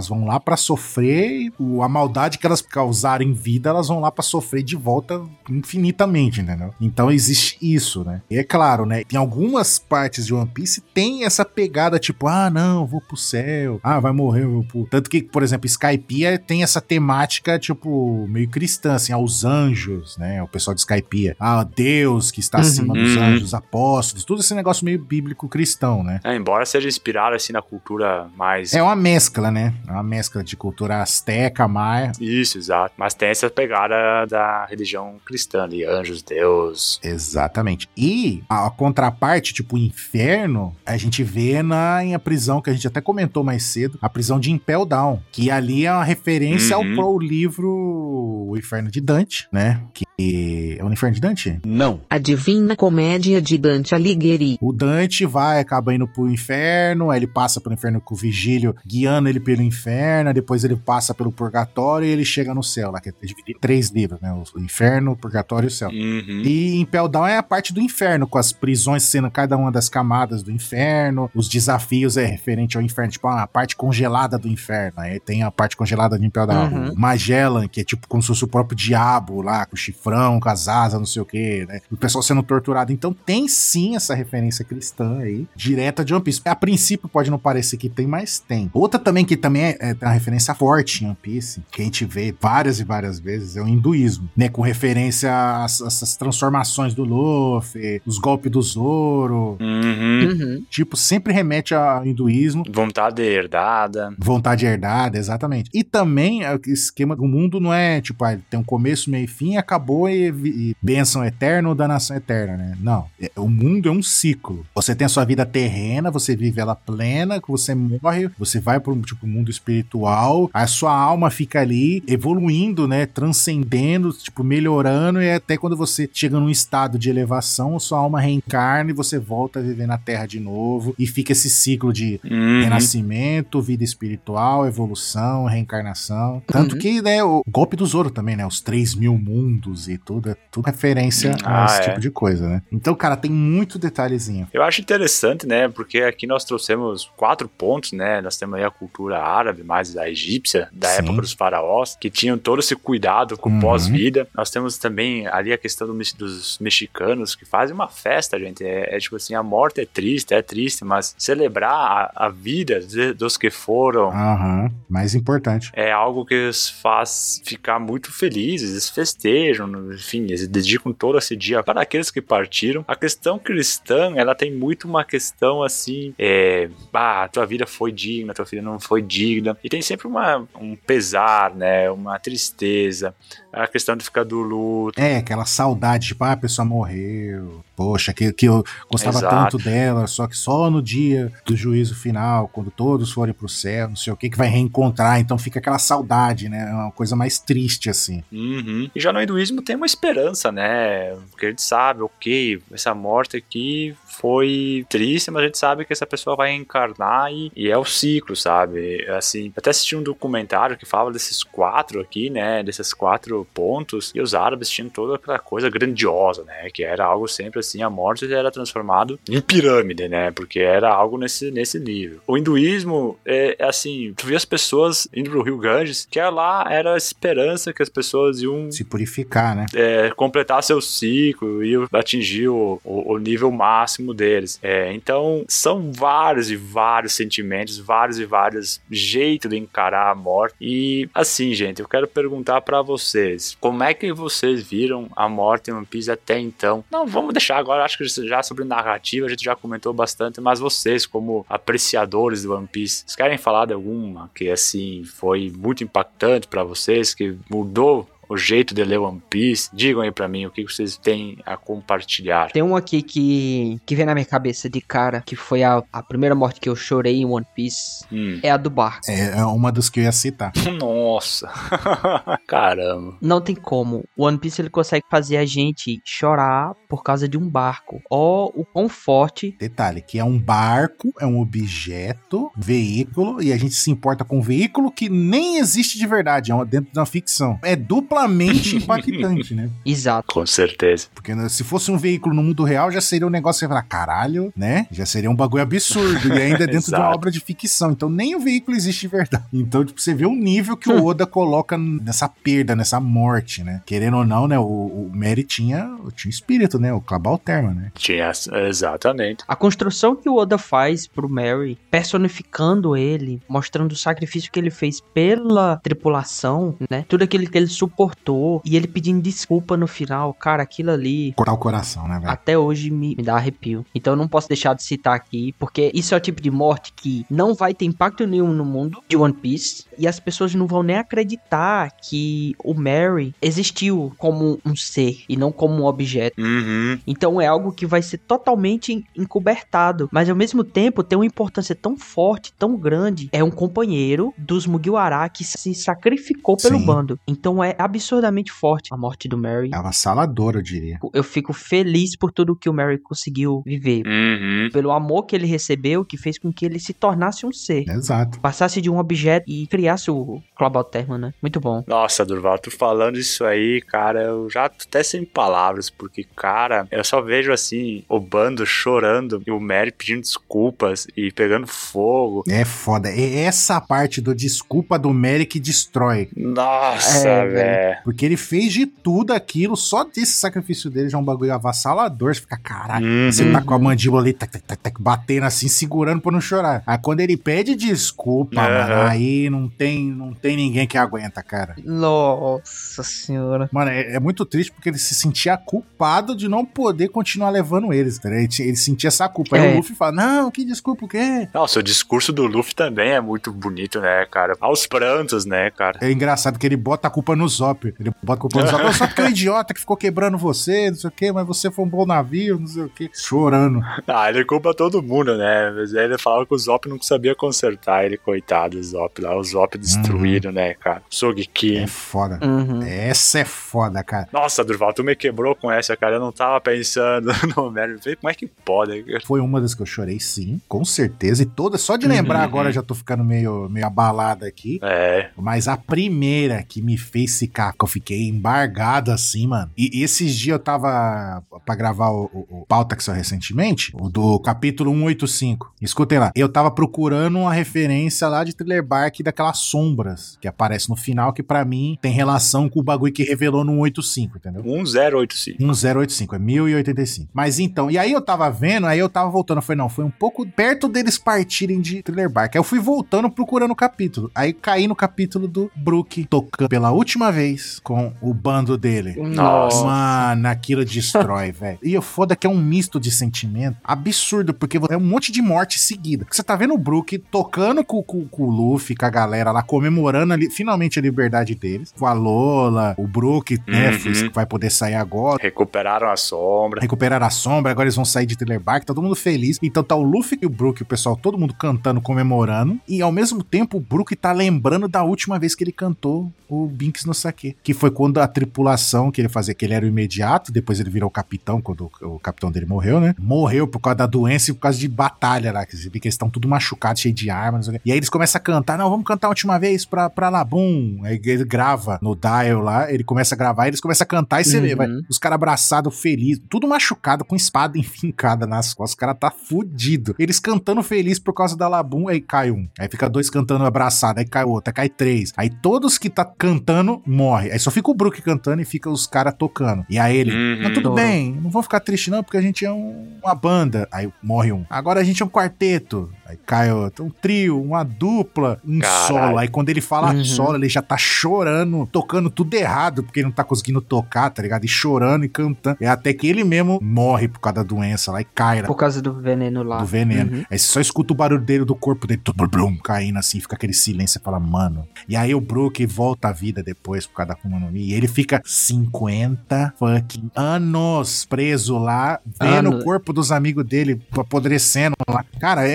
Elas vão lá pra sofrer, e o- a maldade que elas causarem em vida, elas vão lá pra sofrer de volta infinitamente, entendeu? Então existe isso, né? E é claro, né? Tem algumas partes de One Piece tem essa pegada tipo, ah, não, vou pro céu, ah, vai morrer, eu vou pro... Tanto que, por exemplo, Skypiea tem essa temática, tipo, meio cristã, assim, aos anjos, né? O pessoal de Skypiea. Ah, Deus que está Uhum. acima dos Uhum. anjos, apóstolos, tudo esse negócio meio bíblico cristão, né? É, embora seja inspirado assim na cultura mais... É uma mescla, né? É uma mescla de cultura asteca, maia. Isso, exato. Mas tem essa pegada da religião cristã ali, anjos, Deus. Exatamente. E a, a contraparte, tipo o inferno, a gente vê na em a prisão, que a gente até comentou mais cedo, a prisão de Impel Down, que ali é uma referência Uhum. ao, ao livro O Inferno de Dante, né? Que é o Inferno de Dante? Não. A Divina Comédia de Dante Alighieri. O Dante vai, acaba indo pro inferno, aí ele passa pelo inferno com o Vigílio guiando ele pelo inferno, aí depois ele passa pelo purgatório e ele chega no céu, lá que é dividido em três livros, né? O inferno, o purgatório e o céu. Uhum. E Impel Down é a parte do inferno, com as prisões sendo cada uma das camadas do inferno, os desafios é referente ao inferno, tipo a parte congelada do inferno, aí tem a parte congelada de Impel Down, Uhum. o Magellan, que é tipo como se fosse o próprio diabo lá, com o chifrão, com as asas, não sei o que, né? O pessoal sendo torturado, então tem sim essa referência cristã aí, direta de One Piece. A princípio pode não parecer que tem, mas tem. Outra também que também é, é tem uma referência forte em One Piece, que a gente vê várias e várias vezes, é o hinduísmo, né? Com referência às, essas transformações do Luffy, os golpes do Zoro, Uhum. Uhum. tipo, sempre remete ao hinduísmo. Vontade herdada. Vontade herdada, exatamente. E também é o esquema do mundo não é tipo, ah, tem um começo, meio e fim, acabou e, e bênção eterna ou danação eterna, né? Não. É, o mundo é um ciclo. Você tem a sua vida terrena, você vive ela plena, que você morre, você vai para um tipo mundo espiritual, a sua alma fica ali evoluindo, né? Transcendendo, tipo, melhorando, e até quando você chega num estado de elevação, a sua alma reencarna e você volta a viver na Terra de novo, e fica esse ciclo de Uhum. renascimento, vida espiritual, evolução, reencarnação. Tanto Uhum. que, né, o golpe do Zoro também, né? Os três mil mundos e tudo, é tudo referência a Ah, esse é. tipo de coisa, né? Então, cara, tem muito detalhezinho. Eu acho interessante, né? Porque aqui nós trouxemos quatro pontos, né? Nós temos aí a cultura árabe, mais a egípcia, da Sim. época dos faraós, que tinham todo esse cuidado com o Uhum. pós-vida. Nós temos também ali a questão do mex- dos mexicanos, que fazem uma festa, gente. É, é tipo assim, a morte é triste, é triste, mas celebrar a, a vida de- dos que foram Aham, mais importante. é algo que os faz ficar muito felizes, eles festejam, enfim, eles dedicam todo esse dia para aqueles que partiram. A questão cristã, ela tem muito uma questão assim, é, ah, tua vida foi digna, tua vida não foi digna, e tem sempre uma, um pesar, né, uma tristeza, a questão de ficar do luto. É, aquela saudade, tipo, ah, a pessoa morreu. Poxa, que, que eu gostava Exato. tanto dela, só que só no dia do juízo final, quando todos forem pro céu, não sei o que, que vai reencontrar. Então fica aquela saudade, né? É uma coisa mais triste, assim. Uhum. E já no hinduísmo tem uma esperança, né? Porque a gente sabe, ok, essa morte aqui foi triste, mas a gente sabe que essa pessoa vai encarnar e, e é o ciclo, sabe? Assim, até assisti um documentário que fala desses quatro aqui, né? Desses quatro pontos, e os árabes tinham toda aquela coisa grandiosa, né? Que era algo sempre assim, a morte era transformado em pirâmide, né? Porque era algo nesse, nesse nível. O hinduísmo é assim, tu via as pessoas indo pro Rio Ganges, que lá era a esperança que as pessoas iam Se purificar, né? é, completar seu ciclo e atingir o, o, o nível máximo deles. É, então, são vários e vários sentimentos, vários e vários jeitos de encarar a morte. E, assim, gente, eu quero perguntar pra vocês, como é que vocês viram a morte em One Piece até então? Não, vamos deixar agora, acho que já sobre narrativa a gente já comentou bastante, mas vocês, como apreciadores do One Piece, vocês querem falar de alguma que, assim, foi muito impactante pra vocês, que mudou o jeito de ler One Piece? Digam aí pra mim o que vocês têm a compartilhar. Tem um aqui que, que vem na minha cabeça de cara, que foi a, a primeira morte que eu chorei em One Piece, Hum. é a do barco. É, é uma das que eu ia citar. Nossa, caramba. Não tem como. O One Piece ele consegue fazer a gente chorar por causa de um barco. Ó, o quão forte. Detalhe, que é um barco, é um objeto, veículo, e a gente se importa com um veículo que nem existe de verdade, é uma- dentro de uma ficção. É duplamente duplamente impactante, né? Exato. Com certeza. Porque né, se fosse um veículo no mundo real, já seria um negócio que você falar, caralho, né? Já seria um bagulho absurdo. E ainda dentro de uma obra de ficção. Então nem o veículo existe de verdade. Então, tipo, você vê o nível que o Oda coloca nessa perda, nessa morte, né? Querendo ou não, né? O, o Mary tinha, tinha espírito, né? O Clabalterma, né? Tinha, exatamente. A construção que o Oda faz pro Mary, personificando ele, mostrando o sacrifício que ele fez pela tripulação, né? Tudo aquilo que ele suportou e ele pedindo desculpa no final, cara, aquilo ali... Cortar o coração, né, velho? Até hoje me, me dá arrepio. Então eu não posso deixar de citar aqui, porque isso é o tipo de morte que não vai ter impacto nenhum no mundo de One Piece e as pessoas não vão nem acreditar que o Mary existiu como um ser e não como um objeto. Uhum. Então é algo que vai ser totalmente encobertado, mas ao mesmo tempo tem uma importância tão forte, tão grande. É um companheiro dos Mugiwara que se sacrificou pelo Sim. bando. Então é absurdamente forte a morte do Mary. É avassalador, eu diria. Eu fico feliz por tudo que o Mary conseguiu viver. Uhum. Pelo amor que ele recebeu, que fez com que ele se tornasse um ser. Exato. Passasse de um objeto e criasse o Clabalterma, né? Muito bom. Nossa, Durval, tu falando isso aí, cara, eu já tô até sem palavras, porque, cara, eu só vejo assim, o bando chorando e o Mary pedindo desculpas e pegando fogo. É foda. É essa parte do desculpa do Mary que destrói. Nossa, É, velho. Porque ele fez de tudo aquilo, só desse sacrifício dele já é um bagulho avassalador. Você fica, caralho, Uhum. você tá com a mandíbula ali, tac, tac, tac, tac, batendo assim, segurando pra não chorar. Aí quando ele pede desculpa, Uhum. mano, aí não tem, não tem ninguém que aguenta, cara. Nossa senhora. Mano, é, é muito triste porque ele se sentia culpado de não poder continuar levando eles, tá? Ele, ele sentia essa culpa. Aí É. o Luffy fala, não, que desculpa o quê? Nossa, o discurso do Luffy também é muito bonito, né, cara? Aos prantos, né, cara? É engraçado que ele bota a culpa no Zop. Ele bota a culpa no Zop. "Não, só porque é um idiota que ficou quebrando você, não sei o quê, mas você foi um bom navio, não sei o quê. Chorando. Ah, ele culpa todo mundo, né? Mas aí ele falava que o Zop não sabia consertar ele, coitado, o Zop lá. O Zop destruído, né, cara? Sogeking. É foda. Uhum. Essa é foda, cara. Nossa, Durval, tu me quebrou com essa, cara. Eu não tava pensando no Mary. Como é que pode? Foi uma das que eu chorei, sim, com certeza. E toda, só de lembrar Uhum. agora já tô ficando meio, meio abalado aqui. É. Mas a primeira que me fez ficar, que eu fiquei embargado assim, mano. E, e esses dias eu tava pra gravar o, o, o pauta que saiu recentemente, o do capítulo cento e oitenta e cinco. Escutem lá. Eu tava procurando uma referência lá de Thriller Bark daquelas sombras que aparece no final, que pra mim tem relação com o bagulho que revelou no cento e oitenta e cinco, entendeu? um zero oito cinco. mil oitenta e cinco, é mil e oitenta e cinco. Mas então, e aí eu tava vendo, aí eu tava voltando, eu falei, não, foi um pouco perto deles partirem de Thriller Bark. Aí eu fui voltando procurando o capítulo. Aí caí no capítulo do Brook tocando pela última vez com o bando dele. Nossa. Mano, aquilo destrói, velho. E o foda é que é um misto de sentimento absurdo, porque é um monte de morte seguida. Você tá vendo o Brook tocando com, com, com o Luffy, com a galera lá, comemorando ali, finalmente a liberdade deles. Com a Lola, o Brook, né, Uhum. vai poder sair agora. Recuperaram a sombra. Recuperaram a sombra, agora eles vão sair de Thriller Bark, tá todo mundo feliz. Então tá o Luffy e o Brook, o pessoal, todo mundo cantando, comemorando. E ao mesmo tempo o Brook tá lembrando da última vez que ele cantou o Binks no Sake. Que foi quando a tripulação que ele fazia, que ele era o imediato, depois ele virou o capitão, quando o, o capitão dele morreu, né? Morreu por causa da doença e por causa de batalha lá, que eles estão tudo machucados, cheio de armas, não sei o quê. E aí eles começam a cantar, não, vamos cantar a última vez pra, pra Labum. Aí ele grava no dial lá, ele começa a gravar, e eles começam a cantar e você Uhum. vê, vai, os caras abraçados, felizes, tudo machucado, com espada enfincada nas costas, os caras tá fudido. Eles cantando feliz por causa da Labum, aí cai um. Aí fica dois cantando abraçado, aí cai outro, aí cai três. Aí todos que tá cantando, morre. Aí só fica o Brook cantando e fica os caras tocando. E aí ele, Uhum. não, tudo Chorou. bem, não vou ficar triste não, porque a gente é um- uma banda. Aí morre um. Agora a gente é um quarteto. Aí cai outro. Um trio, uma dupla, um Caralho. solo. Aí quando ele fala Uhum. solo, ele já tá chorando, tocando tudo errado, porque ele não tá conseguindo tocar, tá ligado? E chorando e cantando. É até que ele mesmo morre por causa da doença lá e cai Por causa do veneno lá. do veneno. Uhum. Aí você só escuta o barulho dele, do corpo dele, tudo blum, caindo assim, fica aquele silêncio, você fala, mano. E aí o Brook volta à vida depois por causa da Akuma no Mi, e ele fica cinquenta fucking anos preso lá, vendo Ano. o corpo dos amigos dele apodrecendo lá. Cara, é, isso,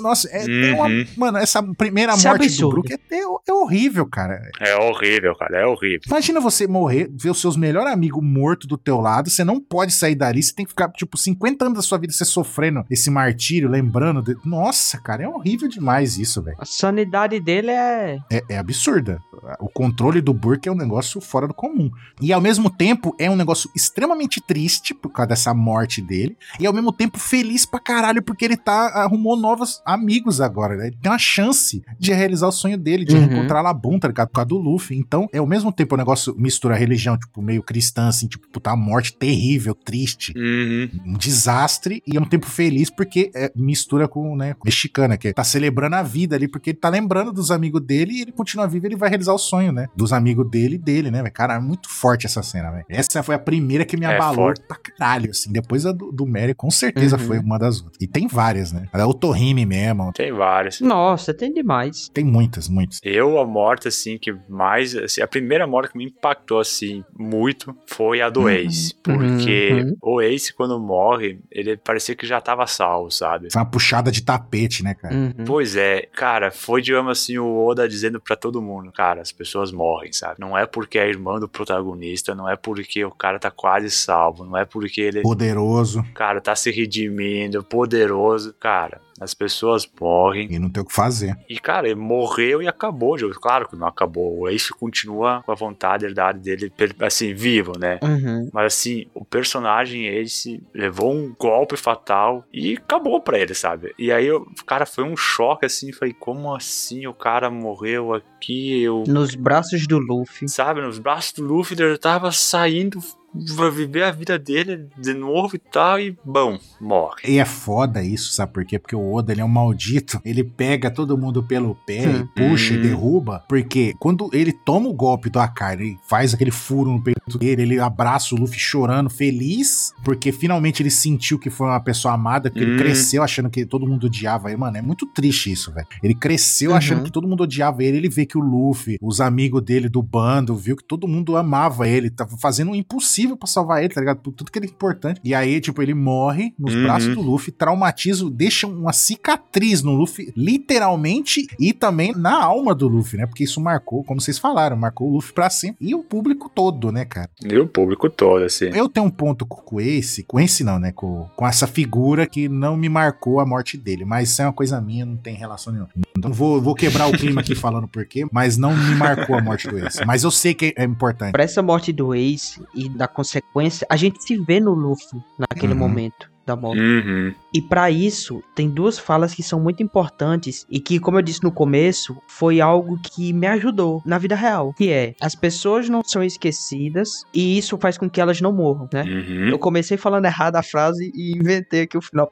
Nossa, é, Uhum. é uma, mano, essa primeira Isso é morte do absurdo. Brook é, é, é horrível, cara. É horrível, cara, é horrível. Imagina você morrer, ver os seus melhores amigos mortos do teu lado, você não pode sair dali, você tem que ficar, tipo, cinquenta anos da sua vida você sofrendo esse martírio, lembrando. De... Nossa, cara, é horrível demais isso, velho. A sanidade dele é... É, é absurda. O controle do Burke é um negócio fora do comum. E ao mesmo tempo é um negócio extremamente triste por causa dessa morte dele. E ao mesmo tempo feliz pra caralho porque ele tá, arrumou novos amigos agora, né? Ele tem uma chance de realizar o sonho dele, de Uhum. reencontrar a Labum, tá ligado? Por causa do Luffy. Então é ao mesmo tempo um negócio mistura a religião, tipo, meio cristã, assim, tipo, puta, uma morte terrível, triste. Uhum. Um desastre e ao mesmo tempo feliz porque é, mistura com, né, com mexicana, que tá celebrando a vida ali, porque ele tá lembrando dos amigos dele e ele continua vivo, ele vai realizar o sonho, né, dos amigos dele e dele, né, véio? Cara, é muito forte essa cena, velho. Essa foi a primeira que me É abalou forte. pra caralho, assim, depois a do, do Mary, com certeza Uhum. foi uma das outras. E tem várias, né, a Otohime mesmo, Tem vários. Nossa, tem demais. tem muitas, muitas. Eu, a morte, assim, que mais... Assim, a primeira morte que me impactou, assim, muito foi a do Uhum. Ace. Porque Uhum. o Ace, quando morre, ele parecia que já tava salvo, sabe? Foi uma puxada de tapete, né, cara. Uhum. Pois é, cara, foi, digamos assim, o Oda dizendo pra todo mundo, cara, as pessoas morrem, sabe? Não é porque é a irmã do protagonista, não é porque o cara tá quase salvo, não é porque ele, Poderoso cara, tá se redimindo, poderoso, cara, as pessoas morrem. e não tem o que fazer. E, cara, ele morreu e acabou, Joe. Claro que não acabou. O Ace continua com a vontade, a herdade dele, assim, vivo, né? Uhum. Mas, assim, o personagem Ace levou um golpe fatal e acabou pra ele, sabe? E aí, eu, cara, foi um choque, assim. Falei, como assim o cara morreu aqui? Eu, Nos braços do Luffy. sabe, nos braços do Luffy, ele tava saindo pra viver a vida dele de novo e tal, e, bom, morre. E é foda isso, sabe por quê? Porque o Oda, ele é um maldito, ele pega todo mundo pelo pé, Hum. e puxa e Hum. derruba, porque quando ele toma o golpe do Akainu, ele faz aquele furo no peito dele, ele abraça o Luffy chorando, feliz, porque finalmente ele sentiu que foi uma pessoa amada, porque Hum. ele cresceu achando que todo mundo odiava ele, mano, é muito triste isso, velho. Ele cresceu Uhum. achando que todo mundo odiava ele, ele vê que o Luffy, os amigos dele do bando, viu que todo mundo amava ele, tava fazendo o impossível pra salvar ele, tá ligado? Por tudo que ele é importante. E aí, tipo, ele morre nos Uhum. braços do Luffy, traumatiza, deixa uma cicatriz no Luffy, literalmente, e também na alma do Luffy, né? Porque isso marcou, como vocês falaram, marcou o Luffy pra sempre. E o público todo, né, cara? E o público todo, assim. Eu tenho um ponto com o Ace, com esse não, né? Com, com essa figura que não me marcou a morte dele. Mas isso é uma coisa minha, não tem relação nenhuma. Então vou, vou quebrar o clima aqui falando por quê, mas não me marcou a morte do Ace. Mas eu sei que é importante. Pra essa morte do Ace e da consequência, a gente se vê no Luffy naquele Uhum. momento da morte. Uhum. E pra isso, tem duas falas que são muito importantes e que, como eu disse no começo, foi algo que me ajudou na vida real, que é, as pessoas não são esquecidas e isso faz com que elas não morram, né? Uhum. Eu comecei falando errado a frase e inventei aqui o final.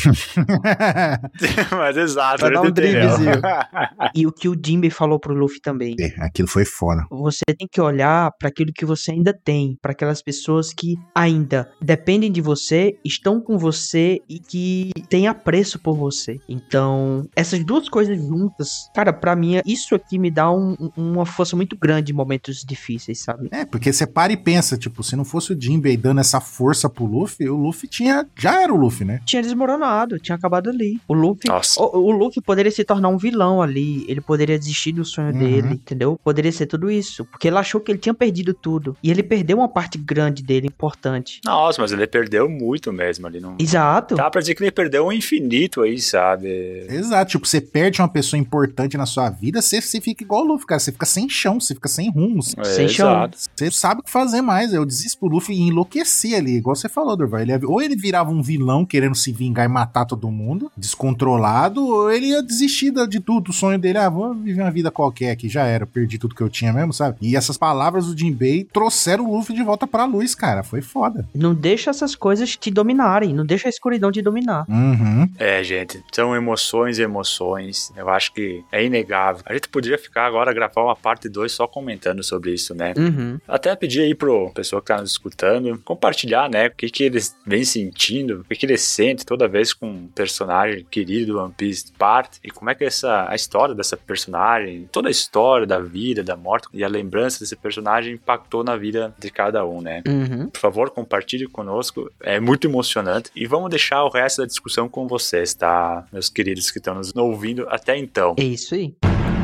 Mas exato, Pra dar um ele entendeu. drivezinho. E o que o Jinbe falou pro Luffy também. É, aquilo foi foda. Você tem que olhar para aquilo que você ainda tem, para aquelas pessoas que ainda dependem de você, estão com você e que têm apreço por você. Então, essas duas coisas juntas, cara, pra mim, isso aqui me dá um- uma força muito grande em momentos difíceis, sabe? É, porque você para e pensa, tipo, se não fosse o Jinbei dando essa força pro Luffy, o Luffy tinha. Já era o Luffy, né? Tinha desmoronado, tinha acabado ali. O Luffy, Nossa. o, o Luffy poderia se tornar um vilão ali, ele poderia desistir do sonho Uhum. dele, entendeu? Poderia ser tudo isso, porque ele achou que ele tinha perdido tudo. E ele perdeu uma parte grande dele, importante. Nossa, mas ele perdeu muito mesmo ali. Não... Exato. Dá pra dizer que ele perdeu um infinito aí, sabe? Exato, tipo, você perde uma pessoa importante na sua vida, você, você fica igual o Luffy, cara. Você fica sem chão, você fica sem rumo. Você, É, Sem chão. exato. você sabe o que fazer mais. Eu desisto pro Luffy e enlouquecer ali, igual você falou, Durval. Ele ia- ou ele virava um vilão querendo se vingar e matar todo mundo, descontrolado, ou ele ia desistir da- de tudo. O sonho dele, ah, vou viver uma vida qualquer aqui, já era, perdi tudo que eu tinha mesmo, sabe? E essas palavras do Jinbei trouxeram o Luffy de volta pra luz, cara. Foi foda. Não deixa essas coisas te dominarem, não deixa a escuridão te dominar. Uhum. É, gente, são emoções e emoções. Eu acho que é inegável. A gente poderia ficar agora, gravar uma parte dois só comentando sobre isso, né? Uhum. Até pedir aí pro pessoal que tá nos escutando compartilhar, né? O que que eles vêm sentindo, o que que eles sentem toda vez com um personagem querido do One Piece parte e como é que essa, a história dessa personagem, toda a história da vida, da morte e a lembrança desse personagem impactou na vida de cada um, né? Uhum. Por favor, compartilhe conosco. É muito emocionante. E vamos deixar o resto da discussão com vocês, tá? Meus queridos que estão nos ouvindo até então. É isso aí.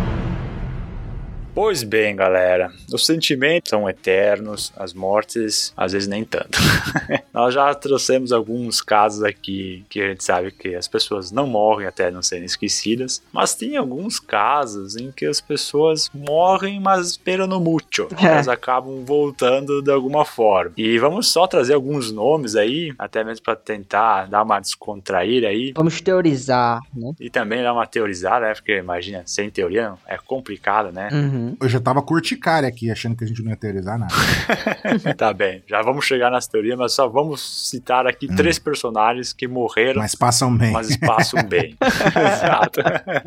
Pois bem, galera, os sentimentos são eternos, as mortes às vezes nem tanto. Nós já trouxemos alguns casos aqui que a gente sabe que as pessoas não morrem até não serem esquecidas, mas tem alguns casos em que as pessoas morrem, mas pero no mucho. É. Elas acabam voltando de alguma forma. E vamos só trazer alguns nomes aí, até mesmo para tentar dar uma descontraída aí. Vamos teorizar, né? E também dar uma teorizada, né? Porque imagina, sem teoria é complicado, né? Uhum. Eu já tava com urticária aqui, achando que a gente não ia teorizar nada. Tá bem, já vamos chegar nas teorias, mas só vamos citar aqui hum. três personagens que morreram, mas passam bem. Mas passam bem. Exato.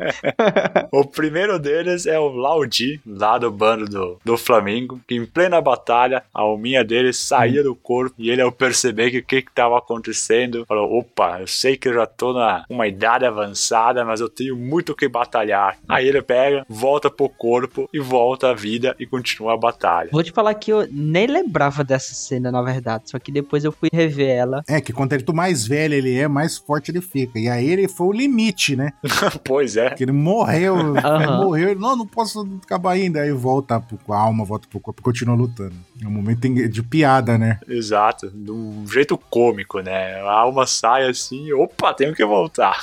O primeiro deles é o Laudi, lá do bando do, do Flamengo, que em plena batalha, a alminha dele saía hum. do corpo e ele, ao perceber que o que estava acontecendo, falou, opa, eu sei que eu já tô na uma idade avançada, mas eu tenho muito o que batalhar. Aí ele pega, volta pro corpo e volta à vida e continua a batalha. Vou te falar que eu nem lembrava dessa cena, na verdade, só que depois eu fui rever ela. É, que quanto mais velho ele é, mais forte ele fica. E aí ele foi o limite, né? Pois é. Que ele morreu, uhum. ele morreu, ele, não, não posso acabar ainda. Aí volta pro, a alma, volta pro corpo e continua lutando. É um momento de piada, né? Exato, de um jeito cômico, né? A alma sai assim, opa, tenho que voltar.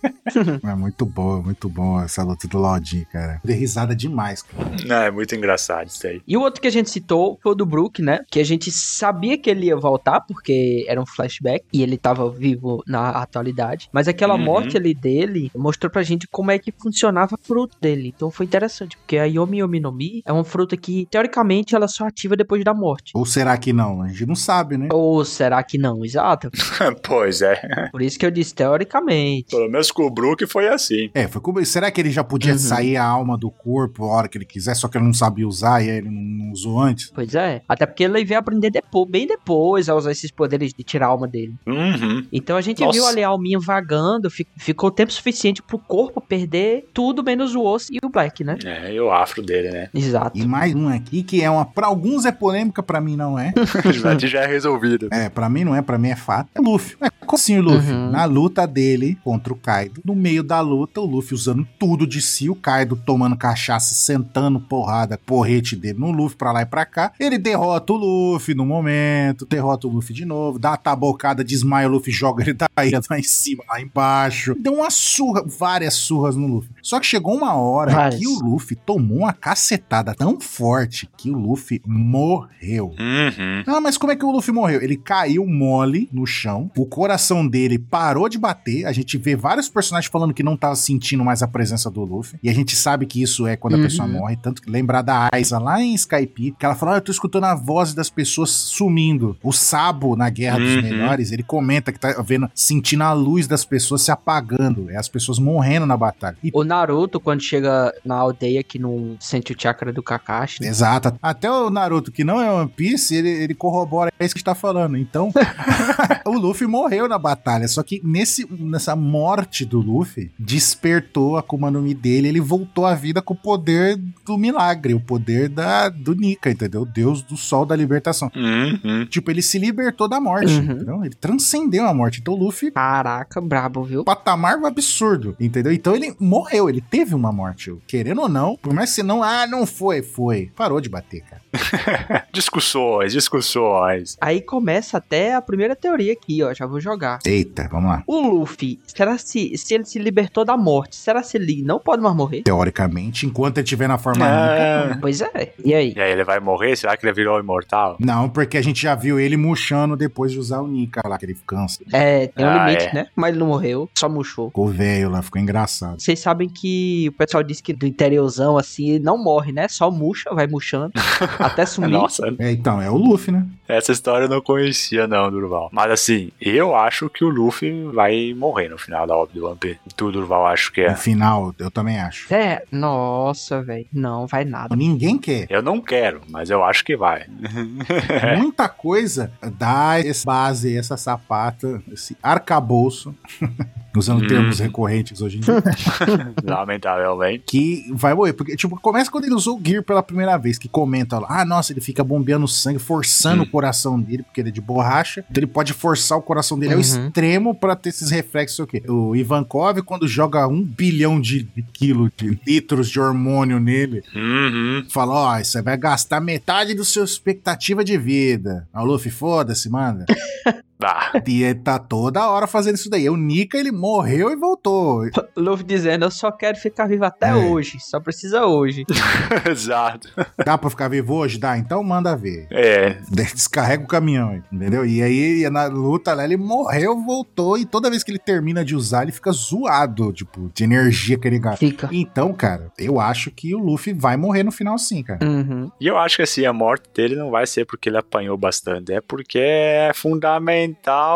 É muito bom, muito bom essa luta do Laudi, cara. Dei risada demais, cara. Não, é muito engraçado isso aí. E o outro que a gente citou foi o do Brook, né? Que a gente sabia que ele ia voltar, porque era um flashback, e ele tava vivo na atualidade. Mas aquela uhum. morte ali dele mostrou pra gente como é que funcionava a fruta dele. Então foi interessante, porque a Yomi Yomi no Mi é uma fruta que, teoricamente, ela só ativa depois da morte. Ou será que não? A gente não sabe, né? Ou será que não? Exato. Pois é. Por isso que eu disse teoricamente. Pelo menos com o Brook foi assim. É, foi com... será que ele já podia uhum. sair a alma do corpo a hora que ele quiser, só que ele não sabia usar e aí ele não, não usou antes? Pois é. Até porque ele veio aprender depois, bem depois a usar esses poderes de tirar a alma dele. Uhum. Então a gente Nossa. viu ali a alminha vagando, ficou tempo suficiente pro corpo perder tudo menos o osso e o Black, né? É, e o afro dele, né? Exato. E mais um aqui que é uma... Pra alguns é polêmica, pra mim não é. Já é resolvido. É, pra mim não é, pra mim é fato. É Luffy. É como assim o Luffy? Uhum. Na luta dele contra o Kaido, no meio da luta, o Luffy usando tudo de si, o Kaido tomando cachaça, sentando porrada, porrete dele no Luffy pra lá e pra cá. Ele derrota o Luffy no momento, derrota o Luffy de novo, dá uma tabocada, desmaia o Luffy, joga ele daí, lá em cima, lá embaixo. Deu uma surra, várias surras no Luffy. Só que chegou uma hora várias. que o Luffy tomou uma cacetada tão forte que o Luffy morreu. Uhum. Ah, mas como é que o Luffy morreu? Ele caiu mole no chão, o coração dele parou de bater, a gente vê vários personagens falando que não tava sentindo mais a presença do Luffy, e a gente sabe que isso é quando uhum. a pessoa morre, tanto que lembrar da Aiza lá em Skype, que ela falou, ah, eu tô escutando a voz das pessoas sumindo. O Sabo, na Guerra dos uhum. Melhores, ele comenta que tá vendo, sentindo a luz das pessoas se apagando, é as pessoas morrendo na batalha. E... o Naruto, quando chega na aldeia que não sente o chakra do Kakashi. Né? Exato. Até o Naruto, que não é One Piece, ele, ele corrobora isso que a gente tá falando. Então, o Luffy morreu na batalha, só que nesse, nessa morte do Luffy, despertou a Akuma no Mi dele, ele voltou à vida com o poder do milagre, o poder da, do Nika, entendeu? O Deus do sol da libertação. Uhum. Tipo, ele se libertou da morte, uhum. entendeu? Ele transcendeu a morte. Então o Luffy... caraca, brabo, viu? Patamar absurdo, entendeu? Então ele morreu, ele teve uma morte. Querendo ou não, por mais que não, ah, não foi, foi. Parou de bater, cara. Discussões, discussões. Aí começa até a primeira teoria aqui, ó, já vou jogar. Eita, vamos lá. O Luffy, será se, se ele se libertou da morte, será se ele não pode mais morrer? Teoricamente, enquanto ele estiver na forma é... Nika. Pois é, e aí? E aí ele vai morrer? Será que ele virou imortal? Não, porque a gente já viu ele murchando depois de usar o Nika lá, que ele cansa. É, tem um ah, limite, é. né? Mas ele não morreu, só murchou. Ficou velho lá, ficou engraçado. Vocês sabem que o pessoal diz que do interiorzão, assim, ele não morre, né? Só murcha, vai murchando, até sumir. Nossa. É, então, é o Luffy, né? Essa história eu não conhecia, não, Durval. Mas assim, eu acho que o Luffy vai morrer no final da obra do One Piece. Tu, Durval, acho que é. No final, eu também acho. É, nossa, velho. Não, vai nada. Ninguém quer. Eu não quero, mas eu acho que vai. Muita coisa dá essa base, essa sapata, esse arcabouço, usando hum. termos recorrentes hoje em dia. Lamentavelmente. Que vai morrer. Porque, tipo, começa quando ele usou o Gear pela primeira vez, que comenta lá, ah, nossa, ele fica bombeando sangue, forçando Hum. o coração dele, porque ele é de borracha. Então ele pode forçar o coração dele ao Uhum. extremo pra ter esses reflexos, sei o quê. O Ivankov, quando joga um bilhão de, de quilos, de litros de hormônio nele, Uhum. fala, ó, você vai gastar metade da sua expectativa de vida. Ah, o Luffy, foda-se, manda. Ah, E ele tá toda hora fazendo isso daí. O Nika, ele morreu e voltou. Luffy dizendo, eu só quero ficar vivo até É. hoje, só precisa hoje. exato. Dá pra ficar vivo hoje? Dá, então manda ver. É, Descarrega o caminhão, entendeu? E aí, na luta lá, ele morreu, voltou, e toda vez que ele termina de usar, ele fica zoado, tipo, de energia que ele gasta. Fica. Então, cara, eu acho que o Luffy vai morrer no final sim, cara. Uhum. e eu acho que assim, a morte dele não vai ser porque ele apanhou bastante, é porque é fundamental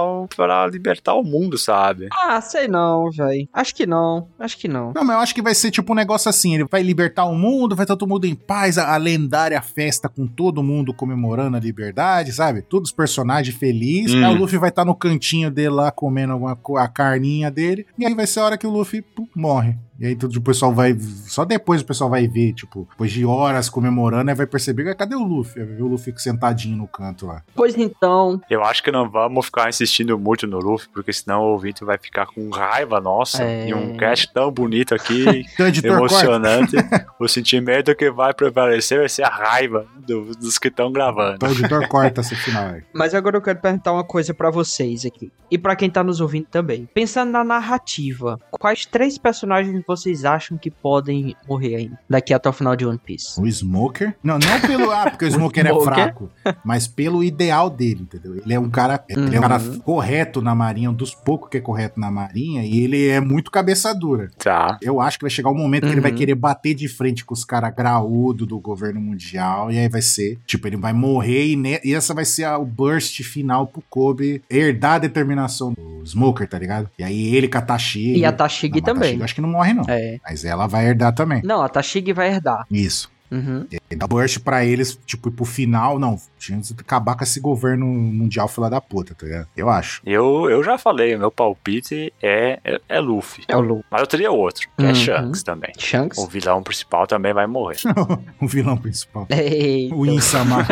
pra libertar o mundo, sabe? Ah, sei não, véi. Acho que não, acho que não. Não, mas eu acho que vai ser tipo um negócio assim, ele vai libertar o mundo, vai estar todo mundo em paz, a, a lendária festa com todo mundo comemorando a liberdade, sabe? Todos os personagens felizes, Hum. aí o Luffy vai estar no cantinho dele lá, comendo alguma co- a carninha dele, e aí vai ser a hora que o Luffy pum, morre. E aí tudo o pessoal vai, só depois o pessoal vai ver, tipo, depois de horas comemorando, aí vai perceber, cadê o Luffy? Vai ver o Luffy sentadinho no canto lá. Pois então, Eu acho que não vamos ficar insistindo muito no Luffy, porque senão o ouvinte vai ficar com raiva nossa. É. E um cast tão bonito aqui, Então, editor, corta. emocionante. O sentimento que vai prevalecer vai ser a raiva do- dos que estão gravando. Então, editor, corta esse final aí. mas agora eu quero perguntar uma coisa pra vocês aqui. E pra quem tá nos ouvindo também. Pensando na narrativa, quais três personagens vocês acham que podem morrer ainda? Daqui até o final de One Piece. O Smoker. Não, não pelo. Ah, porque o Smoker é Smoker? fraco. Mas pelo ideal dele, entendeu? Ele é um cara. Ele é um cara correto na marinha, um dos poucos que é correto na marinha. E ele é muito cabeça dura. Tá. Eu acho que vai chegar um momento que ele vai Uhum. querer bater de frente com os caras graúdos do governo mundial. E aí vai ser. Tipo, ele vai morrer. E, ne- e essa vai ser a- o burst final pro Kobe herdar a determinação do Smoker, tá ligado? E aí ele com a Tashigi. E a Tashigi Não, mas a também. Tashigi eu acho que não morre, não. É. Mas ela vai herdar também. Não, a Tashigi vai herdar. Isso. Uhum. E dá burst pra eles, tipo, ir pro final. Não, tinha que acabar com esse governo mundial fila da puta, tá ligado? Eu acho. Eu, eu já falei, o meu palpite é, é, é Luffy. É o Lu. Mas eu teria outro, que Uhum. é Shanks também. Shanks? O vilão principal também vai morrer. O vilão principal. Eita. O Insama.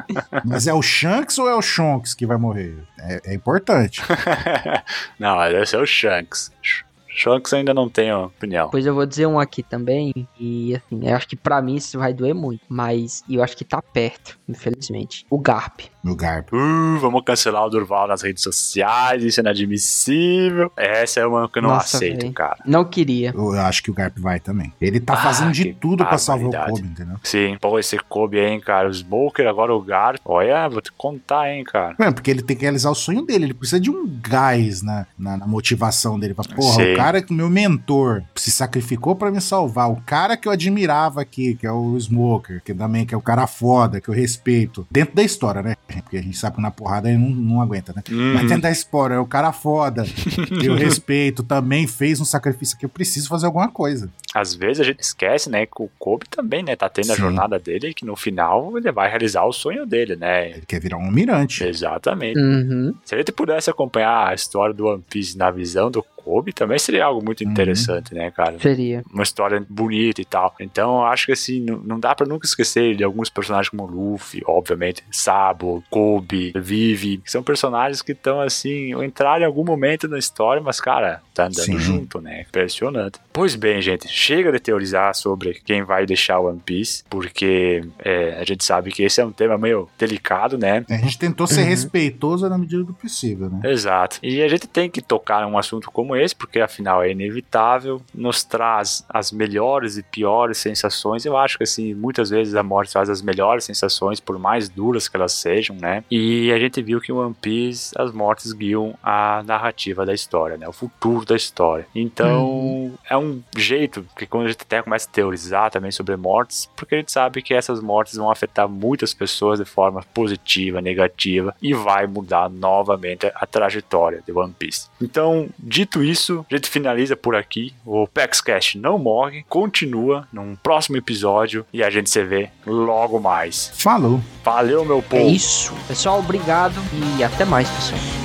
Mas é o Shanks ou é o Shonks que vai morrer? É, é importante. Não, deve ser o Shanks. Shanks ainda não tenho opinião. Pois eu vou dizer um aqui também, e assim, eu acho que pra mim isso vai doer muito, mas eu acho que tá perto, infelizmente. O Garp. No Garp. Uh, vamos cancelar o Durval nas redes sociais, isso é inadmissível. Essa é uma que eu não Nossa, aceito, véi. cara. Não queria. Eu acho que o Garp vai também. Ele tá Ah, fazendo de que tudo pra salvar o barbaridade. Kobe, entendeu? Sim, pô, esse Kobe, hein, cara. O Smoker, agora o Garp. Olha, vou te contar, hein, cara. É, porque ele tem que realizar o sonho dele. Ele precisa de um gás na, na, na motivação dele. Pra, porra, Sim. o cara que meu mentor se sacrificou pra me salvar. O cara que eu admirava aqui, que é o Smoker, que também que é o cara foda, que eu respeito. Dentro da história, né? Porque a gente sabe que na porrada ele não, não aguenta, né? Hum. Mas dentro da história, é o cara foda, que eu respeito, também fez um sacrifício que eu preciso fazer alguma coisa. Às vezes a gente esquece, né, que o Kobe também, né, tá tendo a Sim. jornada dele e que no final ele vai realizar o sonho dele, né? Ele quer virar um almirante. Exatamente. Uhum. Se a gente pudesse acompanhar a história do One Piece na visão do Kobe, também seria algo muito Uhum. interessante, né, cara? Seria. Uma história bonita e tal. Então, eu acho que assim, não, não dá pra nunca esquecer de alguns personagens como Luffy, obviamente, Sabo, Kobe, Vivi, que são personagens que estão assim, entraram em algum momento na história, mas, cara, tá andando Sim. junto, né? Impressionante. Pois bem, gente, chega de teorizar sobre quem vai deixar o One Piece, porque é, a gente sabe que esse é um tema meio delicado, né? A gente tentou ser Uhum. respeitoso na medida do possível, né? Exato. E a gente tem que tocar num assunto como esse, porque afinal é inevitável, nos traz as melhores e piores sensações. Eu acho que assim, muitas vezes a morte traz as melhores sensações, por mais duras que elas sejam, né? E a gente viu que em One Piece as mortes guiam a narrativa da história, né? O futuro da história. Então, uhum. é um jeito que quando a gente até começa a teorizar também sobre mortes, porque a gente sabe que essas mortes vão afetar muitas pessoas de forma positiva, negativa, e vai mudar novamente a trajetória de One Piece. Então, dito isso, a gente finaliza por aqui. O PaxCast não morre, continua num próximo episódio e a gente se vê logo mais. Falou! Valeu, meu povo! É isso. Pessoal, obrigado e até mais, pessoal.